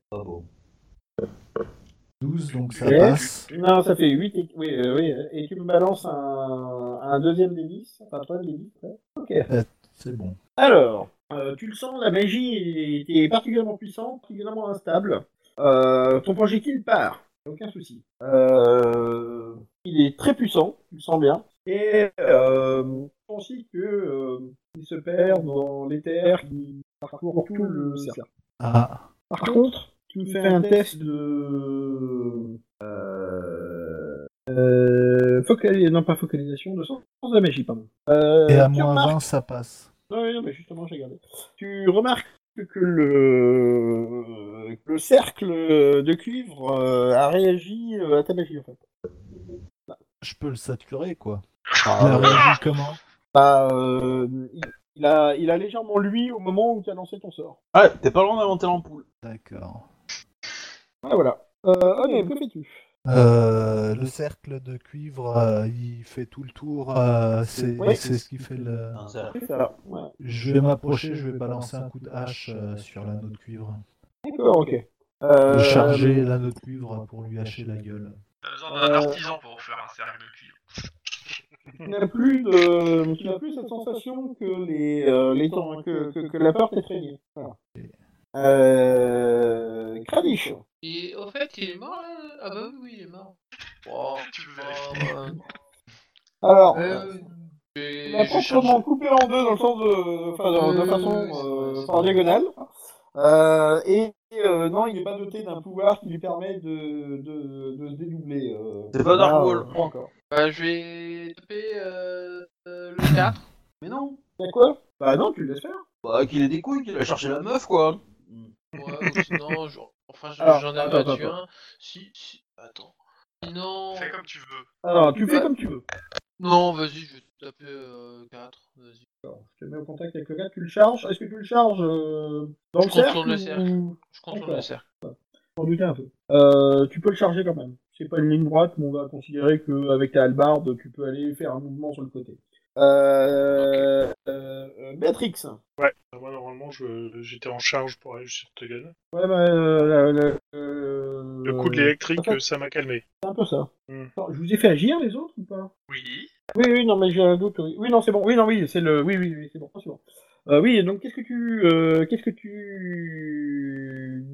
douze, donc ça Ok. passe. Non, ça fait huit et, oui, euh, oui, et tu me balances un, un deuxième dé dix, enfin pas un dé dix. Ouais. Ok. C'est bon. Alors, euh, tu le sens, la magie est, est particulièrement puissante, particulièrement instable. Euh, ton projectile part, aucun souci. Euh, il est très puissant, tu le sens bien. Et euh, tu sens aussi que euh, il se perd dans l'éther qui parcourt tout le cercle. Ah, Par contre, tu me fais un test de... Euh... Euh... Focali... Non, pas focalisation, de sens de la magie, pardon. Euh, et à tu moins remarques- vingt, ça passe. Non, oui, non, mais justement, j'ai regardé. Tu remarques que le, le cercle de cuivre euh, a réagi euh, à ta magie, en fait. Je peux le saturer, quoi. Ah, Il a réagi comment? Bah, euh, il, il a, il a légèrement lui au moment où tu as lancé ton sort. Ah, t'es pas loin d'inventer l'ampoule. D'accord. Voilà, voilà. Euh, ok, que fais-tu? Euh, le cercle de cuivre, euh, il fait tout le tour. euh, c'est Oui. c'est ce qui fait le. Un cerf. C'est ça. Ouais. Je vais m'approcher, je vais balancer un coup de hache euh, sur l'anneau de cuivre. D'accord, ok. Je Euh, vais charger l'anneau de cuivre pour lui hacher la gueule. T'as besoin d'un Euh, artisan pour faire un cercle de cuivre. Tu n'as plus de, tu n'as plus cette sensation que les, euh, les temps, que, que, que la peur t'étreignait. Voilà. Euh, Kranich. Et au fait, il est mort là? Ah bah oui, oui, il est mort. Oh, Tu veux oh, vérifier. ouais. Alors, Euh, tu j'ai- l'as j'ai proprement cherché. coupé en deux dans le sens de, enfin, de, de Euh, façon, oui, c'est euh, vrai, c'est enfin, en vrai. diagonale. Euh, et euh, non, il n'est pas doté d'un pouvoir qui lui permet de, de, de se dédoubler. Euh, C'est pas Dark là, Wall. euh, pas encore. Bah, je vais taper euh, euh, le quatre. Mais non. Y'a quoi? Bah non, tu le laisses faire. Bah, qu'il ait des couilles, qu'il a cherché la meuf, quoi. Ouais, ou sinon, genre, enfin, je- Alors, j'en ai attends, abattu attends, un. Si, si, attends. Sinon. Fais comme tu veux. Alors, tu fais Bah- comme tu veux. Non, vas-y, je vais taper euh, quatre. Vas-y. Alors, je te mets au contact avec le gars, tu le charges. Est-ce que tu le charges euh, dans Je le cercle contourne le cercle. ou... Je contourne D'accord. le cercle. J'en doutais un peu. Euh, tu peux le charger quand même. C'est pas une ligne droite, mais on va considérer qu'avec ta hallebarde, tu peux aller faire un mouvement sur le côté. Euh... euh, euh, Béatrix. Ouais, moi normalement je- j'étais en charge pour aller sur Tegan. Ouais, bah, euh, la- la- euh, Le coup de l'électrique, en fait, euh, ça m'a calmé. c'est un peu ça. Hmm. Attends, je vous ai fait agir les autres ou pas? Oui. Oui, oui, non, mais j'ai un doute. Oui, oui non, c'est bon. Oui, non, oui, c'est le. Oui, oui, oui, c'est bon. C'est bon. Euh, oui, donc qu'est-ce que tu, euh, qu'est-ce que tu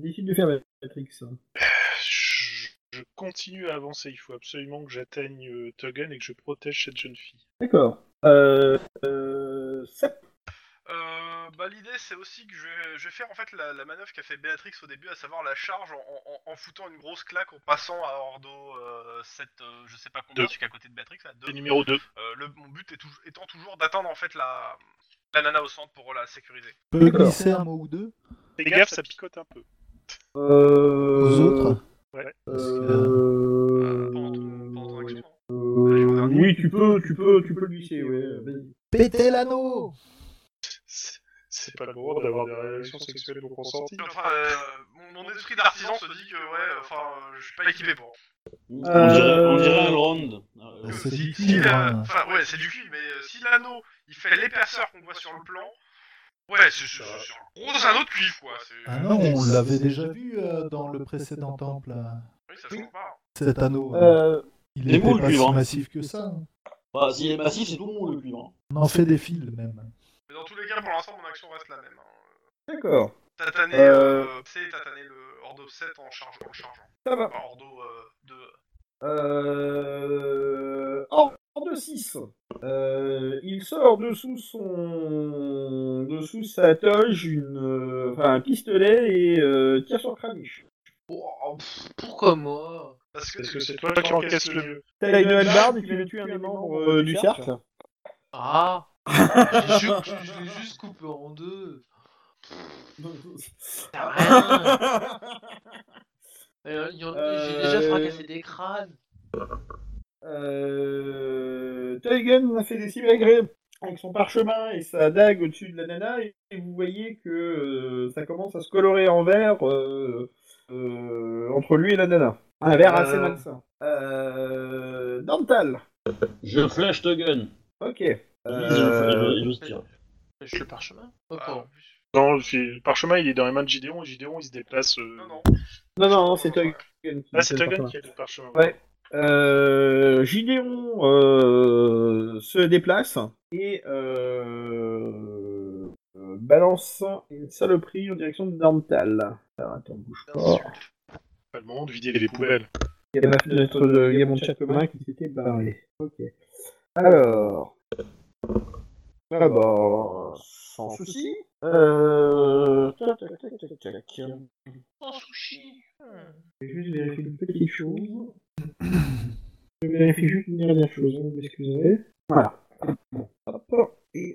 décides de faire, Matrix? Je, je continue à avancer. Il faut absolument que j'atteigne euh, Tuggen et que je protège cette jeune fille. D'accord. Euh... euh... Sep. Euh, bah, l'idée c'est aussi que je vais, je vais faire en fait la, la manœuvre qu'a fait Béatrix au début, à savoir la charge en, en, en foutant une grosse claque en passant à Ordo euh, sept, euh, je sais pas combien, Deux. celui qui est à côté de Béatrix, là, deux. C'est numéro deux. Euh, le, mon but est toujours, étant toujours d'atteindre en fait la, la nana au centre pour la sécuriser. Tu peux D'accord. glisser un mot ou deux Fais gaffe, ça picote un peu. Euh... aux autres? Ouais. Parce que- Euh, pendant, ton, pendant ton action, non Euh... Oui, tu peux, tu peux, tu peux le glisser, ouais. Vas-y. Pétez l'anneau! C'est- C'est pas le moment d'avoir des réactions sexuelles non consenties. Enfin, euh, mon, mon esprit d'artisan se dit que ouais, enfin, euh, je suis pas équipé pour. On dirait, on dirait un round. Euh, Euh, c'est Si- du si cuivre, la- hein. Enfin, ouais, c'est du cuivre, mais euh, si l'anneau il fait l'épaisseur qu'on voit sur le plan, ouais, c'est c'est- c'est un gros anneau de cuivre quoi. c'est- Ah non, on l'avait déjà vu euh, dans le précédent temple. là. Oui, ça change pas. Cet anneau, euh, Euh... il les était moules, pas cuivre, si hein. massif que ça. hein. Bah, s'il est massif, c'est tout le monde le cuivre. hein. On en fait des fils même. Mais dans tous les cas, pour l'instant, mon action reste la même. Hein. D'accord. Tataner, Euh. euh, c'est tataner le Ordo sept en, charge, en le chargeant. Ça va. Enfin, Ordo euh, deux. Euh... Ordre de six. Euh, il sort dessous son... dessous sa toge une... euh, enfin, un pistolet et euh, tire sur Kranich. Oh, pff, pourquoi moi? Parce que, Parce que c'est toi qui encaisses le mieux. T'as une hallebarde et tu veux tuer un des membres euh, du cercle. Ah, je, ju- je- je l'ai juste coupé en deux. T'as rien. Euh, il y en- J'ai déjà Euh. fracassé des crânes. Euh... Teugen a fait des simagrées avec son parchemin et sa dague au-dessus de la nana et vous voyez que euh, ça commence à se colorer en vert euh, euh, entre lui et la nana. Un vert assez Euh. malsain. Euh... Dental. Je flash Tuggen. Ok. Et Euh, je, je, je tire. Je le parchemin. Oh, Ah, pardon. Non, le parchemin il est dans les mains de Gideon et Gideon il se déplace. Euh... non, non. Non, non, non, c'est Teugen. qui Ah, c'est fait le Tuggen parchemin. qui a le parchemin. Ouais. Euh, Gideon euh, se déplace et euh, euh, balance une saloperie en direction de Dental. Alors attends, bouge pas. Insulte. Pas le moment de vider les poubelles. Il y a ma fenêtre de... Il y a mon chat commun qui s'était barré. Ok. Alors. Ah bah, sans souci. Euh... Tac, tac, tac, tac, tac. Un sushi. Je vais juste vérifier une petite chose. Je vérifie juste une dernière chose, hein, vous m'excuserez. Voilà. Bon, hop. Et...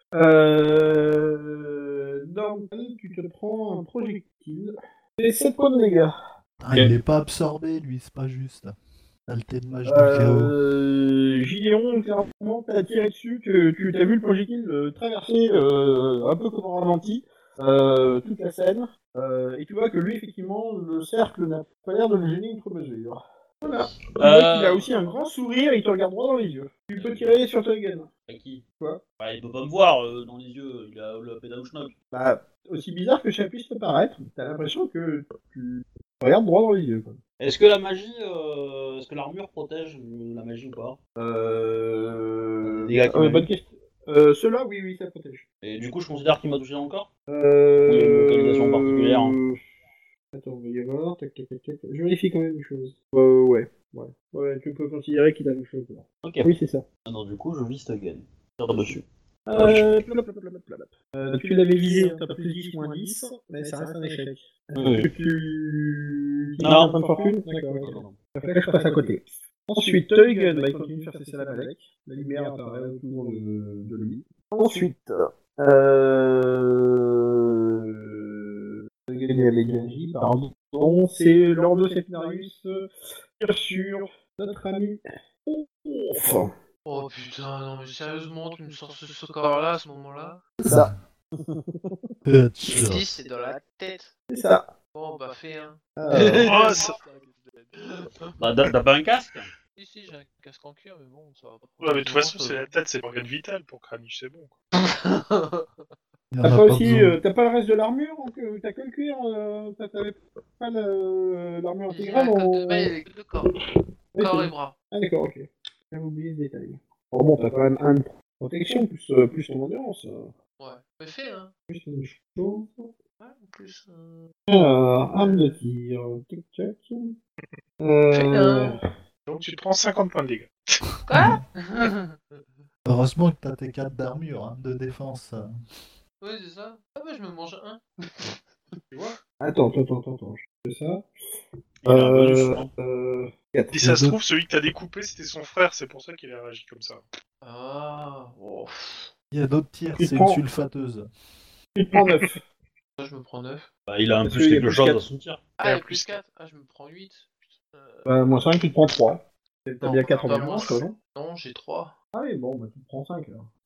Euh... Dental, tu te prends un projectile. Et sept points de dégâts. Ah, il n'est pas absorbé, lui, c'est pas juste. Saleté de mage du chaos. Euh, Gideon, clairement, t'as tiré dessus, que tu t'as vu le projectile euh, traverser euh, un peu comme en ralenti euh, toute la scène, euh, et tu vois que lui, effectivement, le cercle n'a pas l'air de le gêner outre mesure. Voilà. Tu vois qu'il a aussi un grand sourire et il te regarde droit dans les yeux. Tu peux tirer sur Teugen. À qui Quoi Bah, il peut pas me voir euh, dans les yeux, il a le pédale schnock. Bah, aussi bizarre que ça puisse te paraître, t'as l'impression que tu regardes droit dans les yeux. Quoi. Est-ce que la magie, euh, est-ce que l'armure protège euh, la magie ou pas Euh... Des dégâts qu'il euh, m'a bonne mis. question. Euh, Ceux-là, oui, oui, ça protège. Et du coup, je considère qu'il m'a touché dans le corps. Euh... Il y a une localisation particulière. Attends, on va y voir. Tac, tac, tac, tac. Je vérifie quand même une chose. Euh, ouais. Ouais. Ouais, tu peux considérer qu'il a quelque chose là. Ok. Oui, c'est ça. Alors du coup, je vise Tuggen. Tire dessus. Euh, plop, plop, plop, plop, plop. Euh, tu l'avais visé, t'as plus dix, moins dix, mais ça reste un échec. Oui, Est-ce oui. que tu... tu Non. as un point de fortune. D'accord, ok. Ça fait que je passe à côté. Ensuite, Teugen, bah, il continue de faire ses salades avec. La lumière apparaît autour de, de lui. Ensuite, euh... Teugen et Legaji, pardon. C'est lors de Sepnarius tire sur notre ami. Enfin, Oh putain, non mais sérieusement, tu me sors ce score-là à ce moment-là? c'est ça. Headshot. dix, c'est dans la tête. C'est ça. Bon, bah fais un. Alors, Oh, ça- Bah, t'as t'as pas un casque Si, si, j'ai un casque en cuir, mais bon, ça va pas. Ouais, mais de toute façon, c'est la tête, c'est l'organe vital pour Kranich, c'est bon. Quoi. Il y en T'as a pas pas aussi, besoin. euh, t'as pas le reste de l'armure, donc euh, t'as que le cuir, euh, t'as- t'avais pas le- l'armure J'ai intégrale un code en... de mail avec deux corps. Oui, Corps c'est- et bras. Ah d'accord, ok. J'avais oublié ce détail. Bon, bon, t'as quand même un de protection, plus, euh, plus ton endurance. euh, Ouais. Mais fais un. plus une chose. Ouais, en plus. Euh... Alors, arme de tir. Tic-tac. Fais Euh... un. Donc tu te prends cinquante points de dégâts. Quoi? Heureusement que t'as tes quatre d'armure, hein, de défense. Oui, c'est ça. Ah bah je me mange un. Tu vois? Attends, attends, attends, attends. Je fais ça. Il a un bonus, Euh... hein. euh... quatre. Si ça se trouve, celui que t'as découpé, c'était son frère, c'est pour ça qu'il a réagi comme ça. Ah, oh. Il y a d'autres tirs, Tu c'est prends- une sulfateuse. Tu te prends neuf. Ça, je me prends neuf. Bah, il a un Parce plus qu'il y a quelque plus chose quatre. à son tir. Ah, Et et un plus plus quatre. Ah, je me prends huit. Euh... Bah, moins cinq, tu te prends trois. T'as Non, bien quatre en pas bien, moins. toi, non? Non, j'ai trois. Ah oui, bon, bah tu te prends cinq alors.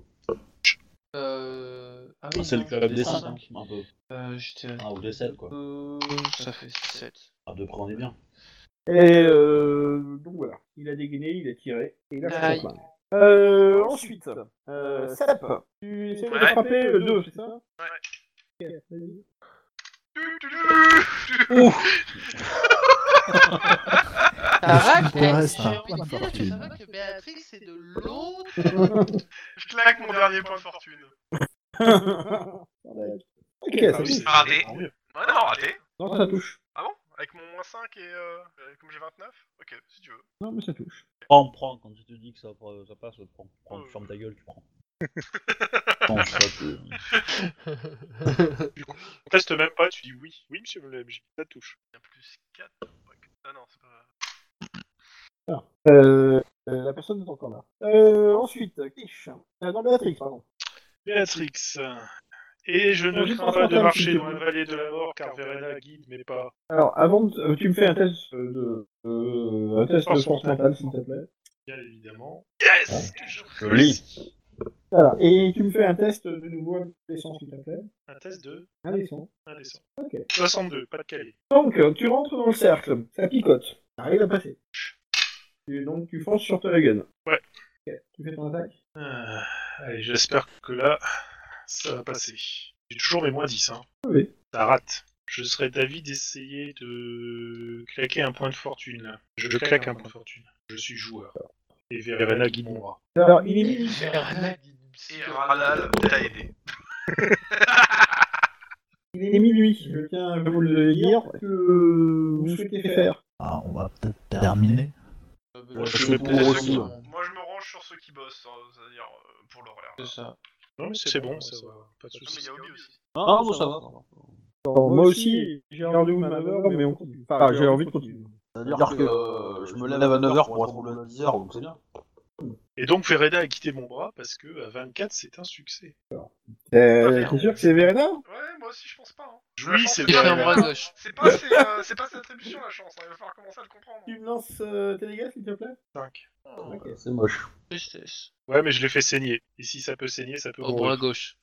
Euh... Ah Ah, oui, c'est non, le club j'ai des cent cinq, hein, cinq. un peu. Euh, j'étais... Ah, ou des sept, quoi. Euh... Ça fait sept. À deux près, on est bien. Et euh, donc voilà, il a dégainé, il a tiré, et il a fait Aïe. son plan. Euh, ensuite, euh, Sep, tu essaies de Ouais. frapper euh, deux, c'est ça? Ouais. Ok, vas-y. Ça va Il que... te reste J'ai un envie point de de dire que ça fortune. va que Béatrix, c'est de l'autre... Je claque mon dernier point de fortune. Ok, ça Ah oui, touche. c'est Raté. tant mieux. Ouais, non, raté. Non, ça touche. Ah bon? Avec mon moins cinq et euh, euh, comme j'ai vingt-neuf? Ok, si tu veux. Non, mais ça touche. Prends, prends, quand tu te dis que ça, ça passe, prends. Prends, Euh. tu fermes ta gueule, tu prends. Non, ça, tu... Du coup, on teste même pas, tu dis oui. Oui, monsieur le M J, ça touche. Il y a plus quatre. Ah non, c'est pas... Euh, euh, la personne est encore là. Euh, ensuite, Kish. Euh, non, Béatrix, pardon. Béatrix. Et je ne Juste crains pour pas de faire un marcher petit dans peu. la vallée de la mort car Verena guide, mais pas. Alors, avant, de, euh, tu me fais un test de, euh, un test de Force force mentale, s'il te plaît. Bien évidemment. Yes! Toujours Joli. Voilà. Et tu me fais un test de nouveau avec l'essence, s'il te plaît. Un test de Un descend. indécent. Ok. soixante-deux, pas de calier. Donc, euh, tu rentres dans le cercle, ça picote. T'arrives à passer. Et donc, tu fonces sur Tolegen. Ouais. Ok, tu fais ton attaque. Ah, allez, j'espère que là, ça va passer. J'ai toujours mes moins dix, hein. Oui. Ça rate. Je serais d'avis d'essayer de claquer un point de fortune. Je, je claque un point de fortune. Je suis joueur. Et Verena guide mon bras. Alors, il est minuit. Verena guide Et Ralal t'a aidé. Il est minuit. Je tiens à vous le dire. Que vous souhaitez faire? Ah, on va peut-être terminer. Ouais, je je fais fais pour pour ceux aussi, qui- ouais. Moi je me range sur ceux qui bossent, hein, c'est-à-dire euh, pour l'horaire. C'est ça. Non, mais c'est bon, ça va. Pas de Non, mais soucis. il y a Obi aussi. Ah, bon, ça va. Bon, moi aussi, j'ai rendez-vous de manœuvre, mais on continue. Enfin, j'ai envie de continuer. C'est-à-dire que euh, je me lève à neuf heures pour être au boulot à dix heures, donc c'est bien. Et donc Verena a quitté mon bras parce que à vingt-quatre, c'est un succès. Euh, T'es sûr que c'est Verena? Ouais, moi aussi je pense pas. Hein. Oui, La chance, c'est Il fait un Verena. bras gauche. C'est pas, ses, euh, c'est pas ses attributions la chance, hein, il va falloir commencer à le comprendre. Tu me lances euh, tes dégâts, s'il te plaît? cinq. Ok. C'est moche. Tristesse. Ouais, mais je l'ai fait saigner. Et si ça peut saigner, ça peut Au mourir. bras gauche.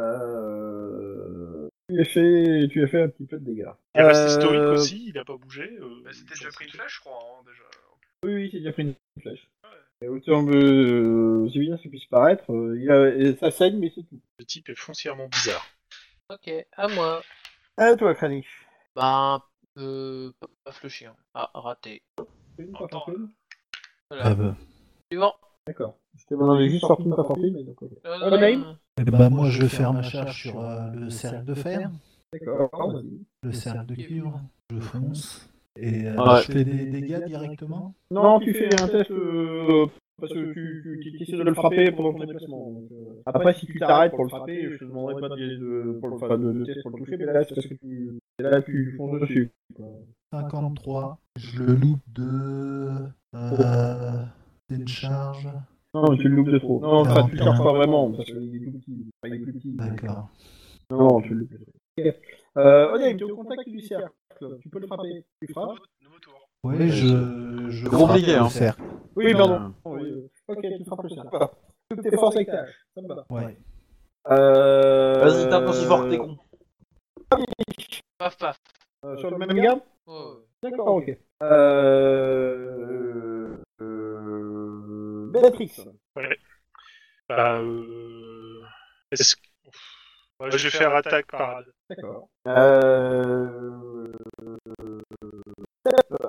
Euh... Tu as fait, tu as fait un petit peu de dégâts. Il est resté Euh, stoïque aussi, il a pas bougé. euh, Bah, c'était déjà pris une flèche, je crois, hein, déjà. Oui, oui, c'est déjà pris une flèche. Et autant que euh, c'est bien que ça puisse paraître, euh, il a, et ça saigne, mais c'est tout. Le type est foncièrement bizarre. Ok, à moi. À toi, Kranich. Ben, euh, paf le chien. Ah, raté. Une pas Attends. fortune. Voilà. Euh, Suivant. D'accord. Je t'ai demandé juste fortune, pas fortune, mais donc ok. Euh, Ah, Naïm non, eh ben, moi, je vais faire ma charge sur euh, le cercle de fer, D'accord, vas-y. le cercle de cuivre. Je fonce. Et euh, Ouais. je fais des dégâts directement. Non, tu fais un test euh, parce que tu, tu, tu essaies de le frapper pendant ton déplacement. Donc, euh, après, si tu t'arrêtes pour le frapper, je te demanderai pas de, de, pour le, enfin, de, de test pour le toucher, mais là, c'est parce que tu, là, tu fonces dessus. quoi. cinquante-trois. Je le loupe de... Euh, c'est une charge. Non, mais tu le loupes de trop. Non, enfin, tu le quarante et un. cherches pas vraiment, parce qu'il est tout petit. Enfin, il est plus petit. D'accord. Non, non, tu le loupes de trop. Ok. Euh, Odeim, tu es au contact du cercle. Tu peux le frapper. Tu frappes? Nouveau, nouveau tour. Oui, je... je C'est compliqué, frappe hein. le cercle. Oui, pardon. Euh, Oui, euh, ok, tu frappes le cercle. Toutes tes forces avec ta hache. Ça me va. Ouais. Euh... Vas-y, tape aussi fort que t'es con. Paf, paf. Euh, sur le même garde? Ouais, ouais. D'accord, ok. Euh... Euh... Béatrix. Bah, euh... Est-ce que... Ouais, je vais faire attaque parade. D'accord. Euh...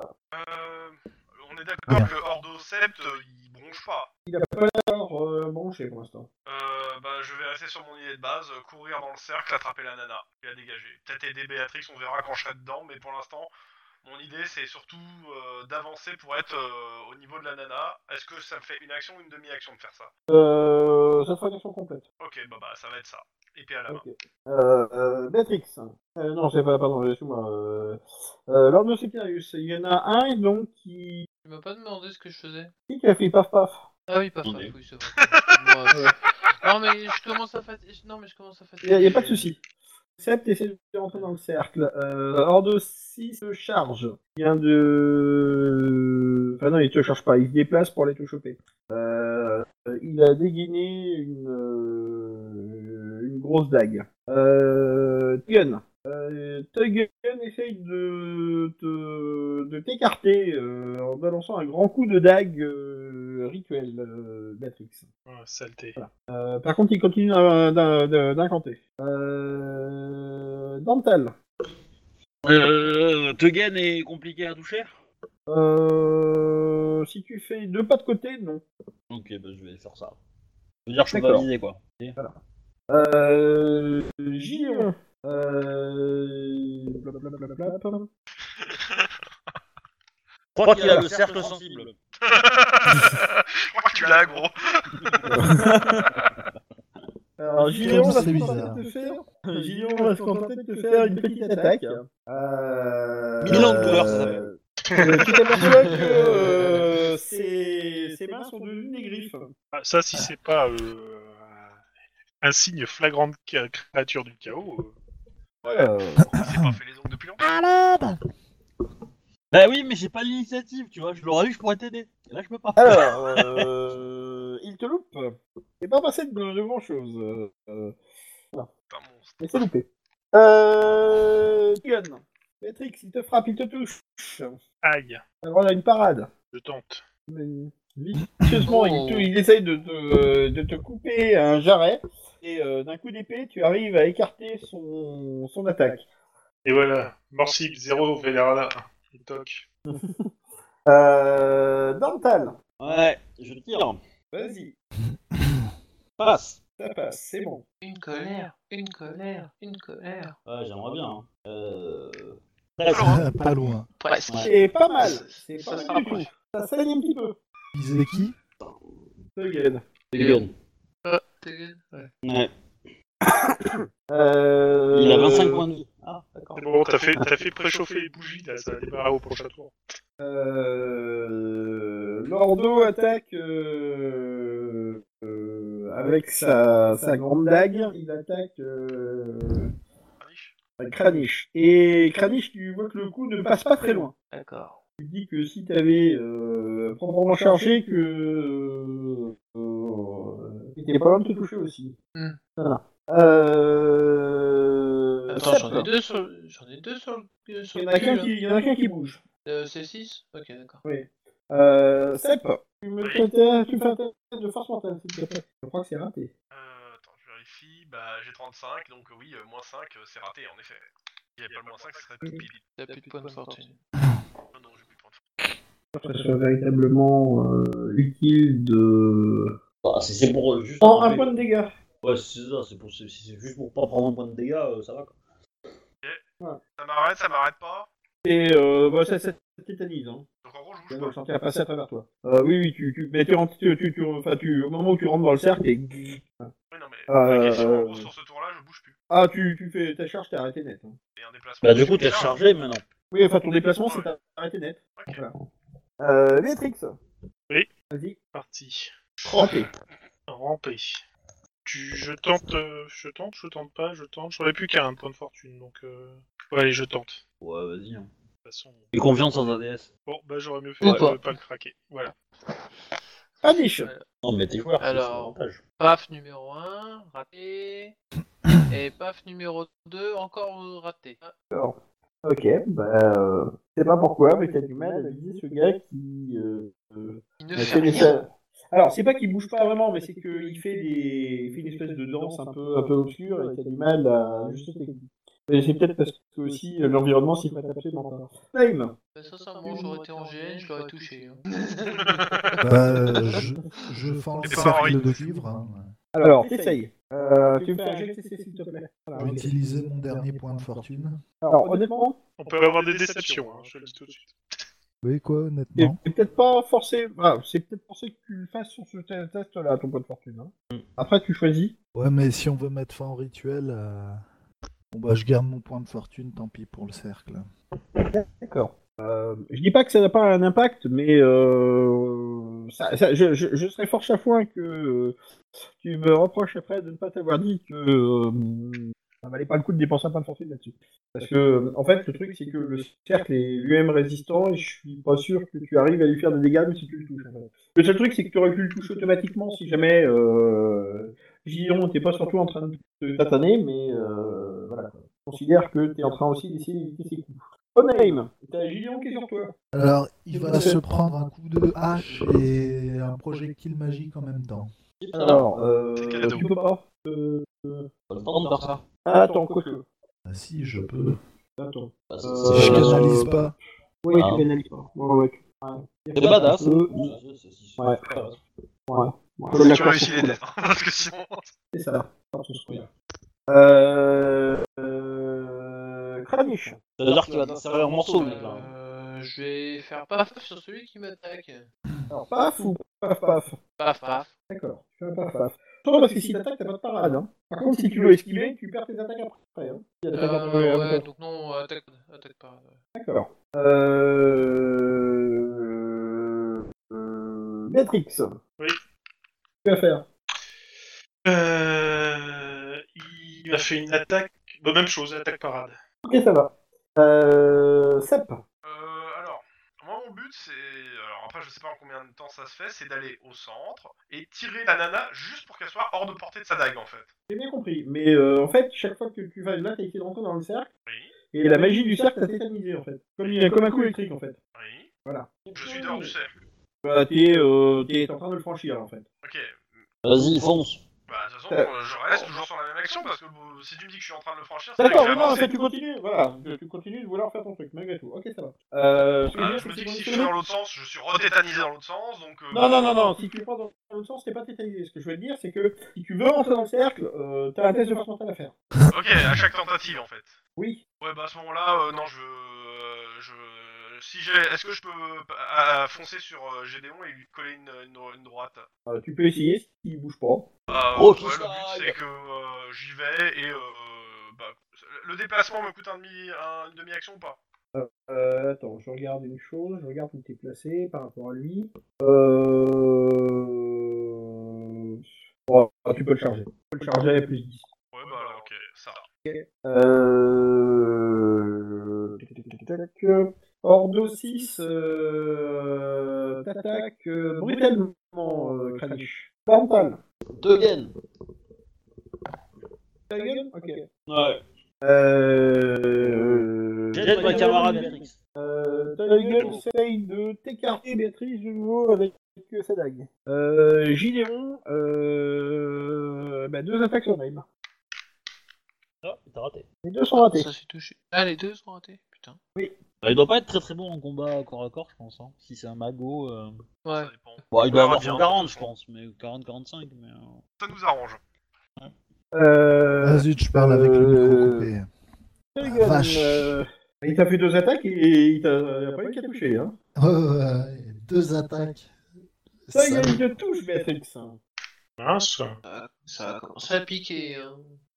Euh, on est d'accord Bien. que le Ordo Sept, euh, il bronche pas. Il a pas l'air euh, bon enclenché pour l'instant. Euh, bah, je vais rester sur mon idée de base, euh, courir dans le cercle, attraper la nana et la dégager. Peut-être aider Béatrix, on verra quand je serai dedans, mais pour l'instant, mon idée c'est surtout euh, d'avancer pour être euh, au niveau de la nana. Est-ce que ça me fait une action ou une demi-action de faire ça? Euh, ça sera une action complète. Ok, bah, bah ça va être ça. Épée à la main. Ok. Euh, euh, Béatrix. Euh, non, c'est pas, pardon, excuse-moi. Euh, euh, Lord Sicarius, il y en a un donc qui. Tu m'as pas demandé ce que je faisais. Qui qui a fait paf paf? Ah oui, pas Attendez. oui, c'est vrai. Moi, euh, Non, mais je commence à fatiguer. Non, mais je commence à Il fatiguer. n'y a, y a pas de souci. Sept essaie de rentrer dans le cercle. Euh, Ordo six se charge. Il vient de. Enfin non, il te charge pas, il se déplace pour aller te choper. Euh, il a dégainé une, euh, une grosse dague. Euh, Tuggen. Euh, Tuggen essaye de, de, de t'écarter euh, en balançant un grand coup de dague euh, rituel, euh, Béatrix. Ouais, saleté. Voilà. Euh, par contre, il continue d'in- d'in- d'in- d'incanter. Euh... Dental. Euh, Tuggen est compliqué à toucher? Euh... Si tu fais deux pas de côté, non. Ok, bah je vais faire ça. Je veux dire, je peux pas D'accord. viser quoi. Euh... Gileon. Euh... blablabla. Je crois qu'il a le cercle sensible. Je crois que tu l'as, gros. Alors, Gileon Comment va c'est se contenter bizarre. de te faire... Gileon va se contenter de te faire une petite attaque. Euh... Mille ans de douleur, ça s'appelle. Euh, tu t'aperçois que euh, ses... ses mains sont devenues des griffes. Ah, ça, si c'est pas euh, un signe flagrant de ca- créature du chaos. euh, Euh... C'est pas fait les ongles depuis longtemps. Bah oui, mais j'ai pas l'initiative, tu vois. Je l'aurais eu, je pourrais t'aider. Et là, je peux pas. Alors, euh... il te loupe. C'est pas passé de, de grand chose. Euh... Putain, monstre. Mais c'est loupé. Euh... Gun. Matrix, il te frappe, il te touche. Aïe, T'as le droit à une parade. je tente. Mais vicieusement, il, te- il essaye de te, de te couper un jarret. Et euh, d'un coup d'épée, tu arrives à écarter son, son attaque. Et voilà, mort cible, zéro, Vénérala. Il toque. Euh... Dental. Ouais, je tire. Vas-y, Passe. ça passe, c'est bon. Une colère, une colère, une colère. Ouais, j'aimerais bien. Hein. Euh... Pas loin. Presque. Ouais. C'est pas mal. C'est Ça pas se mal du tout. rapproche. Ça saigne un petit peu. Visez qui? Tuggen. Tuggen. Ah, t'es- ouais. Ouais. Euh... Il a vingt-cinq points de vie. Ah, d'accord. C'est bon, t'as fait, t'as fait préchauffer les bougies, là, ça va démarrer au prochain tour. Euh... Lordo attaque euh... Euh... avec sa... sa grande dague. Il attaque euh... Kranich. avec Kranich. Et Kranich, tu vois que le coup ne passe pas très loin. D'accord. Tu dis que si t'avais euh, proprement chargé, que euh, euh, t'étais pas loin de te toucher aussi. Hmm. Voilà. Euh... Attends, Sep. j'en ai deux sur, j'en ai deux sur, le- sur Il y le en a qu'un cul, qui, il y en a qu'un qui bouge. hein. Euh, c'est six. Ok, d'accord. Oui. Euh, Sep, tu me fais un- tu me fais un test de force mentale, s'il te plaît. Je crois que c'est raté. Euh, attends, je vérifie. Bah, j'ai trente-cinq, donc euh, oui, euh, moins cinq, euh, c'est raté, en effet. S'il n'y avait pas le moins cinq, ce serait plus pile. T'as plus de points de fortune. Oh non, j'ai plus de points de fortune. Que ce soit véritablement euh, utile de... Ah, si c'est pour euh, juste. Oh, un point de dégâts. Ouais, c'est ça, c'est pour... si c'est juste pour pas prendre un point de dégâts, euh, ça va quoi. Ça m'arrête, ça m'arrête pas. Et euh, bah, ça, ça tétanise. Hein. Donc en gros, je Tu bouge vas pas. le sentir passer à travers toi. Euh, oui, oui, tu, tu, mais tu, rentres- tu, tu, tu, enfin, tu, au moment où tu rentres dans le cercle, et... Oui, non, mais Euh, la question, en gros, euh, sur ce tour-là, je bouge plus. Ah, tu, tu fais ta charge, t'es arrêté net. Hein. Et un déplacement. Bah, du coup, je t'es charge. rechargé maintenant. Oui, enfin, ton déplacement, c'est arrêté net. Ok. Voilà. Euh, Béatrix. Oui. Vas-y. Parti. Raté. Ramper. Tu, je tente, euh, je tente, je tente pas, je tente. J'aurais plus qu'un point de fortune, donc... Euh... Ouais, allez, je tente. Ouais, vas-y. Hein. De toute façon... Et confiance en A D S. Bon, bah j'aurais mieux fait Ou de pas. pas le craquer. Voilà. Anish. Non, mais t'es joueur, Alors- c'est l'avantage. Paf numéro un, raté. Et paf numéro deux, encore euh, raté. Ah, Ok, bah, euh, je sais pas pourquoi, mais t'as du mal à viser ce gars qui... Euh, euh, il ne fait fait des- rien. Alors, c'est pas qu'il bouge pas vraiment, mais c'est qu'il fait des... il fait une espèce de danse un peu, un peu obscure et t'as du mal à juste technique. Mais c'est peut-être parce que aussi euh, l'environnement s'y prête absolument pas. Flame. Bah, sincèrement, j'aurais été en G N, je l'aurais touché. Hein. Bah, euh, je, je fends le Et pas Henri. cercle de cuivre. Hein, Alors, t'essayes. Euh, tu me fais un jet de C C, s'il te plaît. Voilà, ouais. ok. Utiliser mon dernier point de fortune. Alors, honnêtement, On peut avoir des déceptions, hein, je te le dis tout de suite. Oui, quoi, c'est honnêtement. c'est peut-être pas forcé. Voilà, c'est peut-être forcé que tu le fasses sur ce te- test-là, ton point de fortune. Hein. Après, tu choisis. Ouais, mais si on veut mettre fin au rituel, euh, bon bah je garde mon point de fortune, tant pis pour le cercle. D'accord. Euh, je dis pas que ça n'a pas un impact, mais euh, ça, ça- je, je, je serais fort chafouin que euh, tu me reproches après de ne pas t'avoir dit que euh, ça valait pas le coup de dépenser un point de fortune là-dessus. Parce que, en fait, le truc, c'est que le cercle est lui-même résistant et je suis pas sûr que tu arrives à lui faire des dégâts même si tu le touches. En fait. Le seul truc, c'est que tu aurais pu le toucher automatiquement si jamais euh, Giron n'était pas surtout en train de te tataner, mais euh, voilà. Je considère que tu es en train aussi d'essayer d'éviter ses coups. Onaim, t'as Gideon qui est sur toi. Alors, il va se prendre un coup de hache et un projectile magique en même temps. Alors, euh, C'est cadeau. tu peux pas. Euh, euh, Pas le temps de faire ça. ah, attends, quoi que. Ah si, je peux. Attends. Bah, c'est- Euh, Si je c'est- canalise pas. Oui, Ah. tu canalises pas. Ouais, ouais. ouais. C'est badass. Euh, C'est- c'est- c'est- Ouais. c'est- ouais. Ouais. Tu D'accord, réussis c'est les cool. tests, hein, parce que sinon... C'est ça. Par ce truc. Euh. Euh. Kranich. Ça veut dire qu'il va t'insérer en morceaux, le mec, là. Euh, je vais faire paf sur celui qui m'attaque. Alors, paf ou paf paf. Paf paf. D'accord, tu fais un paf paf. Toi, parce que si t'attaques, t'as pas de parade. Hein. Par contre, si tu veux esquiver, tu perds tes attaques après. Hein. Si Euh, t'attaques après, ouais, après. donc non, attaque, attaque pas. D'accord. Euh... euh... Béatrix. Oui. Tu vas faire. Euh, il a fait une attaque... Bah, même chose, attaque parade. Ok, ça va. Euh... Sep. Euh, alors, moi mon but c'est... Alors après je sais pas en combien de temps ça se fait, c'est d'aller au centre et tirer la nana juste pour qu'elle soit hors de portée de sa dague en fait. J'ai bien compris. Mais euh, en fait, chaque fois que tu vas là, t'as essayé de rentrer dans le cercle. Oui, Et la magie du cercle t'a tétanisé, en fait. Comme, comme un coup électrique, en fait. oui. Voilà. Je suis dehors du cercle. Bah, t'es euh, t'es en train de le franchir, en fait. Ok. Vas-y, fonce. Bah de toute façon, Euh. euh, je reste toujours sur la même action parce que euh, si tu me dis que je suis en train de le franchir, c'est D'accord, que j'ai mais non, en avancé. fait, tu continues, voilà, tu continues de vouloir faire ton truc, malgré tout. Ok, ça va. Euh, ce que Ah, je je me veux dis dire, que c'est si que je suis dans l'autre sens, je suis retétanisé dans l'autre sens, donc... euh, Non, non, non, non, si tu prends dans l'autre sens, t'es pas tétanisé. Ce que je veux te dire, c'est que si tu veux rentrer dans le cercle, euh, t'as un test de force mentale à faire. Ok, à chaque tentative en fait. Oui. Ouais, bah à ce moment-là, euh, non, je... euh, je... Si j'ai... Est-ce que je peux euh, foncer sur euh, Gédéon et lui coller une, une, une droite? Euh, tu peux essayer s'il bouge pas. Euh, Oh, ouais, qui le ça but aille. c'est que euh, j'y vais et... Euh, bah, le déplacement me coûte un demi, un, une demi-action ou pas? Euh, attends, je regarde une chose, je regarde où t'es placé par rapport à lui. Euh... Oh, tu peux le charger. Tu peux le charger à plus dix. Ouais, bah alors, ok, ça. Euh... tac, tac, tac. Ordo six euh... t'attaque euh, brutalement, euh, Kranich. Mental. Deux gaines. Ta gueule. Ok. Ouais. Euh... Jette ma camarade Béatrix. Euh, ta gueule essaye de t'écarter Béatrice de nouveau avec euh, sa dague. Euh, Gideon, euh... bah, deux attaques sur Naïm. Ah, t'as raté. Les deux sont ratés. Ça s'est touché. Ah, les deux sont ratés, putain. Bah, il doit pas être très très bon en combat corps à corps, je pense. Hein. Si c'est un mago. Euh... Ouais. Ça dépend. Bon, il doit On avoir verra cent bien, quarante, de je toute façon. pense, mais quarante quarante-cinq. Mais, euh... Ça nous arrange. Euh... Ah zut, je parle avec le micro euh, coupé. Tegan, vache. euh, il t'a fait deux attaques et il t'a il a pas eu qu'à toucher. Hein. Euh, deux attaques. Ça, Ça- il y a une de touche, Béatrix. Mince. Ah, ça a commencé à piquer. Hein.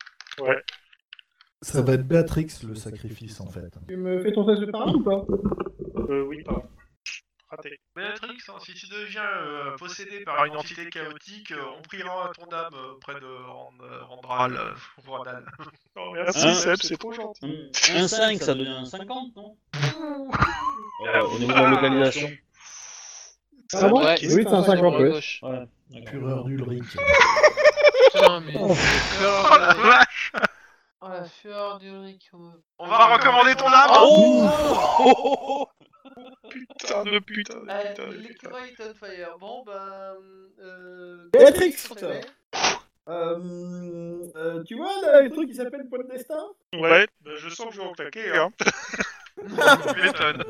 Ça va être Béatrix le sacrifice en fait. Tu me fais ton test de parade ou pas? Euh, oui, pardon. Raté. Béatrix, hein, si tu deviens euh, possédé par une entité chaotique, euh, on priera ton âme euh, auprès de Rand- euh, Randral, euh, Randal. Oh, merci, Hein Seb, c'est trop gentil. Un cinq, ça devient un cinquante, non euh, Au niveau de la localisation. Ah bon? Ouais, Oui, c'est un cinquante, bras ouais. gauche. Ouais, d'accord. Fureur d'Ulrich. Putain, mais. Oh. la fureur Oh la de- vache! Oh, la fureur d'Ulrich. ouais. On va recommander ton âme! Oh, oh, oh, Putain de putain de Ah, putain de putain. l'écureuil est on fire. Bon, bah. Euh, Béatrix. on fait. Euh, euh, tu vois là, le truc qui s'appelle Point de Destin? Ouais, bah, je sens que je vais en claquer, hein. Tu m'étonnes.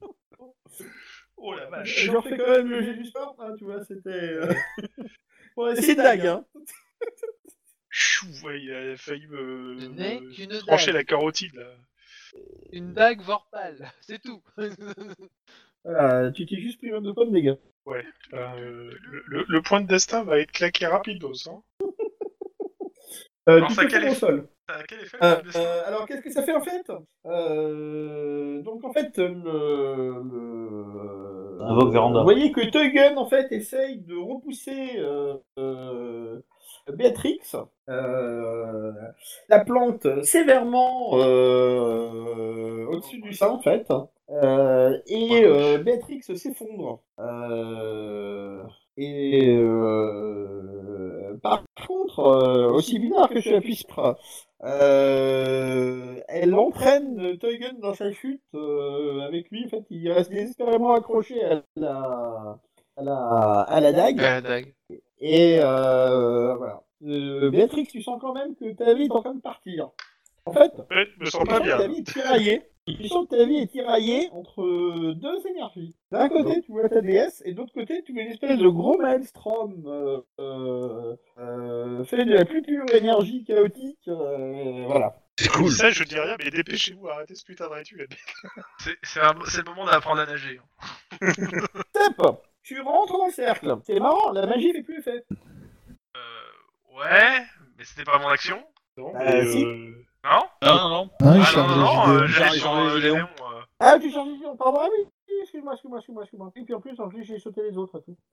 Oh la vache. J'en fais quand même le jet du sport, hein, tu vois, c'était... Euh... bon, c'est une dague, hein. Chou, ouais, il a failli me, Ce n'est me qu'une trancher dague. la carotide, là. Une dague vorpale, c'est tout. Voilà, tu t'es juste pris vingt-deux points de dégâts. Ouais, euh, le, le, le point de destin va être claqué rapidos, hein. Euh, Alors, tu ça te quel fous au effet sol. Ça a quel effet, le Euh, point de destin euh, alors, qu'est-ce que ça fait en fait euh, Donc, en fait, le, le... Invoque Véranda. Vous voyez que Teugen, en fait, essaye de repousser euh, euh, Béatrix, euh, la plante sévèrement euh, au-dessus du sein, en fait, euh, et euh, Béatrix s'effondre. Euh, et euh, par contre, euh, aussi bizarre que cela puisse être, euh, elle entraîne Teugen dans sa chute euh, avec lui. En fait, il reste désespérément accroché à la, à la, à la dague. La dague. Et euh, voilà. Euh, Béatrix, tu sens quand même que ta vie est en train de partir. En fait, Ouais, je me sens tu pas sens que bien. ta vie est tiraillée. Tu sens que ta vie est tiraillée entre deux énergies. D'un côté, tu vois ta déesse, et de l'autre côté, tu vois une espèce de gros maelstrom euh, euh, euh, fait de la plus pure énergie chaotique. Euh, voilà. C'est Je dis ça, je dis rien, mais dépêchez-vous, arrêtez ce putain de rituel. C'est c'est un- c'est le moment d'apprendre à nager. hein. Step, tu rentres dans le cercle. C'est marrant, la magie fait plus effet. Euh, ouais, mais c'était pas mon action. Non, Bah, mais si. euh... Non Non, non, non. Hein, il Ah non, charge non, les non, Gideon. euh, j'allais Charge- sur charge euh, les Gédéon. Gédéon. euh. Ah, tu changes de pardon, ah oui, excuse-moi, excuse-moi, excuse-moi, excuse-moi. Et puis en plus, en plus, j'ai sauté les autres. Tout.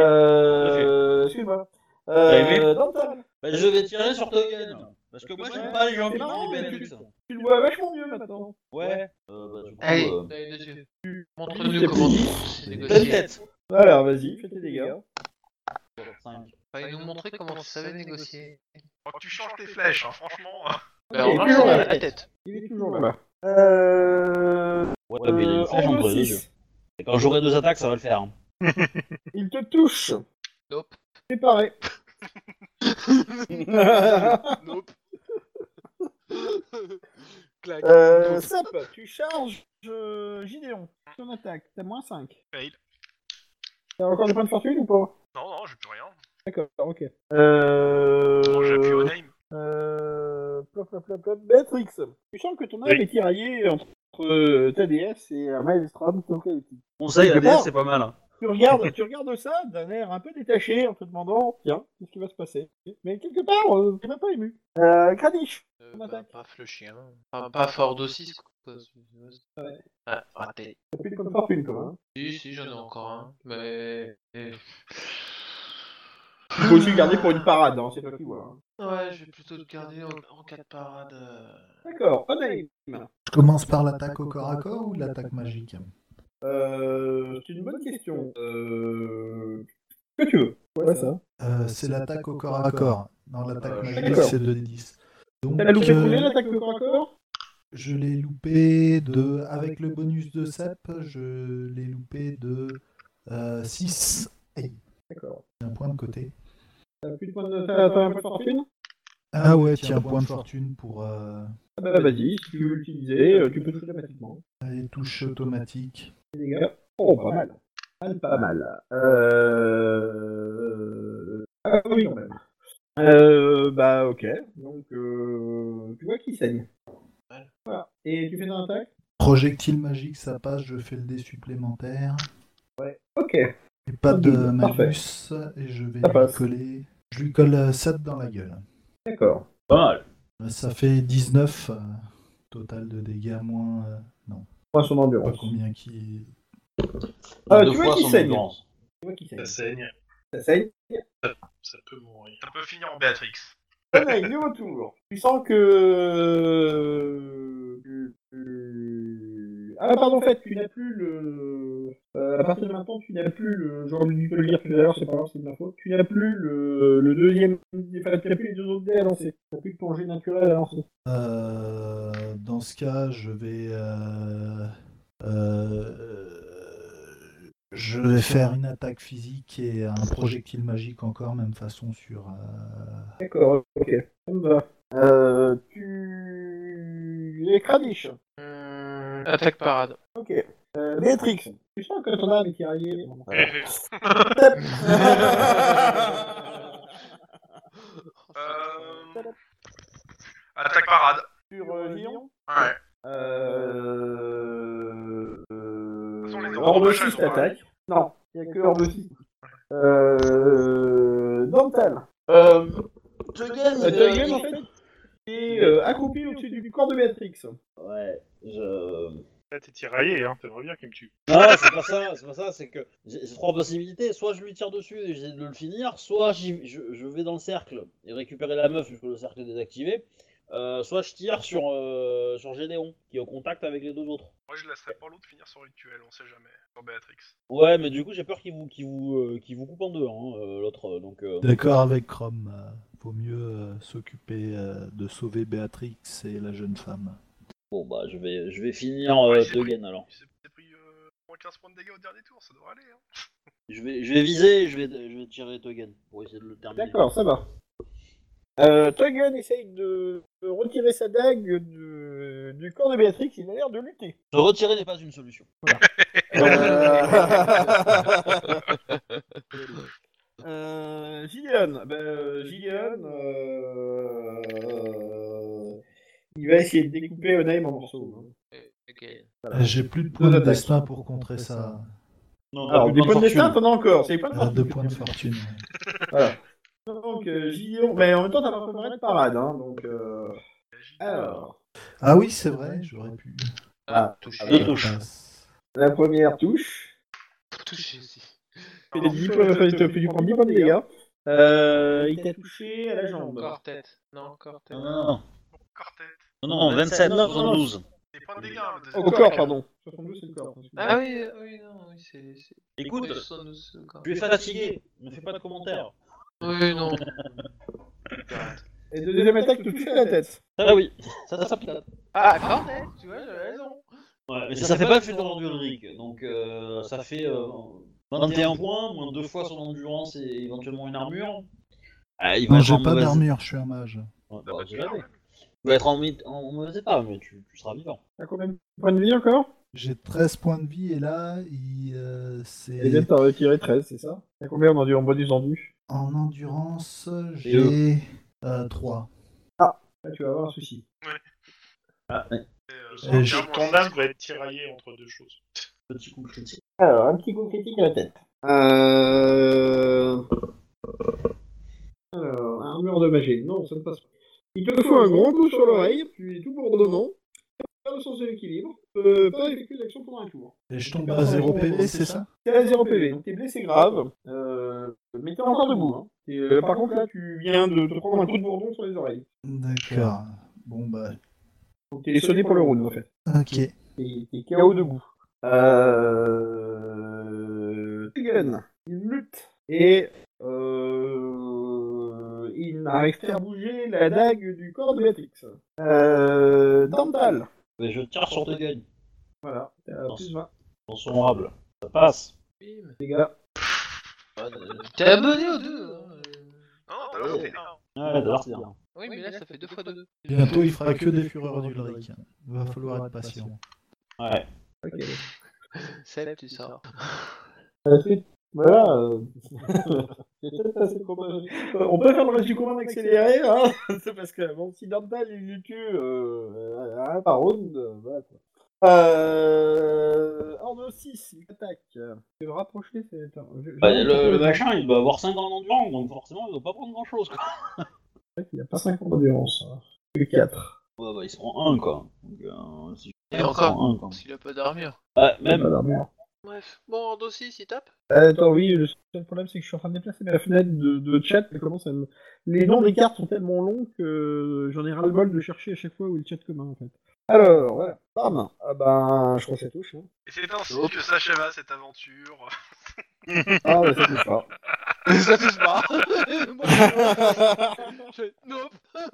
Euh, excuse-moi. T'as aimé Euh, Dantal, Bah, je vais tirer sur Teugen. Parce que moi, j'aime pas les gens c'est qui marrant, disent mais Béatrix. tu le vois vachement mieux maintenant. Ouais. Euh, bah, du coup, Allez, euh, l'œil des yeux. C'est Montre-nous comment plus c'est pleine négocié. tête. Alors, vas-y, fais tes dégâts. cinq. Fallait nous montrer comment tu savais négocier. Faut que tu changes tes flèches, hein, franchement. euh. Bah, Il on est va toujours à là. la tête. Il est toujours là. Euh... Ouais, mais il a une flèche en entre les six. yeux. Et quand j'aurai deux attaques, ça va le faire. hein. Il te touche. Nope. Préparé. Nope. Clac. euh, Sap, tu charges euh, Gideon. Ton attaque, t'as moins cinq. Fail. T'as encore des points de fortune ou pas? Non, non, j'ai plus rien. D'accord, ok. Euh... Bon, j'appuie au name. Euh... Plop, plop, plop, plop. Béatrix, tu sens que ton âme Oui. est tiraillée entre euh, ta déesse et un maelstrom donc chaotique. Conseil, la Quelque D S, part. c'est pas mal. hein. Tu regardes, tu regardes ça d'un air un peu détaché en te demandant, tiens, qu'est-ce qui va se passer? Mais quelque part, euh, t'es même pas ému. Euh, Kranich, Euh, on bah, attaque. paf le chien. Pas, pas fort d'O six quoi. Ouais. Ah, raté. T'as plus de points de fortune, toi. Hein. Si, si, j'en ai encore un. Mais. Il faut aussi le garder pour une parade, hein, c'est toi qui vois. Hein. Ouais, je vais plutôt le garder en, en cas de parade. euh. D'accord, Onaim. Je commence par l'attaque au corps à corps ou l'attaque magique? Euh, c'est une bonne question. Euh... Que tu veux. Ouais, ça. Euh, c'est l'attaque au corps à corps. Non, l'attaque Euh, magique, d'accord. c'est deux d dix. Donc, T'as loupé euh, combien l'attaque au corps à corps? je l'ai loupé de. Avec le bonus de Sep, je l'ai loupé de euh, six. Aïe, D'accord. un point de côté. T'as plus de points de, t'as, t'as un point de fortune? Ah ouais, tiens, point de fortune pour euh, Ah bah vas-y, si tu veux l'utiliser, euh, tu peux toucher automatiquement. les touches automatiques. Les gars. Oh, pas mal. Mal, pas mal. Euh... Ah oui, quand même. Euh, bah ok. Donc, euh... tu vois qui saigne. Voilà. Et tu fais ton attaque? Projectile magique, ça passe, je fais le dé supplémentaire. Ok. Et pas de Parfait. malus, et je vais Ça lui passe. coller. Je lui colle euh, sept dans la gueule. D'accord. Pas mal. Ça fait dix-neuf euh, total de dégâts, moins. euh, non, Moi, son pas endurance. combien qui. Ah, Deux tu fois vois qui son saigne. endurance. Tu vois qui saigne. Ça saigne. Ça saigne. Ça peut mourir. Ça peut finir en Béatrix. Onaim, nouveau tour. Tu sens que... tu- tu- Ah pardon, en fait, tu n'as plus le... Euh, à partir de maintenant, tu n'as plus le... J'aurais dû te le dire tout à l'heure, c'est pas grave, c'est de ma faute. Tu n'as plus le, le deuxième... Enfin, tu n'as plus les deux autres dés à lancer. Tu n'as plus que ton jet naturel à lancer. Euh, dans ce cas, je vais. Euh, euh, Je vais faire une attaque physique et un projectile magique encore, même façon sur... Euh... D'accord, ok. Ça me va. Euh, tu... Les Kranich. Hum, attaque parade. Ok. Euh, Béatrix. Tu sens que ton âme est tiraillée. Euh... Attaque parade. Sur euh, Gion. Ouais. Euh... De toute façon, les Euh... ordres Orbe de six chasse, t'attaque. Non, il n'y a que Orbe six. Euh... Dental. Euh... Tuggen, Euh, Tuggen, en fait, est euh, accroupi au-dessus du corps de Béatrix. Ouais, je... Là, t'es tiraillé, hein, t'aimerais bien qu'il me tue. Non, c'est pas ça, c'est pas ça, c'est que j'ai j'ai trois possibilités. Soit je lui tire dessus et j'essaie de le finir, soit j'y- je, je vais dans le cercle et récupérer la meuf puisque le cercle est désactivé. Euh, soit je tire sur, euh, sur Gédéon, qui est au contact avec les deux autres. Moi, je laisserai pas l'autre finir son rituel, on sait jamais. Sur Béatrix. Ouais, mais du coup, j'ai peur qu'il vous, qu'il vous, euh, qu'il vous coupe en deux, hein, euh, l'autre. euh, Donc, euh, D'accord avec Chrome. euh, Vaut mieux euh, s'occuper euh, de sauver Béatrix et la jeune femme. bon, bah, je vais, je vais finir euh, Ouais, il s'est Tuggen pris- alors. Il s'est s'est pris euh, moins quinze points de dégâts au dernier tour, ça devrait aller. Hein. Je vais, je vais viser et je vais, je vais tirer Tuggen pour essayer de le terminer. D'accord, ça va. Euh, Tuggen essaye de, de retirer sa dague de- du corps de Béatrix, il a l'air de lutter. Se retirer n'est pas une solution. Euh... euh, Gideon, ben, euh, Gideon, euh... il va essayer de découper Onaim en morceaux. hein. Ok. Euh, J'ai plus de points de attaques. destin pour contrer ça. Non, Alors, des de points de destin, fortune. t'en as encore, c'est les points de Euh, fortune. deux points de fortune. Voilà. Donc, euh, Gideon, mais en même temps, t'as pas préparé de parade, hein, donc... Euh... Alors... Ah oui, c'est vrai, j'aurais pu. Ah, touché. Deux touches. Passe. la première touche. Touché aussi. Il a dix points- enfin, il te fait du prends dix points de dégâts. Euh, il t'a touché à la jambe. Encore tête. Non, encore tête. Non, non, non. Cortez. Non, non, vingt-sept, soixante-douze. Des points de dégâts, hein, le deuxième. Au corps, pardon. soixante-douze, c'est le corps. Ah oui, euh, oui, non, oui, c'est. c'est- Écoute, oui, soixante-douze, c'est encore. tu es fatigué, ne fais pas de commentaires. Oui, non. Et de deuxième attaque, te touche à la tête. Ah oui, ça, ça s'applique. Ah, encore tête, tu vois, j'avais raison. Ouais, mais ça, ça fait pas le Fulgurant du Ulrich, donc euh, ça fait euh, vingt et un points, moins deux fois son endurance et éventuellement une armure. Ah, il va Non, être j'ai en pas mauvaise- d'armure, je suis un mage. Ouais, Ah bah, bah, tu tu l'as l'as, fait. ouais. Tu vas être en, mi- en mauvais état, mais tu, tu seras vivant. T'as combien de points de vie encore? J'ai treize points de vie et là, il, euh, c'est... Eh bien, t'as retiré treize, c'est ça? T'as combien en endu- en bonus endu? En endurance, Et j'ai euh, trois. Là, tu vas avoir un souci. Ah, ouais. Et, euh, Et sur je- un Ton âme va être tiraillée entre deux choses. Petit coup critique. Alors, un petit coup critique à la tête. Euh... Alors, armure endommagée. Non, ça ne passe pas. Il te faut un grand coup sur l'oreille, tu es tout bourdonnant, pas le sens de l'équilibre, euh, pas effectuer l'action pendant un tour. Et je tombe à zéro P V, c'est ça? T'es à zéro P V, donc t'es blessé grave, euh, mais t'es encore debout. Hein. Et, euh, par contre, là, tu viens de te prendre un coup de bourdon sur les oreilles. D'accord. Bon bah, Donc t'es sonné pour le round, en fait. ok. T'es t'es K O debout. Euh... Tuggen, il lutte. Et euh... il n'arrive pas à bouger la dague du corps de Béatrix. Euh... Dental. Mais je tire sur tes gagnes, Voilà, t'es à plus vingt. dans son honorable. Ça passe. Bim. Les gars. T'es abonné aux deux. hein, euh. Non, t'as l'air c'était un. Ouais, d'ailleurs, c'est bien. Oui, mais là, ça fait deux fois deux. Bientôt, il fera que des fureurs d'Ulrich. Il va falloir être patient. Ouais. Ok. Seb, tu sors. Ensuite, voilà. euh, c'est peut-être assez probable. Euh, On peut faire le reste du combat accéléré, hein. C'est parce que bon, si Dental il lui tue euh, à un par round, euh, voilà quoi. Euh... Ordre six, il attaque. Tu veux rapprocher, c'est... Attends, je- je- Bah, le, le machin, il doit avoir cinq ans d'endurance, donc forcément, il doit pas prendre grand chose, quoi. Il a pas cinq ans d'endurance. Hein. Que quatre. Ouais, bah, ils seront un, quoi. Donc, euh, si je Et ils encore, seront un, quoi. parce qu'il a pas d'armure. Ouais, Même. même. Bref. Bon, Ordo six, il tape. Attends, oui, le seul problème c'est que je suis en train de déplacer ma fenêtre de, de chat. Ça commence à me... Les noms des cartes sont tellement longs que j'en ai ras-le-bol de chercher à chaque fois où est le chat commun en fait. Alors, voilà. Bam. Ah ben, je crois que ça touche. Hein. Et c'est ainsi que s'achèva cette aventure. Ah, bah ça touche pas. Ça touche pas. Moi, je fais nope.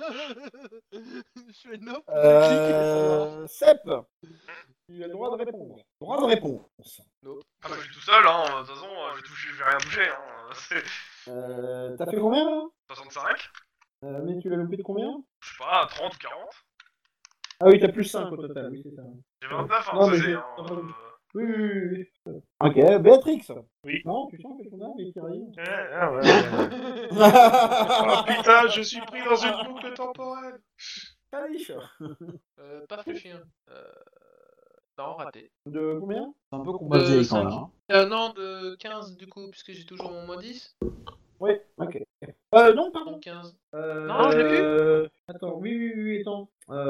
Je fais nope. Euh... Sep. Tu as le droit de répondre. Droit de réponse. Ah je suis tout seul, hein. De toute façon, je vais, toucher, je vais rien toucher. Hein. C'est Euh, T'as fait combien là? soixante-cinq. euh, Mais tu l'as loupé de combien? Je sais pas, trente ou quarante. Ah oui, t'as plus cinq au total, oui, c'est ça. J'ai vingt-neuf, hein, Non, ça mais c'est. j'ai- Hein, euh, Oui, oui, oui. oui. Ok, Béatrix. Oui. Non, tu sens que ton arme est tirée. Ah ouais, ouais. Oh putain, je suis pris dans une boucle temporelle. Kalish. Euh, paf le chien. Euh... Non, raté. De combien? C'est un peu combat De vieille quand cinq. même. Hein. Euh, non, de quinze du coup, puisque j'ai toujours mon moins dix. Oui, ok. Euh, non, pardon. Donc quinze. Euh, Non, je l'ai plus. euh, Attends, oui, oui, oui, attends.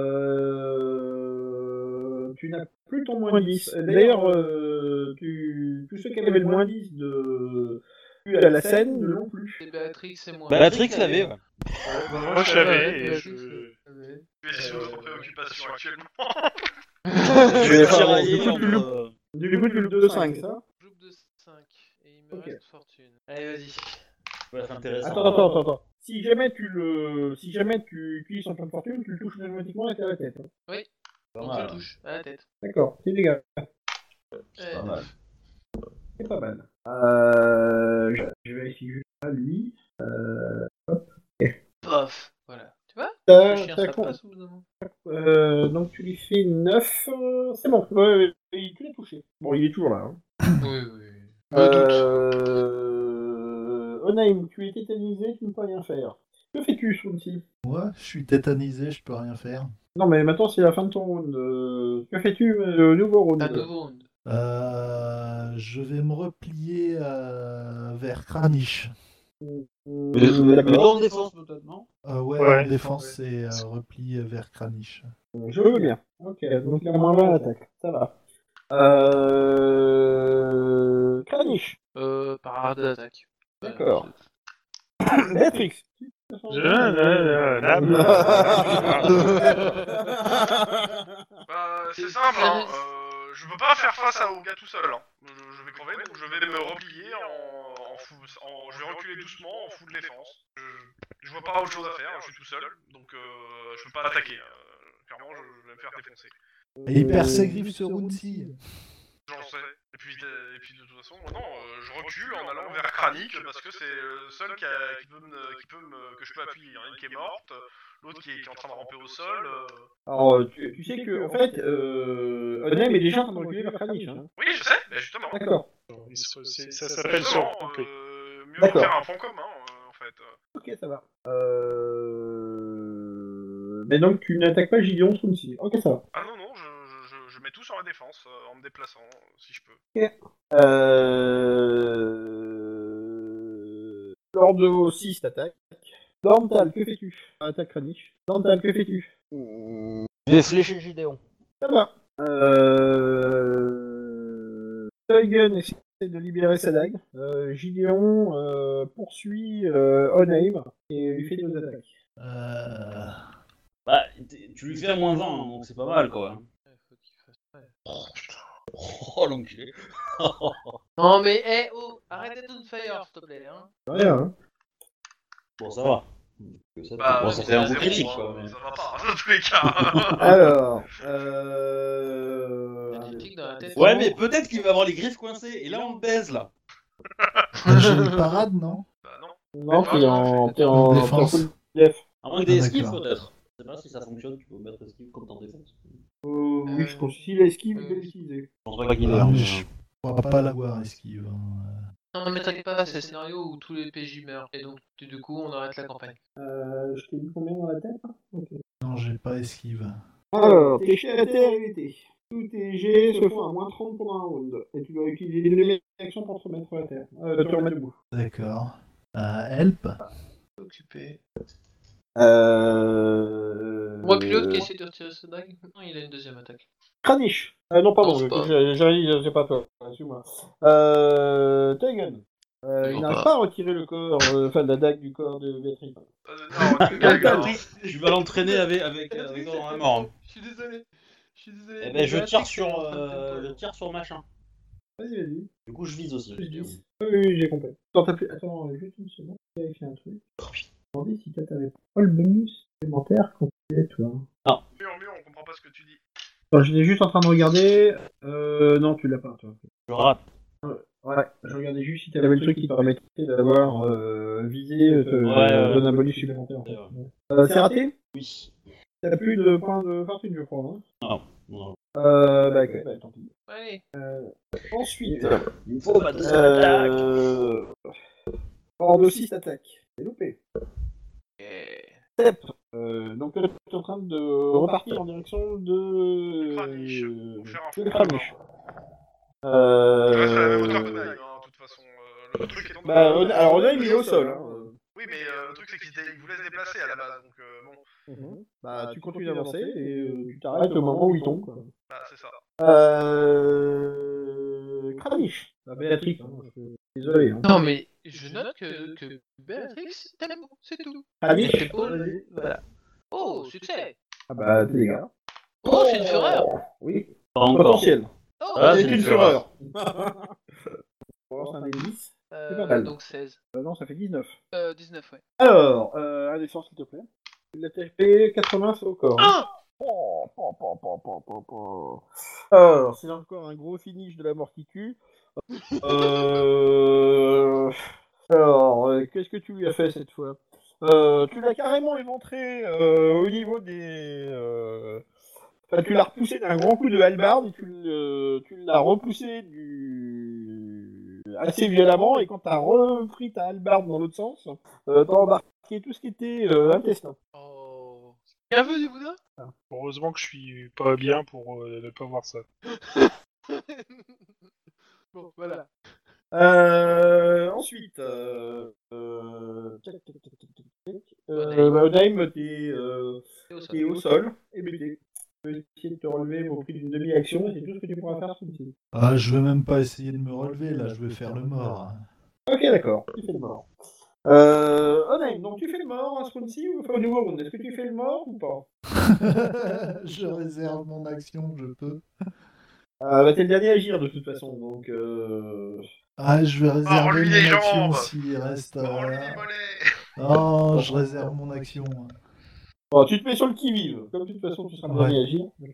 Euh... Tu n'as plus ton moins dix. D'ailleurs, euh, tu... tous ceux qui avaient le moins dix de... à la scène ne l'ont plus. C'est Béatrix et moi. Béatrix l'avait, ouais. Moi je l'avais et Béatrix je. l'avait. Je suis sur d'autres préoccupations actuellement. Je vais Enfin, tirailler du coup, tu entre... euh, Du coup, tu le deux cinq, ça? Je loupe de cinq. Et il me Ok. reste fortune. Allez, vas-y. Ça va être intéressant. Attends, attends, attends, attends. Si jamais tu le... Si jamais tu utilises son point de fortune, tu le touches automatiquement avec la tête. Hein. Oui. Pas Donc mal. je touche à la tête. D'accord, c'est des gars. Eh, Pas mal. C'est pas mal. Euh... Je, je vérifie juste là, lui. Euh... Pof. Voilà. Tu vois? T'as- Le chien, t'as ça con- passe au bout d'un moment. Euh, donc tu lui fais neuf, euh, c'est bon, ouais, ouais, ouais, tu l'as touché. Bon, il est toujours là. Hein. Oui, oui. Me doute. Euh... Onaim, tu es tétanisé, tu ne peux rien faire. Que fais-tu, Swansea? Moi, je suis tétanisé, je peux rien faire. Non, mais maintenant c'est la fin de ton round. Euh, Que fais-tu, euh, au nouveau round? Un nouveau round. Euh, je vais me replier euh, vers Kranich. Mais la plupart en défense peut-être, non? Euh, ouais, Ouais. en défense et euh, repli vers Kranich. Je veux bien. Ok, donc il a moins vingt à l'attaque. Ça va. Euh... Kranich. Euh, parade d'attaque. D'accord. Béatrix. Bah, c'est simple, hein. Euh, je peux pas faire face à- au gars tout seul. Hein. Je, je vais crever, donc je vais me replier en, en, fou, en- je vais reculer doucement en full défense. Je, je vois pas autre chose à faire, je suis tout seul, donc euh, je peux pas l'attaquer. Euh, clairement, je, je vais me faire défoncer. Et il perd ses griffes sur Runzi. J'en sais. Et puis, de, et puis de toute façon, moi, non, euh, je recule en allant vers Kranich parce que c'est le seul qui, a, qui peut, me, qui peut me, que je peux appuyer. Il y en a une qui est morte, l'autre qui, qui est en train de ramper au sol. Euh... Alors, tu, tu sais que, en fait, euh, Onaim est déjà en train de reculer vers Kranich. Hein. Oui, je sais, mais justement. D'accord. Il se- c'est- Ça s'appelle sur Justement, complet. euh, mieux D'accord. faire un point commun, euh, en fait. Ok, ça va. Euh... Mais donc, tu n'attaques pas Gideon Swansea. Ok, ça va. Ah non, non, je, je, je, je mets tout sur la défense euh, en me déplaçant, si je peux. Euh... Lord six t'attaque. Dorntal, que fais-tu? Attaque Kranich. Dorntal, que fais-tu? Je vais flécher Gideon. Ça va. Euh... Teugen essaie de libérer sa dague. Euh, Gideon euh, poursuit euh, Onaim et lui fait deux attaques. Euh... Bah, t- tu lui fais à moins vingt, hein, donc c'est pas mal quoi. Ouais, faut qu'il fasse. Ouais. Oh l'enculé. Non mais, eh oh, arrête d'être on fire, s'il te plaît. Hein. Rien, hein. Bon, ça va. Que ça, Bah, bon, ça fait un coup zéro, critique hein, quoi. Mais... Ça va pas, dans tous les cas. Alors, euh... La critique dans la tête. Ouais, mais peut-être qu'il va avoir les griffes coincées, et là on le baise là. J'ai une parade, non? Bah non. Non, t'es en, t'es en, t'es en Défense. full def. À moins que des Ah, esquives d'accord. peut-être. Je sais pas si ça fonctionne, tu peux mettre esquive comme en défense. Euh, oui, je pense que si l'esquive, il peut l'utiliser. Je pense pas qu'il est. Ah, hein, mais mais- je crois pas l'avoir esquive. hein. Non mais t'inquiète pas, c'est le scénario où tous les P J meurent. Et donc, du coup, on arrête la campagne. Euh, je t'ai dit combien dans la tête? Ok. Non, j'ai pas esquive. Alors, tes jets à terre évité. Tous tes jets se font à moins trente pendant un round. Et tu dois utiliser une de mes actions pour te remettre à terre. Euh, te remettre debout. D'accord. Euh, help. Occupé. Euh... Moi, pilote qui essaie de retirer sa dague. Non, il a une deuxième attaque. Kranich. Euh, non, pardon, Non, c'est pas- j'ai j'ai dit, c'est pas toi. Excuse-moi. Euh... Teugen. Euh, il Non, n'arrive pas. pas à retirer le corps, euh, enfin la dague du corps de Béatrix. Euh, non, tu gagnes, hein. Je vais l'entraîner avec, avec, avec toi dans la mort. hein. Je suis désolé. Je suis désolé. Eh ben je tire Béatrix, sur, elle est en train de euh, tempo. je tire sur machin. Vas-y, vas-y. Du coup je vise aussi. Plus dix. Oui, oui, j'ai compris. Attends, t'as plus... Attends, juste une seconde, je vais vérifier un truc. Je me demandais si toi t'avais pas le bonus supplémentaire quand tu es toi. Mieux en mieux, on comprend pas ce que tu dis. Attends, j'étais juste en train de regarder. Euh, non, tu l'as pas, toi. Je rate. Euh, Ouais, je regardais juste si t'avais le truc qui te permettait d'avoir euh, visé, euh, te Ouais, ouais. donne un bonus supplémentaire. En fait. Ouais. Euh, c'est raté? Oui. T'as plus de points de fortune, je crois. Hein. Non. non. Euh, bah, ok, bah, tant pis. Allez. Ensuite, Il me faut ma deuxième attaque. euh... hors de six attaques. C'est loupé. Et... Euh, donc là, tu es en train de repartir en direction de... Kranich, pour faire un de front Kranich. commun. Je reste à la même Euh... hauteur que Naïm, hein, de toute façon. Euh, le truc étant... Bah, on- alors on a il est au sol. Hein. Oui, mais euh, le truc c'est qu'il se dé- il vous laisse déplacer à la base, donc euh, bon. Mhm. Bah, tu continues d'avancer et euh, tu t'arrêtes au moment où il tombe. Quoi. Bah, c'est ça. Euh... Kranich. Bah, Béatrix, hein, je suis désolé. Hein. Non, mais je note que, que Béatrix t'aime, c'est tout. Kranich. C'est beau, le- voilà. Oh, succès. Ah bah, t'es les gars. Oh, c'est une fureur. Oui. Pas encore. Potentiel. Oh, Ah, c'est c'est une une fureur. On lance un des dix. euh, c'est pas mal. donc seize. Euh, non, ça fait dix-neuf. Euh, dix-neuf, ouais. Alors, euh, un des sorts, s'il te plaît. Il a tapé quatre-vingts, c'est au corps. Hein. Ah Oh, po, po, po, po, po, po. Alors, c'est encore un gros finish de la mort qui tue. Euh... Alors, euh, qu'est-ce que tu lui as fait cette fois euh, Tu l'as carrément éventré euh, au niveau des... Euh... Enfin, tu l'as repoussé d'un grand coup de hallebarde et tu, le... tu l'as repoussé du... assez violemment, et quand t'as repris ta hallebarde dans l'autre sens, euh, t'as embarqué tout ce qui était euh, intestin. Oh. Bien vu du Bouddha. Heureusement que je suis pas bien pour euh, ne pas voir ça. Bon, voilà. Euh, ensuite, euh, euh, tac, tac, tac, tac, tac, tac. Euh, bah, Odaim, t'es euh, Et au sol. t'es au sol, hébété. Tu peux essayer de te relever au prix d'une demi-action, et c'est tout ce que tu pourras faire celui-ci. Ah, je vais même pas essayer de me relever, là, je vais faire le mort. Ok, d'accord, tu fais le mort. Euh, Odaim, donc tu fais le mort à ce round-ci ou enfin, au nouveau round? Est-ce que tu fais le mort ou pas? Je réserve mon action, je peux. euh, bah, T'es le dernier à agir de toute façon, donc... Euh... Ah, je vais réserver Rends-lui les mon action jambes. s'il reste... euh, Rends-lui les mollets. Oh, je réserve mon action. Bon, tu te mets sur le qui-vive, comme de toute façon tu seras le Ouais. dernier à agir. Ok.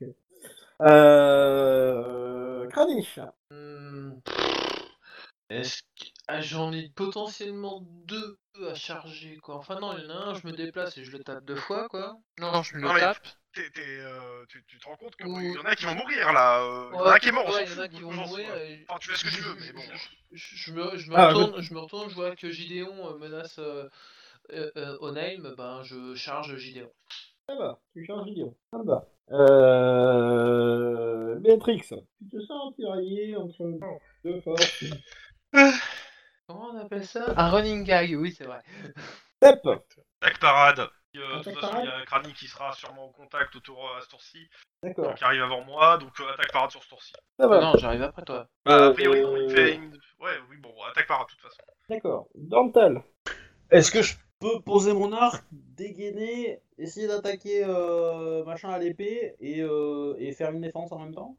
Euh... Kranich. Hmm. Est-ce que... ah, j'en ai potentiellement deux à charger, quoi. Enfin non, il y en a un, je me déplace et je le tape deux fois, quoi. Non, je Non, le mais tape. t'es- t'es, euh, tu, tu te rends compte qu'il Ouh. y en a qui vont mourir là. euh, Il y en a Ouais, un qui est mort, on ouais, s'en il y en a fout, qui vont j'en mourir. sais. et- Enfin, tu fais ce que tu veux, mais bon. Je, je me, je me Ah, retourne, je me retourne, je vois que Gideon euh, menace euh, euh, euh, Onaim, ben je charge Gideon. Ça va, tu changes vidéo. Ça va. Euh... Béatrix. Tu te sens tiraillé entre deux forces. Comment on appelle ça? Un running gag, oui, c'est vrai. Step. Attaque parade. Euh, de Attaque toute façon, parade. il y a Kranich qui sera sûrement au contact autour à ce tour-ci, D'accord. qui arrive avant moi, donc euh, attaque parade sur ce tour-ci. Ça va. Non, j'arrive après toi. Bah, Euh, a priori, non, il fait une... Ouais, oui, bon, attaque parade de toute façon. D'accord. Dental. Est-ce que je peux poser mon arc, dégainer, essayer d'attaquer euh, machin à l'épée et, euh, et faire une défense en même temps?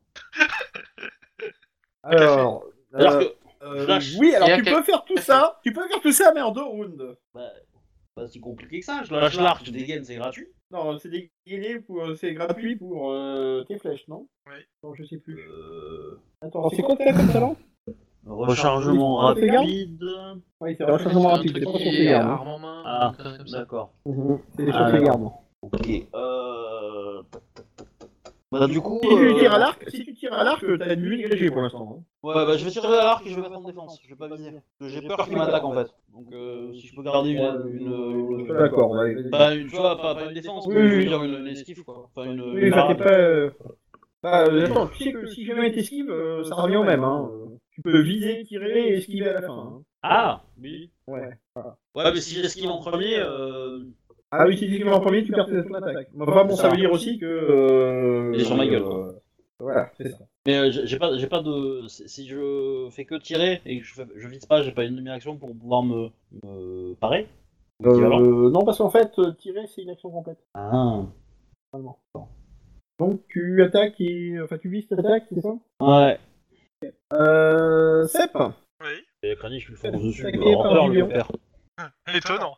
Alors. C'est-à-dire euh, que euh, je lâche. oui, alors Il y a tu quel- peux faire tout ça. Tu peux faire tout ça, mais en deux rounds. Bah, pas si compliqué que ça. Je lâche l'arc, je dégaine, c'est gratuit. Non, c'est dégainé pour, c'est gratuit pour euh, tes flèches, non? Oui. Non, je sais plus. Euh... Attends, c'est quoi que t'as comme talent? Rechargement Oui, rapide. Oui, c'est rechargement rapide, c'est pas sur tes gardes. Arme en main, Ah, une connerie comme ça. d'accord. C'est sur Ah, tes d'accord. gardes. Ok. Euh... tac, tac, tac, tac. Bah, du coup. Si tu euh, tires à l'arc, si tu tires à l'arc, t'as une vue dégagée pour l'instant. Hein. Ouais, bah je vais tirer à l'arc et je vais mettre en défense. Je vais pas viser. Parce que j'ai peur qu'il m'attaque en fait. Donc euh, si je peux garder une. une, une... D'accord, ouais. Pas une, tu vois, pas, pas une défense, Oui, mais je veux oui. dire une, une esquive quoi. Enfin une. Oui, une enfin, t'es parade. pas. Euh... Bah, euh, attends, tu sais que si jamais t'esquives, euh, ça revient au même. Hein. Tu peux viser, tirer et esquiver à la fin. Hein. Ah oui. Ouais. Voilà. Ouais, mais si j'esquive en premier. Euh... Ah oui, si tu esquives en premier, tu perds ton attaque. Enfin, bon, ça veut dire aussi que. Euh... Il est sur ma gueule, euh, quoi. Voilà, c'est ça. Mais euh, j'ai j'ai pas, j'ai pas de. Si je fais que tirer et que je, fais, je vise pas, j'ai pas une demi-action pour pouvoir me, me parer. Équivalent. Euh, non, parce qu'en fait, euh, tirer, c'est une action complète. Ah. Normalement. Donc, tu attaques et. Enfin, tu vises ta attaque, c'est ça? Ouais. Euh. Sep. Oui. Et Kranich, je lui fonce dessus. Attaqué Alors, par peur, le Gideon. père. Étonnant.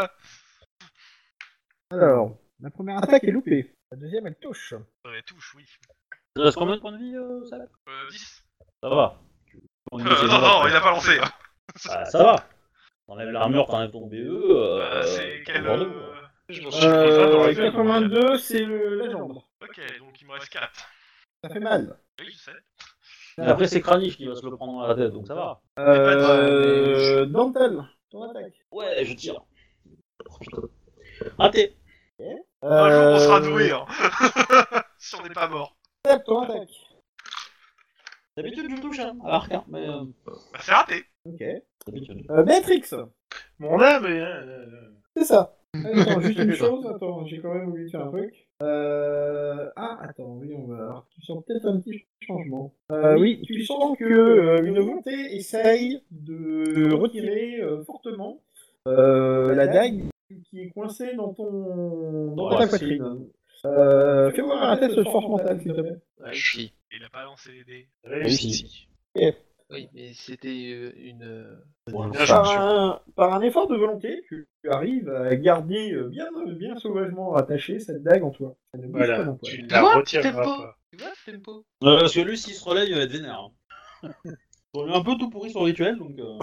Alors, la première attaque est loupée. La deuxième, elle touche. Elle touche, oui. Il reste combien de points de vie, euh, ça Euh, dix. Ça va. Pour Euh, une deuxième non, attaque, non, ouais. il a pas lancé. hein. Bah, ça va. T'enlèves l'armure, t'enlèves ton B E. Euh, Euh, c'est quel... Bordeaux, euh, quoi. Je m'en suis pris vingt dans la Euh, gueule. quatre-vingt-deux, c'est le- la jambe. Ok, donc il me reste quatre. Ça fait mal. Oui, je sais. Et après, c'est Kranich qui va se le prendre à la tête, donc ça va. Euh, Dantel, ton attaque. Ouais, je tire. Oh, putain. Raté. Un jour, on sera Euh, doué, hein. Si on n'est pas mort. Seb, ton attaque. D'habitude, je touche, hein, à l'arc, hein, mais... Euh, Bah, c'est raté. Ok. d'habitude. Euh, Béatrix, Mon âme est... euh, c'est ça. Attends, juste une chose, attends, j'ai quand même oublié de faire un truc. Euh... Ah, attends, oui, on va... Alors, tu sens peut-être un petit changement. Euh, oui, tu sens que euh, une volonté essaye de retirer euh, fortement euh, la dague qui est coincée dans ton... dans ta Ouais, poitrine. Euh, fais-moi un test de force mentale, s'il te plaît. Réussi. Il a pas lancé les dés. Réussi. Oui, mais c'était euh, une. euh, Bon, Bien Par joué. un, par un effort de volonté, tu, tu arrives à garder euh, bien, bien sauvagement attaché cette dague en toi. Elle ne bouge pas Voilà, d'un poil. tu Tu la vois, retireras tempo. pas. Tu vois, tempo. Euh, parce que lui, s'il se relève, il va être vénère. Hein. On lui a un peu tout pourri son rituel, donc... Euh...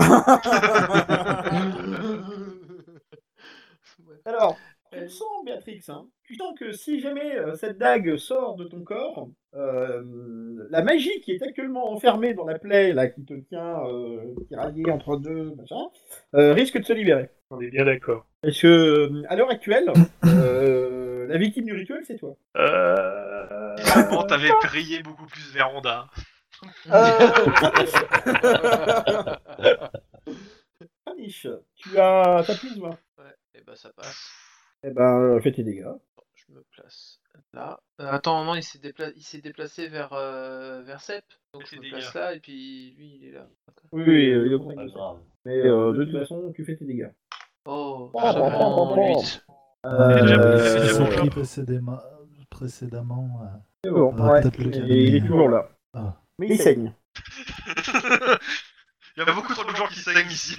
Alors, tu le sens, Béatrix, hein. Tu sens que si jamais euh, cette dague sort de ton corps, euh, la magie qui est actuellement enfermée dans la plaie, là, qui te tient euh, tiraillé entre deux, machin, euh, risque de se libérer. On est bien d'accord. Parce que, euh, à l'heure actuelle, euh, la victime du rituel, c'est toi. Euh... Finalement, t'avais prié beaucoup plus Véranda. Kranich, tu as, t'as plus vingt. Ouais, et bah ça passe. Eh ben, euh, fais tes dégâts. Je me place là. Euh, attends, non, il s'est dépla... il s'est déplacé vers euh, vers Sep. Donc Fais je me tes place dégâts. là et puis lui il est là. D'accord. Oui, oui, euh, il est au Pas contact. grave. Mais euh, de toute façon, tu fais tes dégâts. Oh, Oh, seulement oh, oh, oh. huit. déjà- il avait C'est déjà ce bon qui job. précédemment, précédemment euh, C'est bon, Ah, ouais. peut-être le Et calmer. il est toujours là. Ah. Mais il saigne. Il y a beaucoup trop de gens qui saignent ici.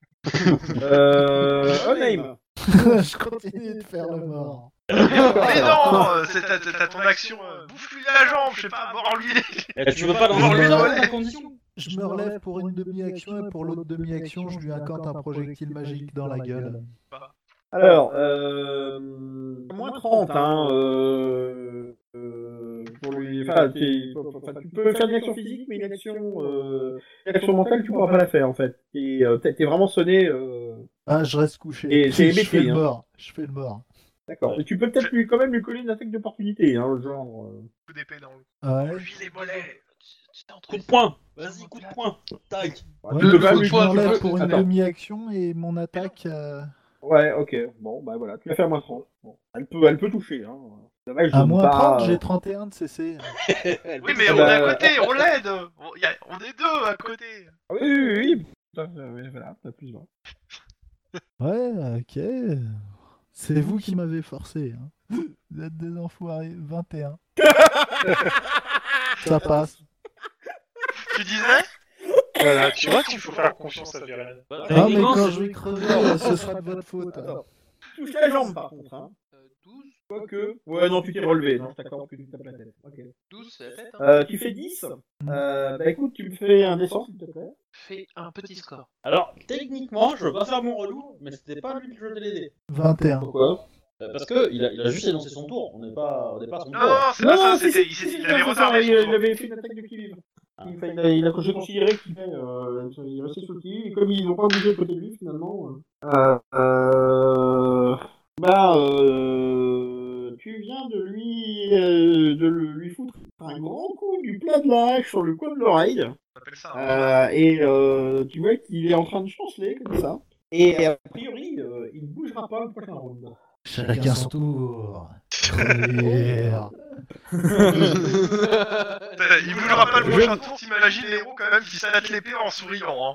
Euh, Onaim. Je continue de faire le mort. Mais non, euh, c'est t'as- t'as ton action. euh, Bouffe-lui la jambe, je sais pas, mord-lui les... Eh, tu veux pas lancer Bon, le lui, dans ouais. ta condition? Je me relève pour une demi-action et pour l'autre demi-action, je lui incante un projectile magique dans la gueule. Alors, euh, moins trente, hein. Euh, euh, pour lui, enfin, t'es- enfin, tu peux faire une action physique, mais une action, euh, une action mentale, tu pourras pas la faire en fait. T'es euh, t'es- t'es vraiment sonné. Euh... Ah, je reste couché. Et c'est je fais hébété, le hein. mort. Je fais le mort. D'accord. Et tu peux peut-être lui, quand même lui coller une attaque d'opportunité, hein, genre. euh. Coup d'épée dans le... Ouais. Lui les mollets. Coup de poing. Vas-y, coup de poing. Tac. Ouais, Ouais, tu il peux faut pas que lui je m'enlève tu peux- pour une Attends. demi-action et mon attaque. euh, Ouais, ok. Bon, bah voilà, tu vas faire moins trente. Bon. Elle peut, elle peut toucher, hein. Dommage de À ne moins pas- trente, j'ai trente et un de C C. Oui, mais Ah on bah, est à côté, on l'aide. On, y a- on est deux à côté. Ah oui, oui, oui, oui. Putain, euh, ouais, voilà, t'as plus vingt. Ouais, ok. C'est vous qui m'avez forcé. Hein. Vous êtes des enfoirés. vingt et un. Ça passe. Tu disais? Voilà, tu vois qu'il faut faire confiance à Véranda. Bah, Ah, mais techniquement, quand c'est- je vais crever, euh, ce sera de votre faute. Attends. Touche la jambe par contre, hein. Euh, douze. Quoique. Ouais, non, tu t'es relevé. Non, je t'accorde que tu tapes la tête. Ok. douze, c'est la tête. Hein. Euh, tu fais dix. Euh, bah écoute, tu me fais un descend s'il te plaît. Fais un petit score. Alors, techniquement, je veux pas faire mon relou, mais c'était pas lui qui jetait les dés. vingt et un. Pourquoi? Euh, Parce que il a, il a juste énoncé son tour, on n'est pas, on n'est pas à son Non, tour. non, c'est Non, pas non, ça, si, c'était, si, il, si, s'est- si, il c'est avait ça, retardé il, son il tour. avait fait une attaque de qui-vive. Il, fait- il a, il a j'ai considéré qu'il fait, euh, il est resté sous le qui, et comme ils n'ont pas bougé de côté de lui finalement. Euh, euh, bah, euh, tu viens de lui, euh, de le- lui foutre un grand coup du plat de la hache sur le coin de l'oreille. On appelle ça un Euh, et euh, tu vois qu'il est en train de chanceler comme ça. Et a priori, euh, il ne bougera pas le prochain round. Chacun son tour. Rire. Euh, Il bougera pas le prochain tour, t'imagines l'héros quand même qui s'attaque l'épée en souriant.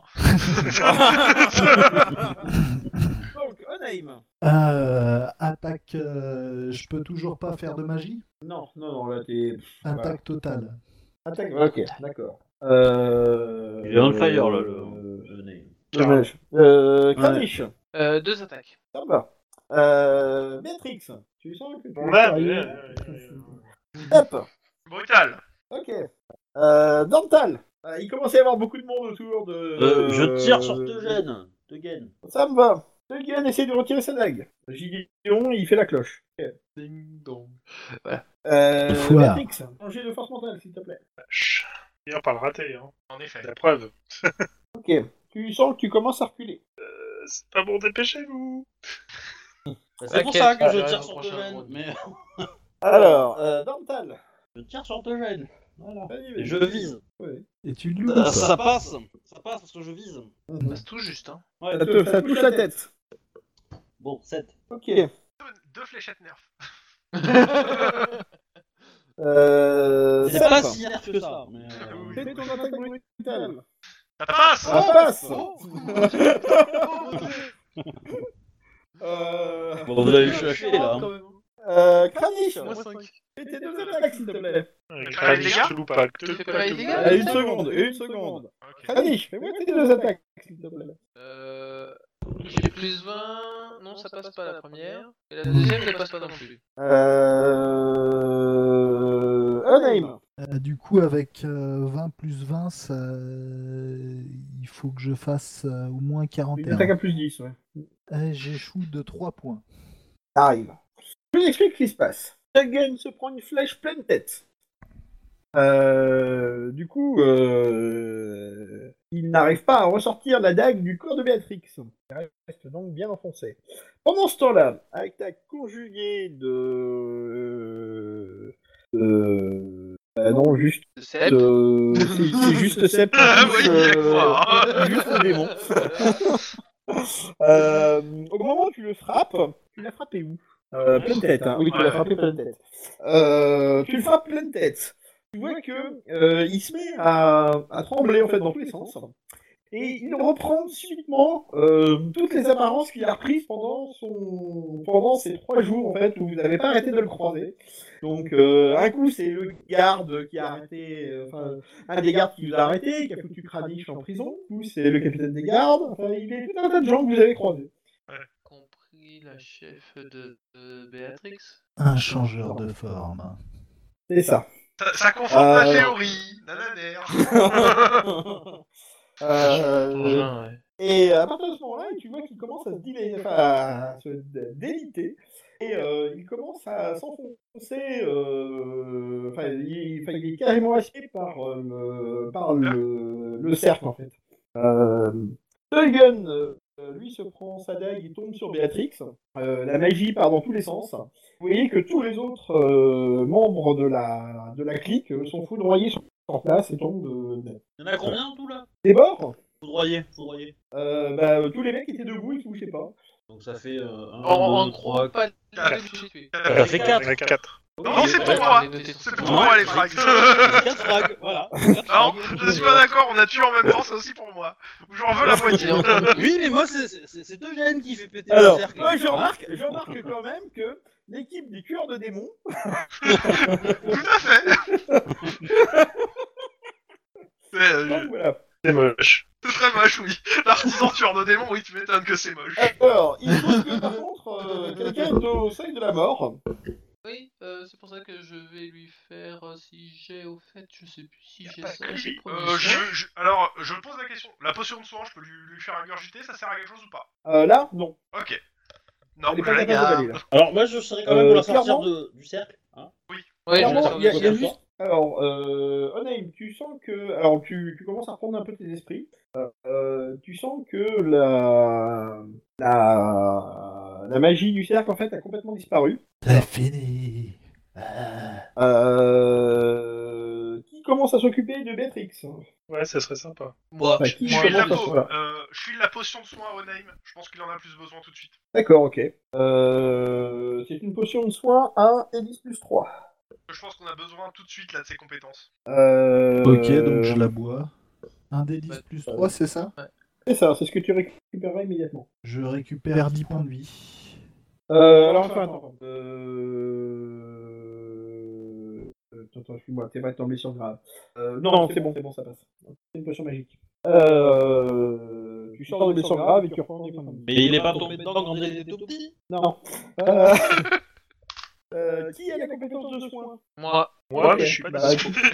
Hein. Donc, Onaim. Euh, attaque. euh, je peux toujours pas faire de magie. Non, non, non, là t'es. Attaque totale. Attaque, ok, d'accord. Euh... Il est on fire là, le, euh, le nez. Dommage. Euh, Kranich, Euh, deux attaques. ça va. Euh, Béatrix, tu sens que tu Mon es âme, arrivé. euh, euh, Hop, Brutal. ok. Euh, Dantal, Euh, il commence à y avoir beaucoup de monde autour de... Euh, je tire sur Teugen. Teugen. Ça me va. Teugen essaie de retirer sa dague. Gideon, il fait la cloche. Ding dong. Voilà. Euh, Foire. Matrix, un jet de force mentale, s'il te plaît. Vache. D'ailleurs, par le raté, hein. En effet. La preuve. Ok. Tu sens que tu commences à reculer. Euh, c'est pas bon, dépêchez-vous. Bah, c'est pour T'inquiète, ça que je j'arrive tire au sur prochain Teugen. round. Mais Alors, euh, Dental. je tire sur Teugen. Voilà. Vas-y, Et vas-y. je vise. Ouais. Et tu le loupes. Ça, ça passe. Ça passe parce que je vise. Mhm. C'est tout juste, hein. Ouais. Ça, te- ça touche la tête. Bon, sept. Ok. Deux, deux fléchettes nerf. Euh, C'est Sep. pas si nerf que ça. Mais, euh, Fais ton attaque brutale. Ça passe. Ça passe. Oh, euh... Bon, vous avez cherché là. hein. quand même. Euh, Kranich. Moins cinq. Fais tes deux attaques, s'il te plaît. Avec pas les Kranich, dégâts je loupe pas. Tu fais Deux pas les plaques de dégâts bois. Allez, une seconde, une seconde. Ok. Kranich, fais-moi tes deux attaques, s'il te plaît. Euh... J'ai plus vingt... Non, ça passe pas la première. Et la deuxième ne passe pas non plus. Euh... Unnamed. Euh, du coup, avec euh, vingt plus vingt, ça... il faut que je fasse euh, au moins Une attaque quarante et un. à plus dix, ouais. Euh, J'échoue de trois points. Arrive. Je vous explique ce qui se passe. Teugen se prend une flèche pleine tête. Euh, du coup, euh, il n'arrive pas à ressortir la dague du corps de Béatrix. Elle reste donc bien enfoncée. Pendant ce temps-là, avec ta conjuguée de... de... Euh, non, juste... Sep. de- C'est c'est juste Sep qui Ah, touche, oui, il y a que euh, moi, hein. juste le démon. Euh, au moment où tu le frappes, tu l'as frappé où euh, Pleine tête, hein. Oui, tu l'as frappé pleine tête. Euh, tu le frappes pleine tête. Tu vois que euh, il se met à, à trembler en fait dans tous les sens. Et il reprend subitement euh, toutes les apparences qu'il a reprises pendant son pendant ces trois jours en fait où vous n'avez pas arrêté de le croiser. Donc euh, un coup c'est le garde qui a arrêté, euh, enfin un des gardes qui vous a arrêté, qui a foutu Kranich en prison. Un coup c'est le capitaine des gardes. Enfin il y a tout un tas de gens que vous avez croisés. Compris la chef de, de Béatrix. Un changeur de forme. C'est ça. Ça, ça conforte ma Euh, théorie. Nananère. Euh, Engin, ouais. Et à partir de ce moment-là, tu vois qu'il commence à se, délai- enfin, à se dé- déliter et euh, il commence à s'enfoncer. euh, Enfin, il, enfin, il est carrément acheté par, euh, le, par le, le cercle en fait. Euh, Teugen, euh, lui, se prend sa dague et tombe sur Béatrix. Euh, la magie part dans tous les sens. Vous voyez que tous les autres euh, membres de la, de la clique euh, sont foudroyés sur sur place et tombent de, de... Il y en a combien en tout là des bords. Foudroyé, foudroyé. Euh, bah, tous les mecs étaient debout, ils ne bougeaient pas. Donc ça fait euh, un, En, en deux, gros, trois, pas quatre. les deux que j'ai tués. Ça fait quatre. Avec quatre. Non, Ok. c'est pour Ouais, moi. on est noté sur C'est ce pour point. moi les frags. quatre frags, voilà. Quatre Non, frags. je suis pas d'accord, on a tué en même temps, c'est aussi pour moi. J'en veux la moitié. Oui, mais moi c'est- c'est c'est Eugène qui fait péter Alors, le cercle. moi, je remarque, je remarque quand même que l'équipe des cœurs de démons, Tout à fait. Mais, euh, donc voilà. C'est moche. c'est très moche, oui. L'artisan tueur de démons, oui, tu m'étonnes que c'est moche. Alors, il faut que par contre, euh, quelqu'un est au seuil de la mort. Oui, euh, c'est pour ça que je vais lui faire, euh, si j'ai au fait, je sais plus si j'ai Bah, ça, j'ai oui, promis euh, ça. je, je- alors, je pose la question. La potion de soin, je peux lui, lui faire ingurgiter, ça sert à quelque chose ou pas? Euh, là, non. Ok. Non, Elle est je pas la capable de garde. balayer, là. Alors moi je serais quand même Euh, pour la sortir clairement- de, du cercle. Hein. Ouais, je vais Clairement, faire il y a, il y a aussi. juste. Alors, euh, Onaim, tu sens que. Alors, tu, tu commences à reprendre un peu tes esprits. Euh, euh, tu sens que la. La. La magie du cercle, en fait, a complètement disparu. C'est fini. Ah. Euh... Qui commence à s'occuper de Béatrix? Ouais, ça serait sympa. Moi, Enfin, qui Je moi, suis, la commence à po- voilà. euh, je suis la potion de soin à Onaim. Je pense qu'il en a plus besoin tout de suite. D'accord, ok. Euh... C'est une potion de soin un et dix plus trois. Je pense qu'on a besoin tout de suite là de ses compétences. Euh... Ok, donc je la bois. Un D dix Bah, plus trois, c'est ça? C'est ça, c'est ce que tu récupéreras immédiatement. Je récupère dix points de vie. Euh... Alors, enfin, attends. Euh... Attends, attends, excuse-moi, t'es pas tombé sur grave. Euh... Non, c'est bon, c'est bon, ça passe. C'est une potion magique. Euh... Tu sors de blessure grave et tu reprends des points de vie. Mais il est pas tombé dedans quand il était tout petit. Non. Euh... euh, Qui a la compétence de soin? moi, Moi, Ok, mais je suis pas bah, dispo.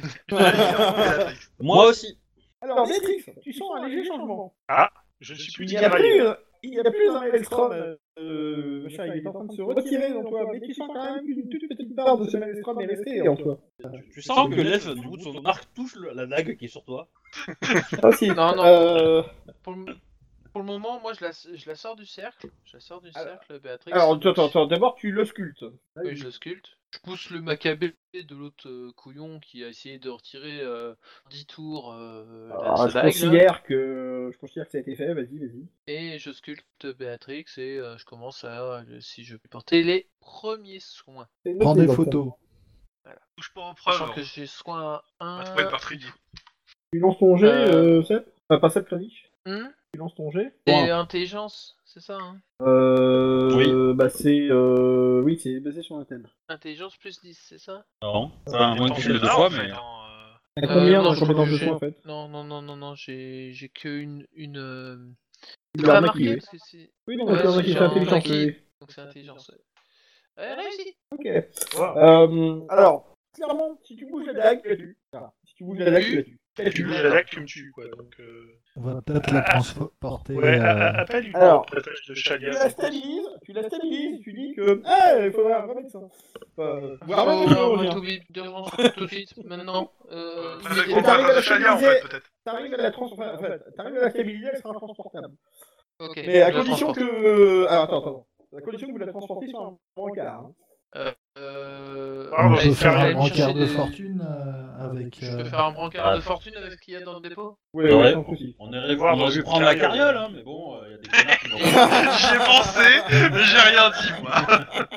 Moi aussi. Alors, Béatrix, tu sens un léger changement. Je ne suis plus Il n'y a tiraillé. plus, euh, il y a plus un maelstrom. Euh, euh, machin, il est en train de se retirer dans toi, mais tu sens quand même qu'une toute petite part de ce maelstrom est restée en toi. Tu, tu sens que l'elfe, du bout de son arc, touche le- la dague qui est sur toi. Ah si. Non, non. Euh... Pour le, pour le moment, moi, je la, je la sors du cercle. Je la sors du Alors- cercle, Béatrix. Alors, attends, attends, attends, d'abord tu l'auscultes. Oui, je le sculpte. Je pousse le macabé de l'autre euh, couillon qui a essayé de retirer euh, dix tours euh, la, Alors, sa je dague, là. considère que je considère que ça a été fait. Vas-y, vas-y. Et je sculpte Béatrix et euh, je commence à, euh, si je peux porter les premiers soins. Prends des photos. Touche pas aux preuves. Sachant que j'ai soin On un. va trouver le meurtrier. Tu lances ton jet, Euh, euh, Seth Enfin, pas Seth crédit. Hmm Tu lances ton jet. Et intelligence, c'est ça, hein? Euh... Oui. Bah c'est... Euh... Oui, c'est basé sur un thème. Intelligence plus dix, c'est ça? Non, ça va moins que Tant deux que fois, ça, en mais. fait, hein, euh. T'as Euh, combien non, dans la je- compétence de j'ai- soin en fait? Non, non, non, non, non, j'ai j'ai que une. une euh... Tu C'est l'as pas remarqué, marqué oui. parce que c'est. Oui, non, Ouais, d'accord, c'est ok, c'est genre intelligence, acquis. oui, oui. Donc c'est intelligence. Ouais. Ouais, réussi! Ok. Euh, alors, clairement, si tu bouges la dague, tu la tues. Voilà. Si tu bouges la dague, tu la tues. Tu la Tu tues. bouges la dague, tu me tues, quoi. Donc, euh... On va peut-être la transporter. Ouais, euh, a- a- appelle une Alors, attache de Tu Chalia. la stabilises, tu la stabilises, tu dis que... Eh, il faudrait un vrai médecin. Euh, voire même un Oh, chirurgien. tout vite, d'urgence, tout de suite, maintenant. Euh, Avec Et quoi, t'arrives à de la Chalia, en stabiliser. fait, peut-être. T'arrives à la trans- enfin, en fait, t'arrives à la stabiliser, elle sera transportable. Ok. Mais à je la condition transporte. que... Alors, attends, attends. À condition que vous la transportiez sur un brancard. Hein. Euh, euh, Ah, On bah, peut allez, faire allez un me brancard chercher de des- fortune euh, avec. Je peux euh, faire un brancard Ah. de fortune avec ce qu'il y a dans le dépôt? Ouais, Ouais, ouais, sans souci. On aurait, Voir on aurait dans pu une prendre la carriole. carriole, hein, mais bon, il y a des connards qui vont. J'y ai pensé, mais j'ai rien dit, moi.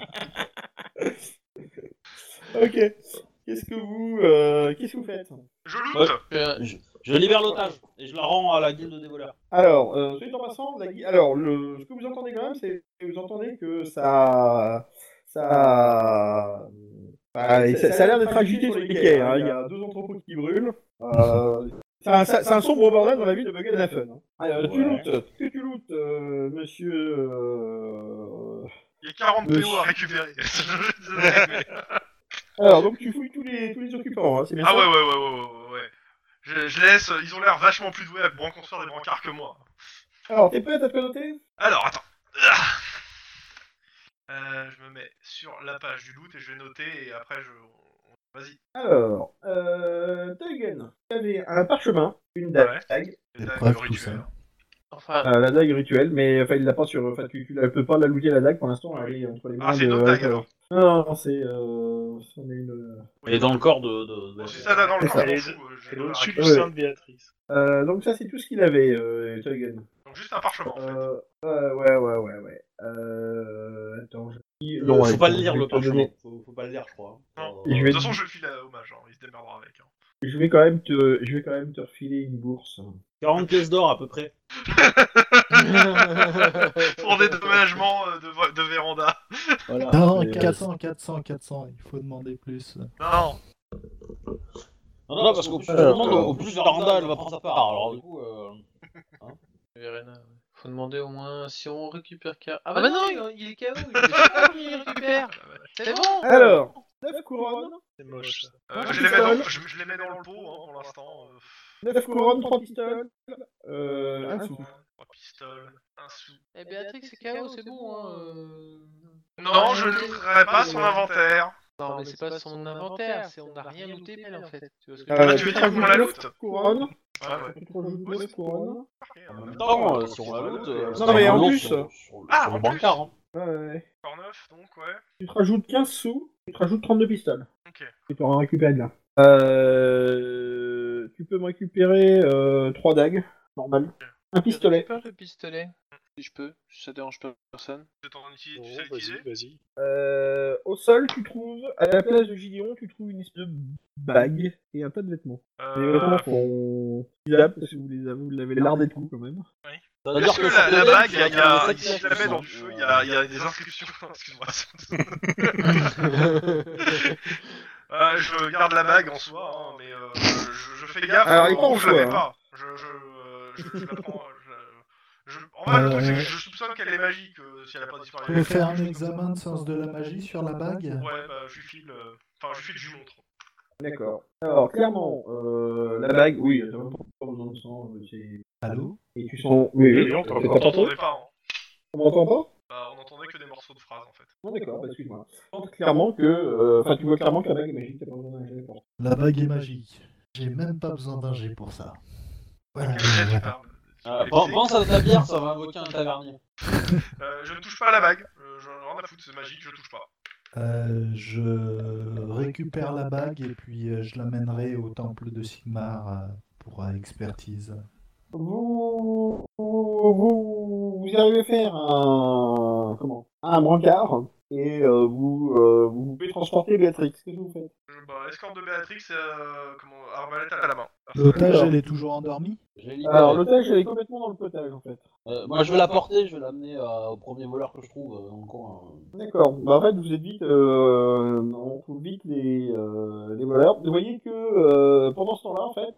Ok. Qu'est-ce que vous... Euh... Qu'est-ce que vous faites? Je loot. Euh, Je, je libère l'otage et je la rends à la guilde des voleurs. Alors, euh, suite en passant, la gui- alors le... ce que vous entendez quand même, c'est que vous entendez que ça... Ça... Bah, ça, ça a l'air d'être agité sur les quais, hein. Il y a deux entrepôts qui brûlent. Euh... C'est un, c'est un sombre bordel dans la ville de Buggenhafen. Hein. Alors, tu Ouais. lootes, que tu lootes, euh, monsieur... Euh... Il y a quarante P O Monsieur- à récupérer. Désolé, mais- Alors, donc tu fouilles tous les, tous les occupants, hein, c'est bien Ah ça? ouais, ouais, ouais, ouais, ouais, ouais. Je, je laisse, ils ont l'air vachement plus doués à bran- construire des brancards que moi. Alors, t'es prêt à te noter? Alors, attends. Ah. Euh, je me mets sur la page du loot et je vais noter et après je... on- Vas-y. Alors, euh... Teugen, tu avais un parchemin, une dague, Les Des dagues preuves, tout rituelles. ça. Enfin, euh, la dague rituelle, mais enfin il l'a pas sur... Enfin tu, tu la, peux pas la looter la dague pour l'instant, elle est entre les mains Ah, c'est de... une autre dague euh, alors. Non, non, non, c'est... Euh... c'en est une... Elle est dans le corps de. de, de- Bon, c'est ça là dans le C'est corps, ça. je m'en Elle fous, euh, je est dois la au-dessus du récupérer. Ouais. sein de Béatrice. Euh, donc ça c'est tout ce qu'il avait, euh, Teugen. Donc juste un parchemin en fait. Euh... euh, ouais, ouais, ouais, ouais. Euh... Attends, je... Euh, Non, faut ouais, pas le je lire vais le te donner- parchemin. Faut, faut pas le lire, je crois. Non. Euh, Je De vais toute te- façon, je le file à hommage, hein. Il se démerdera avec. Hein. Je vais quand même te... Je vais quand même te refiler une bourse. quarante pièces d'or à peu près. Pour dédommagement euh, de, vo- de véranda. Voilà. Non, Et, euh, quatre cents, quatre cents, quatre cents, il faut demander plus. Non. Non, non, parce qu'au plus, Alors, tout le monde, au plus Véranda, elle va prendre sa part. Alors du coup. Euh... Verena, ouais. Faut demander au moins si on récupère K O. Ah bah non, il, il est K O, il est pas il récupère. C'est bon. Alors, neuf couronnes, C'est moche, ça. Euh, Un je, les mets dans, pistolet. je, je les mets dans le pot hein, pour l'instant. neuf couronnes, trois pistoles, euh, un sou. Trois pistoles, un sou. Eh Béatrix, c'est K O, c'est bon. Hein. euh. Non, je ne looterai pas son inventaire. Non, mais c'est pas son inventaire, c'est on n'a rien looté elle en fait. Tu vois ce que Euh, je Ah, veux tu veux dire dire qu'on la loot? Couronnes, Ouais, ouais. tu te rajoutes neuf couronnes. En même temps, euh, si on la loot. euh, Non, ça mais va en lourd plus- sur, sur, Ah, sur en le brancard. Hein. Ouais, ouais. Encore neuf, donc, ouais. Tu te rajoutes quinze sous, tu te rajoutes trente-deux pistoles. Ok. Et tu auras récupéré de là. Euh, tu peux me récupérer euh, trois dagues, normal. Un pistolet. Récupère le pistolet, si je peux, ça dérange pas personne. Tu t'en utilises, tu Bon, sais vas-y, l'utiliser? vas-y. Euh, au sol, tu trouves, à la place de Gideon, tu trouves une espèce de bague et un tas de vêtements. Les Euh... vêtements sont utilisables parce que vous les avez, vous l'avez lardé tout quand même. Ça veut Est-ce dire que sur la, le la délai, bague, tu il y a, vas il y a- prendre si je la mets dans le feu, il y a, il y a des inscriptions. Excuse-moi. Euh, je garde la bague en soi, hein, mais euh, je, je fais gaffe. Alors, elle est pas en je la mets soi, pas. Je, je, euh, je, je la prends. Je, je- En vrai, le truc, c'est que je soupçonne qu'elle est magique euh, si elle a pas disparu. Tu peux faire un examen de sens de la magie sur la bague? Ouais, bah, je lui file. euh, Enfin, je lui file, je lui montre. D'accord. Alors, clairement, euh, la bague, oui, t'as même pas besoin de sang, euh, c'est... Allô? Et tu sens... Oui, Oui, oui, oui, on t'as- t'entend. t'as On entendu n'entendait pas, hein. On m'entend pas? Bah, on entendait que des morceaux de phrases en fait. Non, d'accord, bah, excuse-moi. Tu sens clairement que... euh, Enfin, tu vois clairement que la bague est magique, t'as pas besoin d'un jet pour ça. La bague est magique. J'ai même pas besoin d'un jet pour ça. Voilà, Quel voilà, jet tu voilà. parles Euh, Tu- pen- tu- pense à ta bière, ça va invoquer un tavernier. Euh, Je ne touche pas à la bague. Euh, J'en ai rien à foutre, c'est magique, je touche pas. Euh, je récupère la bague et puis euh, je l'amènerai au temple de Sigmar euh, pour euh, expertise. Vous... Vous... Vous arrivez à faire un... Comment? Un brancard, et euh, vous, euh, vous pouvez transporter Béatrix. Qu'est-ce que vous faites? Euh, bah, escorte de Béatrix, euh, comment, arbalète à la main. L'otage, elle est toujours endormie? Je l'ai libéré. Alors, l'otage, elle est complètement dans le potage, en fait. Euh, moi, je vais la porter, je vais l'amener euh, au premier voleur que je trouve euh, dans le coin. euh. D'accord. Bah, en fait, vous êtes vite... Euh... On trouve vite les, euh, les voleurs. Vous voyez que euh, pendant ce temps-là, en fait...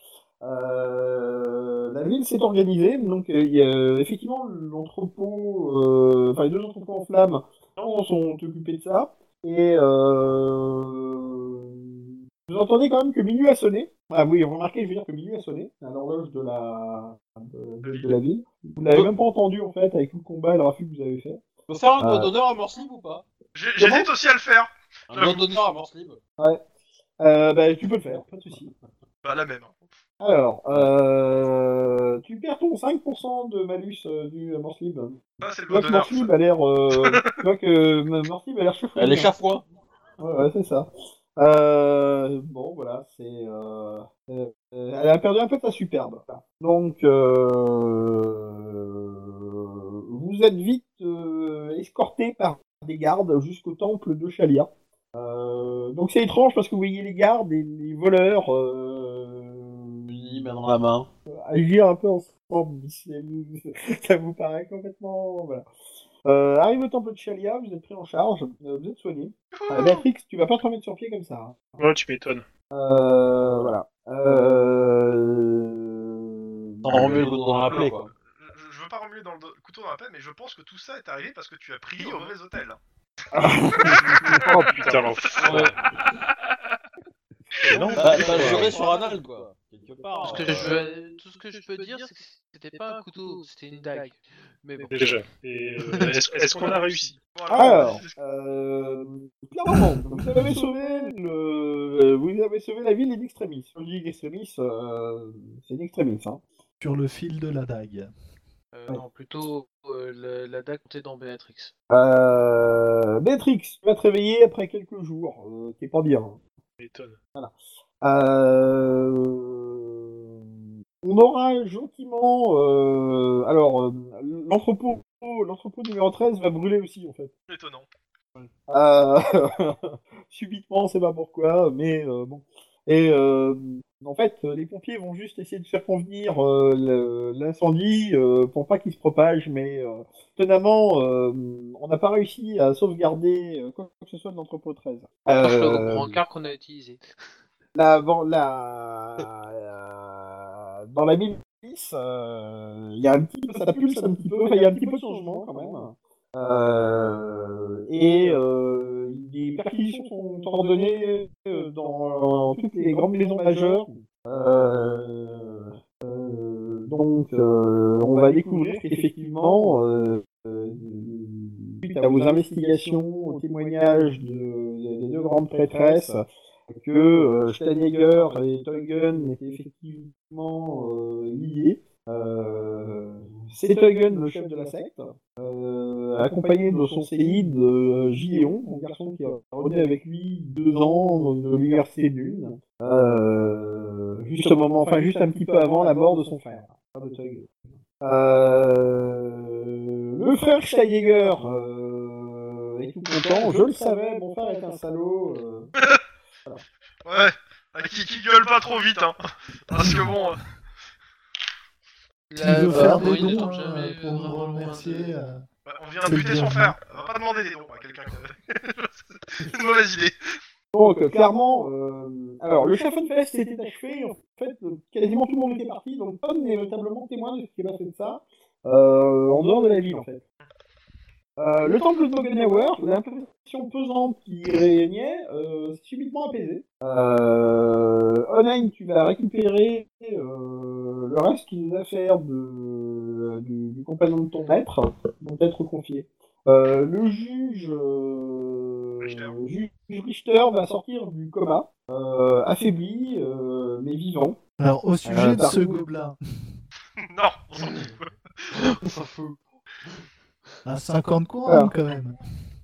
Euh, la ville s'est organisée, donc euh, il y a, effectivement l'entrepôt, euh, enfin les deux entrepôts en flammes sont, sont occupés de ça, et euh, vous entendez quand même que minuit a sonné. Ah oui, remarquez, je veux dire que minuit a sonné à l'horloge de la, de, de- de la ville. Vous l'avez même pas entendu en fait avec tout le combat et le raffut que vous avez fait. Faut faire un doigt Euh. d'honneur à Morslib ou pas? J'ai- J'hésite aussi à le faire. Un doigt d'honneur à Morslib. Euh, bah tu peux le faire, pas de souci. Bah, la même. hein. Alors, euh, tu perds ton cinq pour cent de malus euh, du Morslib. Ça, c'est le Tu vois mot que d'honneur. Morslib a l'air, euh, tu vois que Morslib a l'air chauffé. Elle est chafouin. Ouais, ouais, c'est ça. Euh, bon, voilà, c'est. Euh, euh, elle a perdu un peu de sa superbe. Donc, euh, vous êtes vite euh, escorté par des gardes jusqu'au temple de Chalia. Euh, donc c'est étrange parce que vous voyez les gardes et les voleurs euh, Unis, main dans la main. agir un peu ensemble. C'est- Ça vous paraît complètement. Voilà. Euh, arrive au temple de Chalia, vous êtes pris en charge, euh, vous êtes soigné. Euh, Béatrix, tu vas pas te remettre sur pied comme ça. hein. Ouais, tu m'étonnes. Euh, voilà. Euh... Sans remuer le couteau dans la plaie, quoi. Je, je veux pas remuer dans le do- couteau dans la plaie, mais je pense que tout ça est arrivé parce que tu as pris au mauvais hôtel. Oh putain, l'enfer. Ouais. Et non, T'as t'as juré sur Anal, quoi. Quelque part. Tout ce que euh, je veux- tout ce que je peux dire, c'est que c'était pas un couteau, c'était une dague. Mais bon. déjà. Et euh, est-ce est-ce qu'on a réussi? Voilà. Alors, euh, clairement, vous avez sauvé le, vous avez sauvé la ville in extremis. On dit in extremis, euh, c'est in extremis, hein. Sur le fil de la dague. Euh, non, plutôt euh, la, la dague était dans Béatrix. Euh, Béatrix, tu vas te réveiller après quelques jours, euh, t'es pas bien. M'étonne. Euh, on aura gentiment, euh, alors, euh, l'entrepôt, l'entrepôt numéro treize va brûler aussi, en fait. Étonnant. Euh, subitement, c'est pas pourquoi, mais euh, bon. Et euh, en fait, les pompiers vont juste essayer de faire convenir euh, le- l'incendie euh, pour pas qu'il se propage, mais euh, étonnamment, euh, on n'a pas réussi à sauvegarder euh, quoi que ce soit de l'entrepôt treize. Sauf le Euh, brancard qu'on a utilisé. la, bon, la, la- dans la milice, euh, il y a un petit peu, ça pulse un petit peu, enfin, il y a un petit peu de changement quand même. Euh, et euh, les perquisitions sont ordonnées euh, dans, dans toutes les grandes maisons majeures. Euh, euh, donc, euh, on va découvrir qu'effectivement, euh, euh, suite à vos investigations, aux témoignages de- des deux grandes prêtresses, que euh, Steinegger et Teugen étaient effectivement euh, liés. Euh, c'est Teugen, le chef de la secte, euh, accompagné de son séide euh, Gideon, un garçon qui a revenu avec lui deux ans de l'université de Lune, euh, juste au moment, enfin juste un petit peu avant la mort de son frère, de Teugen. Euh, le frère Steinegger euh, est tout content. Je le savais, mon frère est un salaud. Euh, Ouais, euh, qui, qui gueule pas trop vite, hein. Parce que bon. euh, Qui La- veut bah, faire oui, des ne dons tombe euh, jamais pour me vraiment loin remercier de- euh, bah, on vient C'est de buter le son bienvenu. frère. On va pas demander des dons à quelqu'un qui. C'est une mauvaise idée. Donc, euh, clairement, euh, alors le Schaffenfest s'était achevé, en fait, euh, quasiment tout le monde était parti, donc Tom est notablement témoin de ce qui est passé de ça, euh, en dehors de la ville, en fait. Euh, le temple de Bogenauer, l'impression pesante qui régnait, euh, s'est subitement apaisée. Euh, Onain, tu vas récupérer euh, le reste des affaires de, du, du compagnon de ton maître, qui vont être confiés. Euh, le juge, euh, Richter. juge Richter va sortir du coma, euh, affaibli, euh, mais vivant. Alors, au sujet Euh, de par ce contre- gobelin, Non, on s'en fout. On s'en fout. à cinquante couronnes Alors. quand même.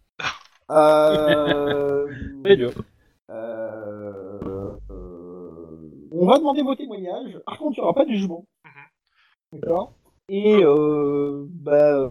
Euh, Très dur. euh, euh, on va demander vos témoignages. Par contre, il n'y aura pas de jugement. D'accord. Et euh, bah,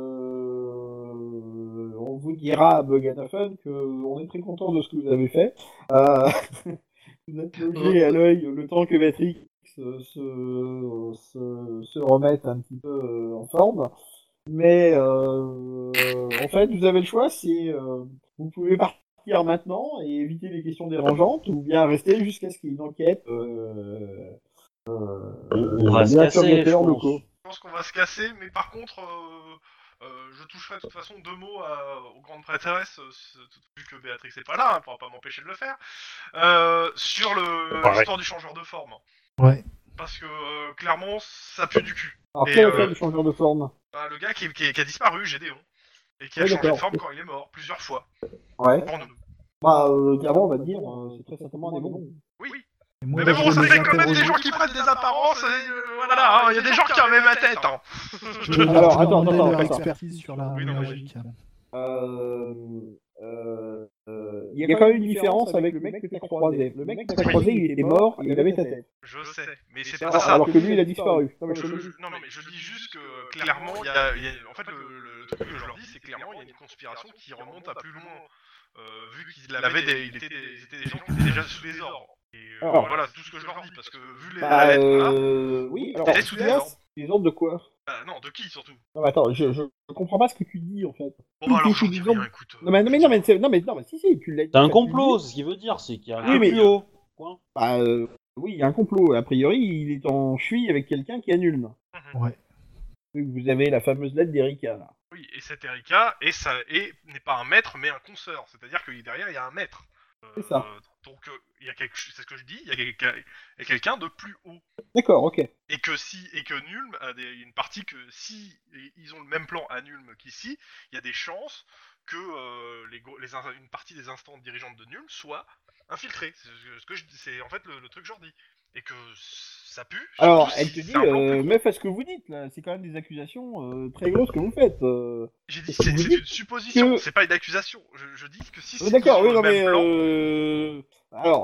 euh, on vous dira à Bugatafen qu'on est très content de ce que vous avez fait. Euh, vous êtes logé à l'œil le temps que Matrix se, se, se, se remette un petit peu euh, en forme. Mais euh, en fait, vous avez le choix, c'est euh, vous pouvez partir maintenant et éviter les questions dérangeantes, ou bien rester jusqu'à ce qu'il y ait une enquête. Euh, euh, On va des se casser, je interrogateurs pense. locaux. Je pense qu'on va se casser, mais par contre, euh, euh, je toucherai de toute façon deux mots à, aux grandes prêtresses, euh, vu que Béatrix n'est pas là, elle ne pourra pas m'empêcher de le faire, euh, sur le- Pareil. l'histoire du changeur de forme. Ouais. Parce que euh, clairement, ça pue du cul. Alors, Et, quel euh, affaire du changeur de forme? Bah, le gars qui, qui- qui a disparu, Gédéon, et qui a Ouais, changé de d'accord. forme quand il est mort, plusieurs fois, Ouais. pour nous. Bah, euh, clairement, on va te dire, euh, c'est très certainement un démon. Oui, oui. Et moi, Mais je bon, vais ça les fait quand même des interroger. gens qui prennent des apparences, et euh, voilà, hein, il y a des gens qui ont même la tête. Hein. Je vais leur Alors, attends, demander attends, leur attends. expertise sur l'arme Oui, non, mais- magique. Euh, euh, euh, il y a quand même une différence avec le mec que t'as croisé. Le mec que t'as croisé, il était mort, il avait ta tête. Je sais, mais c'est Alors, pas ça. alors que lui, il a disparu. Non, mais Je- je te le je- dis. non mais je dis juste que clairement, il y a, il y a- en fait, le, le truc que je leur dis, c'est clairement, il y a une conspiration qui remonte à plus loin, euh, vu qu'ils avaient des, il était des, ils étaient des gens qui étaient déjà sous des ordres. Et euh, Alors. voilà, c'est tout ce que je leur dis, parce que vu les, Bah, la lettre là, euh, oui, alors, T'es sous des Elias, ordres. les ordres de quoi? bah, non, de qui surtout? Non, mais attends, je, je, je comprends pas ce que tu dis, en fait. Bon bah alors Tout j'en est dis sous rien, ordres. écoute. Non, mais, non, mais, non, mais, c'est- non, mais, non, mais si, si, tu l'as dit. C'est un ça, tu complot, le dis. c'est ce qui veut dire, c'est qu'il y a un Oui, truc mais- plus haut. Point. Bah, euh, oui, il y a un complot. A priori, il est en chui avec quelqu'un qui annule. Mhm. Ouais. Vu que vous avez la fameuse lettre d'Erika, là. Oui, et cet Erika, et ça, et n'est pas un maître, mais un consoeur. C'est-à-dire que derrière, il y a un maître. Euh, C'est ça. Donc, euh, il y a quelque, c'est ce que je dis, il y a quelqu'un, il y a quelqu'un de plus haut. D'accord, ok. Et que si, et que Nulm a des, une partie que si ils ont le même plan à Nulm qu'ici, il y a des chances que euh, les, gros- les, in- une partie des instances dirigeantes de Nulm soit infiltrée. C'est ce que- ce que je dis, c'est en fait le, le truc que je leur dis. Et que ça pue. Alors, surtout elle si te dit, c'est un plan plus euh, gros. meuf, à ce que vous dites, là, c'est quand même des accusations euh, très grosses que vous faites. Euh... J'ai dit est-ce que c'est vous c'est dites une supposition, que- c'est pas une accusation. Je, je dis que si Euh, c'est D'accord, ils ont oui, le non, même mais... plan, Euh... Alors,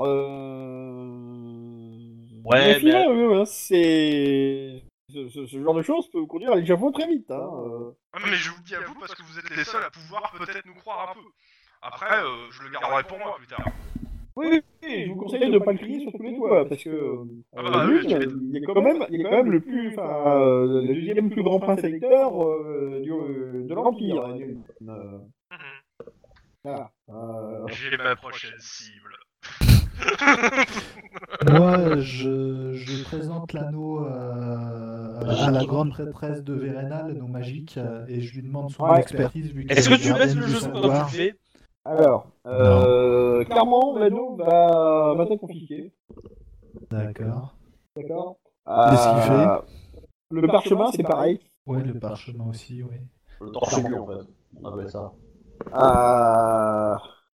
euh... Ouais, Vérifiez, mais- ouais, ouais, c'est... Ce, ce- ce genre de choses peut vous conduire à l'échafaud très vite. Hein. euh. Ah, mais je vous le dis à vous parce que vous êtes les seuls à pouvoir peut-être nous croire un peu. Après, euh, je le garderai pour moi plus tard. Oui, oui, oui, je vous conseille de ne pas le crier sur tous les toits, parce que euh, Ah bah, lui, oui, tu m'étonnes. il y a quand même, il y a quand même le plus, enfin, euh, le deuxième plus grand prince électeur euh, du, euh, de l'Empire. hein, Nul. Euh, Mhm. voilà. Euh, J'ai ma prochaine cible. Moi, je, je présente l'anneau euh, à la grande prêtresse de Verena, l'anneau magique, euh, et je lui demande son Ouais. expertise. Vu Est-ce qu'elle que est tu laisses gardienne le du jeu comme tu savoir. le fais? alors, euh, clairement, l'anneau va, va être confisqué. D'accord. D'accord. Qu'est-ce qu'il fait Le parchemin, c'est pareil. Ouais, le parchemin aussi, oui. Le torche-cul, en fait. On appelle ça. Euh...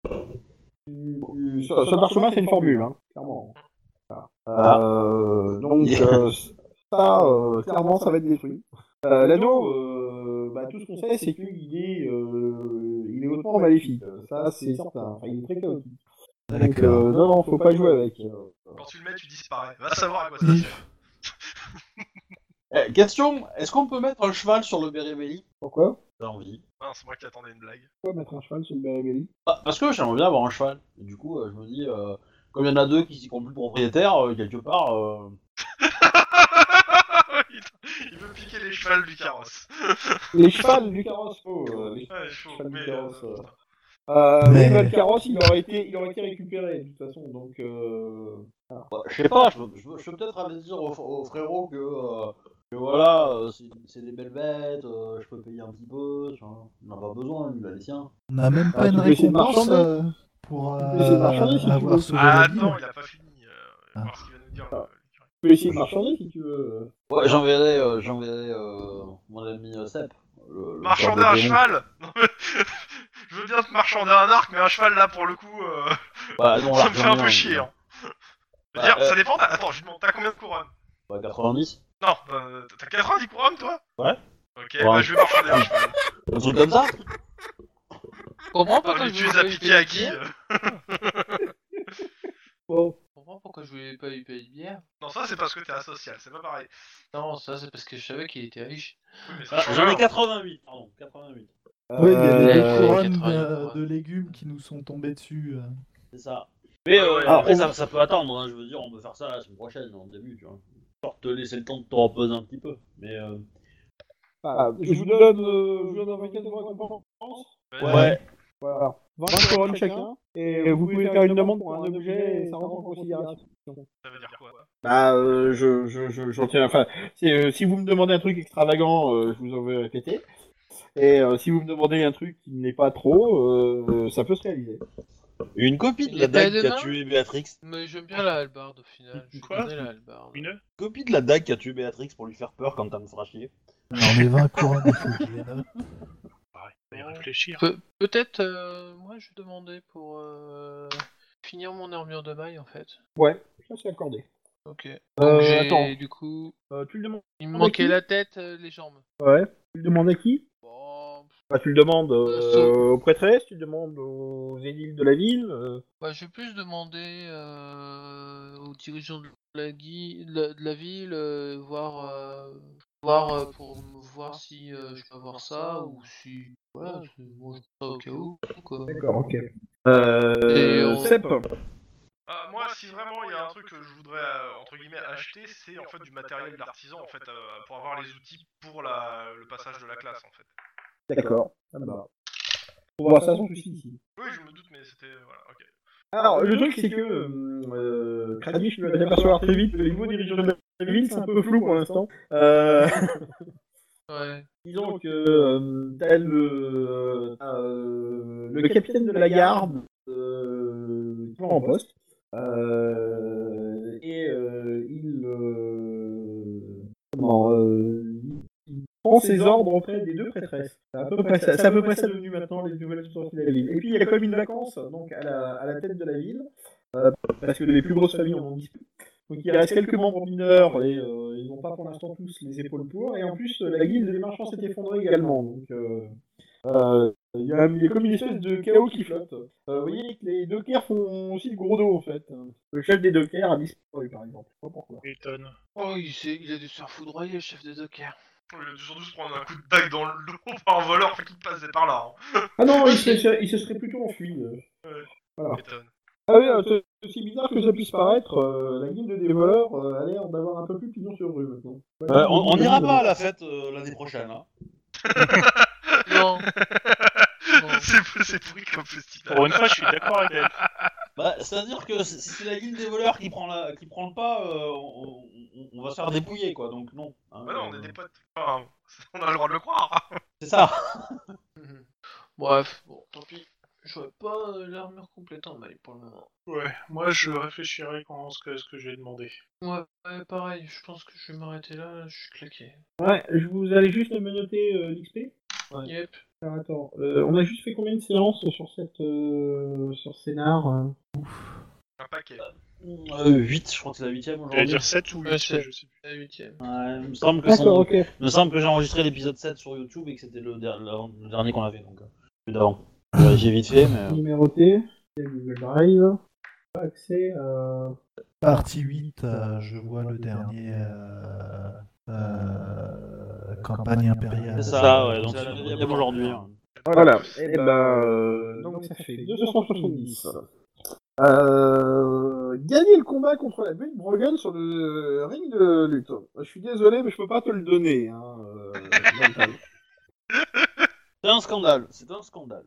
Ce, ce parchemin, c'est une formule, hein, clairement. Voilà. Euh, donc, euh, ça, euh, clairement, ça va être détruit. Euh, L'anneau, euh, bah, tout ce qu'on sait, c'est qu'il est, euh, il est hautement maléfique. Ça, c'est certain. Enfin, il est très chaotique. Donc, D'accord. euh, non, non, faut pas jouer avec. Quand tu le mets, tu disparais. Va savoir à quoi ça sert. If. Eh, question, est-ce qu'on peut mettre un cheval sur le Bérébéli? Pourquoi J'ai envie. Ah, c'est moi qui attendais une blague. Pourquoi mettre un cheval sur le Bérébéli? Ah, parce que j'aimerais bien avoir un cheval. Et du coup, euh, je me dis, euh, comme il y en a deux qui s'y sont plus propriétaires, euh, quelque part... Euh... Il veut piquer les chevals du carrosse. Les chevals du carrosse, oh, euh, les Ouais, chaud, chevals mais, du carrosse. euh, euh. putain. Euh, Mais- mais le carrosse, il aurait été, il aurait été récupéré de toute façon, donc. Euh... bah, je sais pas, je peux, je peux- je peux peut-être aller dire au, au frérot que, euh, Que voilà, euh, c'est, c'est des belles bêtes, euh, je peux payer un petit peu, tu vois. On n'a pas besoin, il a les siens. On n'a même pas Ah, une tu peux essayer de récompense marchander. euh, pour Tu peux essayer de euh, marchander si tu avoir veux. sauvé Ah, la ville. attends, il a pas fini. Euh, Ah. voir ce qu'il va nous dire. Ah. euh, Tu peux essayer de marchander si tu veux. Ouais, j'enverrai, euh, j'enverrai euh, mon ami euh, Sep. Le, le Marchander joueur un de démon. cheval. Non, mais- Je veux bien te marchander un arc, mais un cheval là pour le coup, euh, Bah non, ça me fait un largement, peu chier. Hein. Je veux Bah, dire, euh, ça dépend. t'as- Attends, je lui demande, t'as combien de couronnes? Bah quatre-vingt-dix. Non, bah, t'as quatre-vingt-dix couronnes toi? Ouais. Ok, Ouais. bah je vais marchander un cheval. Un truc comme ça. Je comprends pas Ah, quand mais je tu voulais les as pas lui piqués payer à de qui? bière. euh Bon. Je comprends pourquoi je voulais pas lui payer de bière. Non, ça c'est parce que t'es asocial, c'est pas pareil. Non, ça c'est parce que je savais qu'il était riche. Oui, mais ça Ah, change j'en ai rien. quatre-vingt-huit, pardon, quatre-vingt-huit. Oui, il y a des Euh, couronnes quatre-vingts de, couronnes. de légumes qui nous sont tombés dessus. euh. C'est ça. Mais euh, Ouais, après, on- ça, ça peut attendre, hein, je veux dire, on peut faire ça la semaine prochaine, en début, tu vois. Pour te laisser le temps de te reposer un petit peu. Mais euh... Ah, je vous donne, euh, je vous donne un week-end de récompense. Ouais. Voilà. vingt couronnes chacun. Et vous pouvez faire une demande pour un objet et ça rentre en considération. Ça veut dire quoi? Bah, euh, je, je, je, j'en tiens. Enfin, si, euh, si vous me demandez un truc extravagant, euh, je vous en vais répéter. Et euh, si vous me demandez un truc qui n'est pas trop, euh, ça peut se réaliser. Une copie de Il la est pas dague qui a demain tué Béatrix. Mais j'aime bien la hallebarde au final. Je vais Quoi donner la hallebarde. Une Copie de la dague qui a tué Béatrix pour lui faire peur quand elle me fera chier. J'en ai vingt couronnes, il faut que je les note. Pareil, faut y réfléchir. Pe- Peut-être, euh, moi je vais demander pour euh, finir mon armure de maille en fait. Ouais, ça c'est accordé. Ok. Euh, Donc j'ai attends. du coup, Euh, tu le demandes. il me Demande à manquait qui la tête, euh, les jambes. Ouais. Tu le demandes à qui? Bon, Bah, tu le demandes euh, Euh, sauf- aux prêtresses, tu le demandes aux édiles de la ville. euh. bah, je vais plus demander euh, aux dirigeants de la, gui- de la, de la ville, euh, voir, euh, voir euh, pour me voir si euh, je peux avoir ça ou si voilà, c'est- moi je fais ça au cas où quoi. D'accord, ok. Euh, Et on- Sep. Ah, moi, si vraiment il y a un truc que je voudrais euh, entre guillemets acheter, c'est en fait du matériel d'artisan en fait euh, pour avoir les outils pour la, le passage de la classe en fait. D'accord. Ça me va. Pour voir ça sans souci ici. Oui, je me doute, mais c'était voilà, ok. Alors, le truc, c'est que euh, Kranich, tu vas t'apercevoir très vite que le niveau dirigeant de la ville, c'est un peu flou pour l'instant. Euh, Ouais. disons que euh, t'as le, t'as, euh, le capitaine de la garde euh, qui est en poste. Euh, et euh, il, euh, comment, euh, il prend ses ordres auprès des deux prêtresses. C'est à peu près ça, c'est à peu près ça devenu maintenant les nouvelles autorités de la ville. Et puis il y a comme une vacance donc à la, à la tête de la ville, euh, parce que les plus grosses familles en ont disparu. Donc il reste quelques membres mineurs et euh, ils n'ont pas pour l'instant tous les épaules pour. Et en plus la guilde des marchands s'est effondrée également. Donc euh, euh, il y, a, il y a comme une espèce de chaos qui flotte. Euh, vous voyez que les dockers font aussi le gros dos en fait. Le chef des dockers a disparu par exemple. Je sais pas pourquoi. Étonne. Oh, il, s'est- il a dû se faire foudroyer, le chef des dockers. Il a dû surtout se prendre un coup de dague dans le dos par un voleur qui passait par là. Hein. Ah non, il se, il se serait plutôt enfui. euh. Ouais. Voilà. Étonne. Ah oui, euh, c'est aussi bizarre que ça puisse paraître, euh, la guilde des voleurs euh, a l'air d'avoir un peu plus pignon sur rue maintenant. Ouais, Euh, on on euh, n'ira pas à la fête euh, l'année prochaine. Hein. Non. c'est c'est pourri comme festival. Pour une fois, je suis d'accord avec elle. Bah, c'est-à-dire que si c'est la guilde des voleurs qui prend, la, qui prend le pas, euh, on, on- on va se faire dépouiller, quoi, donc non. Hein, Bah non, on euh, est des potes. Enfin, on a le droit de le croire. C'est ça. Mhm. Bref, bon, tant pis. J'aurais pas euh, l'armure complète en maille pour le moment. Ouais, moi je réfléchirai quand ce que, ce que j'ai demandé. Ouais, ouais, pareil, je pense que je vais m'arrêter là, je suis claqué. Ouais, je vous allez juste me noter euh, l'X P. Ouais. Yep. Alors, attends, euh, on a juste fait combien de séances sur cette euh, sur Scénar euh Un paquet. Euh, huit, je crois que c'est la huitième J'allais aujourd'hui. dire sept ou Ouais, huit, c'est- je sais plus. La huitième. Ouais, il me semble que, D'accord, son- ok. il me semble que j'ai enregistré l'épisode sept sur YouTube et que c'était le, der- le- le dernier qu'on avait, donc euh, celui d'avant. J'ai vite fait, mais... euh, Numéroté, Google Drive, accès à... Partie huit, euh, je vois le dernier euh, euh, campagne impériale. C'est ça, ouais, donc c'est la neuvième aujourd'hui. hein. Voilà, et ben, euh, donc ça fait deux cent soixante-dix. Euh, gagner le combat contre la butte Brogan sur le ring de lutte. Je suis désolé, mais je peux pas te le donner. Hein, euh, Mental. C'est un scandale, c'est un scandale.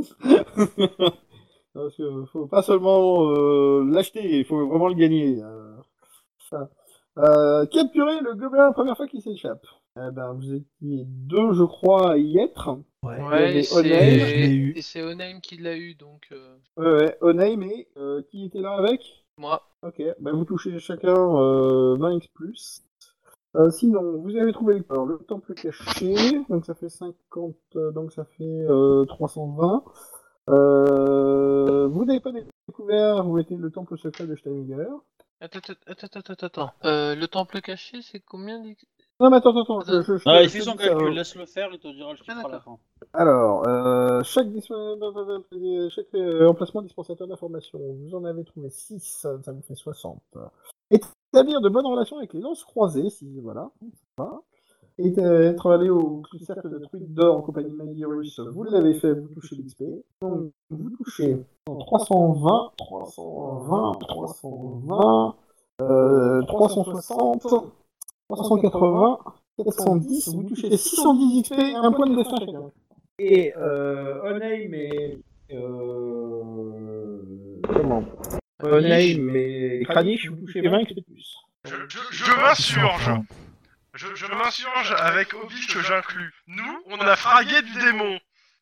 Parce que faut pas seulement euh, l'acheter, il faut vraiment le gagner. Euh, ça. Euh, capturer le gobelin la première fois qu'il s'échappe. Eh ben, vous étiez deux, je crois, à y être. Ouais. Il y avait Ouais, Onaim. je l'ai c'est eu. et c'est Onaim qui l'a eu, donc euh, Ouais, ouais, Onaim et euh, qui était là avec? moi. Ok, bah vous touchez chacun euh, vingt X plus. Euh, sinon, vous avez trouvé alors, le temple caché, donc ça fait cinquante, euh, donc ça fait euh, trois cent vingt. Euh, vous n'avez pas découvert où était le temple secret de Steininger. Attends, attends, attends, attends, attends. Euh, le temple caché, c'est combien d'ex- Non, mais attends, attends, je, je, je, Ah, je il fait te son dis ça, calcul, euh. laisse-le faire, il te dira le chiffre Ah, à la d'accord. fin. Alors, euh, chaque, dis- chaque euh, emplacement dispensateur d'informations, vous en avez trouvé six, ça vous fait soixante. Établir de bonnes relations avec les lances croisées, si voilà, pas. Et euh, être allé au cercle de truites d'or en compagnie de Magirus, vous l'avez fait, vous touchez l'X P. Donc, vous touchez trois cent vingt, trois cent vingt, trois cent vingt, euh, trois cent soixante, trois cent quatre-vingts, quatre cent dix, vous touchez six cent dix X P et un point de destin chacun. Et euh, Onaim et... Euh, comment Onaim et Kranich, vous touchez vingt X P de plus. Je, je, je m'insurge. Je, je m'insurge avec Obich que j'inclus. Nous, on a fragué du démon.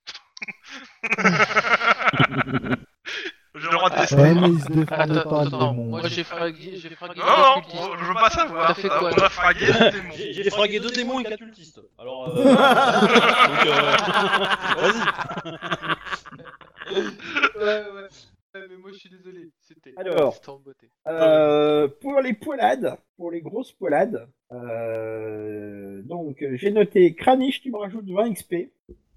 J'ai le droit de tester. Ouais, mais il se défendait Attends, pas, le attends, démon. moi j'ai fragué, j'ai fragué Non, deux non, cultistes. je veux pas savoir. T'as fait quoi, On toi a fragué du démon. J'ai j'ai fragué deux démons et quatre cultistes. Alors, euh... donc, euh... vas-y. Ouais, ouais. Ouais, mais moi je suis désolé, c'était. Alors. C'était en beauté. Euh, pour les poilades, pour les grosses poilades, euh, donc j'ai noté Kranich, tu me rajoutes vingt X P.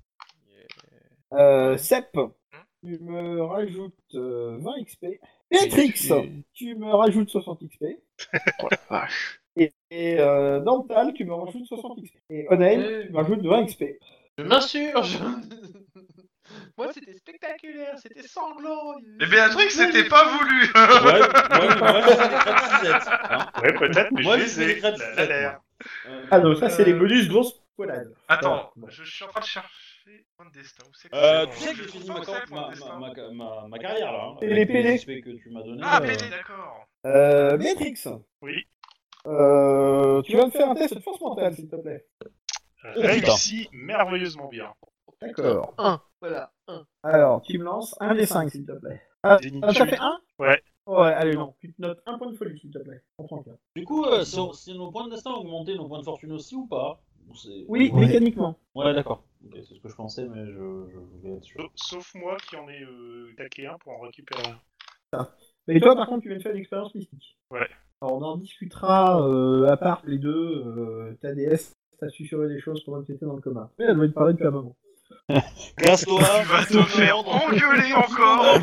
Euh, Sep, tu me rajoutes euh, vingt X P. Béatrix, tu me rajoutes soixante X P. Oh la vache. Et, et euh, Dental, tu me rajoutes soixante X P. Et Onaim, tu me rajoutes vingt X P. Je m'insurge. Moi c'était spectaculaire, c'était sanglant. Mais Béatrix, c'était pas voulu. Ouais, ouais, mais moi, je fais des crêpes cisettes. Hein. Ouais, peut-être, mais Moi, je je fais les des ai. crêpes La- la cisettes, l'air. moi. Euh, Ah non, ça c'est les bonus grosses poilades. Attends, Voilà. je suis en train de chercher point de destin. Où c'est que Euh, c'est tu sais que Je j'ai trouve fini pas ma, où c'est, cor- point de ma, destin. ma, ma, ma, ma carrière là. Hein, Et avec les P D. X P que tu m'as donné. Ah, euh, P D, d'accord. Euh, Béatrix, Oui. euh, tu vas me faire un test de force mentale, s'il te plaît. Réussi merveilleusement bien. D'accord. un, voilà, un. Alors, tu me lances un des cinq, s'il te plaît. Ah, Déni. ah, ça fait un Ouais. Ouais, allez, non. Tu te notes un point de folie, s'il te plaît. En trente-quatre. Du coup, euh, si, on- si nos points de destin ont augmenté, nos points de fortune aussi ou pas? Ou c'est- Oui, Ouais. mécaniquement. Ouais, d'accord. Ok, c'est ce que je pensais, mais je, je voulais être sûr. Sauf- Sauf moi qui en ai euh, taqué un pour en récupérer un. Mais toi, par contre, tu viens de faire une expérience mystique. Ouais. Alors, on en discutera euh, à part les deux. Euh, ta déesse t'a susurré des choses pendant que tu étais dans le coma. Mais elle doit te parler depuis un moment. Casse-toi, Tu vas te faire engueuler encore.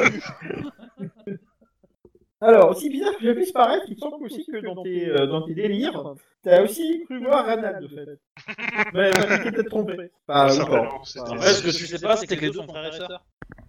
Alors, aussi bizarre que je puisse paraître, il me semble aussi que dans tes, euh, dans tes délires, t'as aussi cru voir Ranald, de fait. Mais tu t'es peut-être trompé. Enfin, Ça ou va, pas. non, c'était- Après, ce que tu sais pas, c'est que les deux sont frères et sœurs.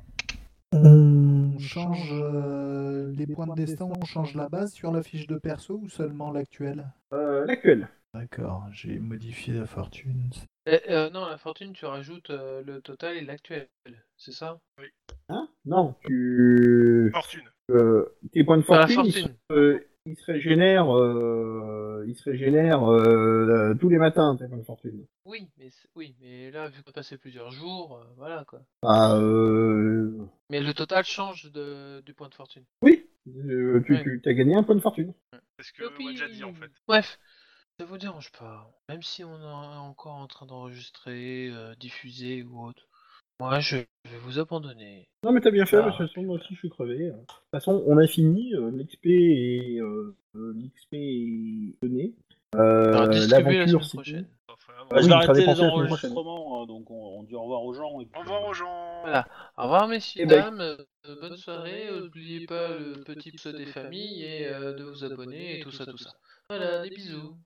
On change euh, les points de destin, on change la base sur la fiche de perso ou seulement l'actuelle? Euh, l'actuel. D'accord, j'ai modifié la fortune. Eh, euh, non, la fortune, tu rajoutes euh, le total et l'actuel, c'est ça? Hein Non, tu... Fortune. Euh, tes points de Enfin, la fortune, ils, fortune. se, euh, ils se régénèrent, euh, ils se régénèrent euh, tous les matins, tes points de fortune. Oui, mais c'est- oui, mais là, vu qu'on a passé plusieurs jours, euh, voilà quoi. Ah, euh... Mais le total change de, du point de fortune. Oui, euh, tu, Ouais. tu as gagné un point de fortune. C'est ce que on a déjà dit en fait. Bref, ça vous dérange pas. Même si on est encore en train d'enregistrer, euh, diffuser ou autre. Moi, je vais vous abandonner. Non, mais t'as bien fait, Ah. de toute façon, moi aussi je suis crevé. De toute façon, on a fini, euh, l'X P est, euh, euh, l'X P est donné. On va Euh, distribuer la L'aventure, semaine c'est prochaine. Enfin, Ah Bah, oui, je vais il sera arrêter dépensé les la semaine prochaine. enregistrements, euh, donc on, on dit au revoir aux gens. Et puis, au revoir aux gens. Voilà. Au revoir, messieurs, Eh ben- dames. euh, bonne soirée. N'oubliez pas le petit pseudo des familles et euh, de vous abonner et tout ça, tout ça. Voilà, des bisous.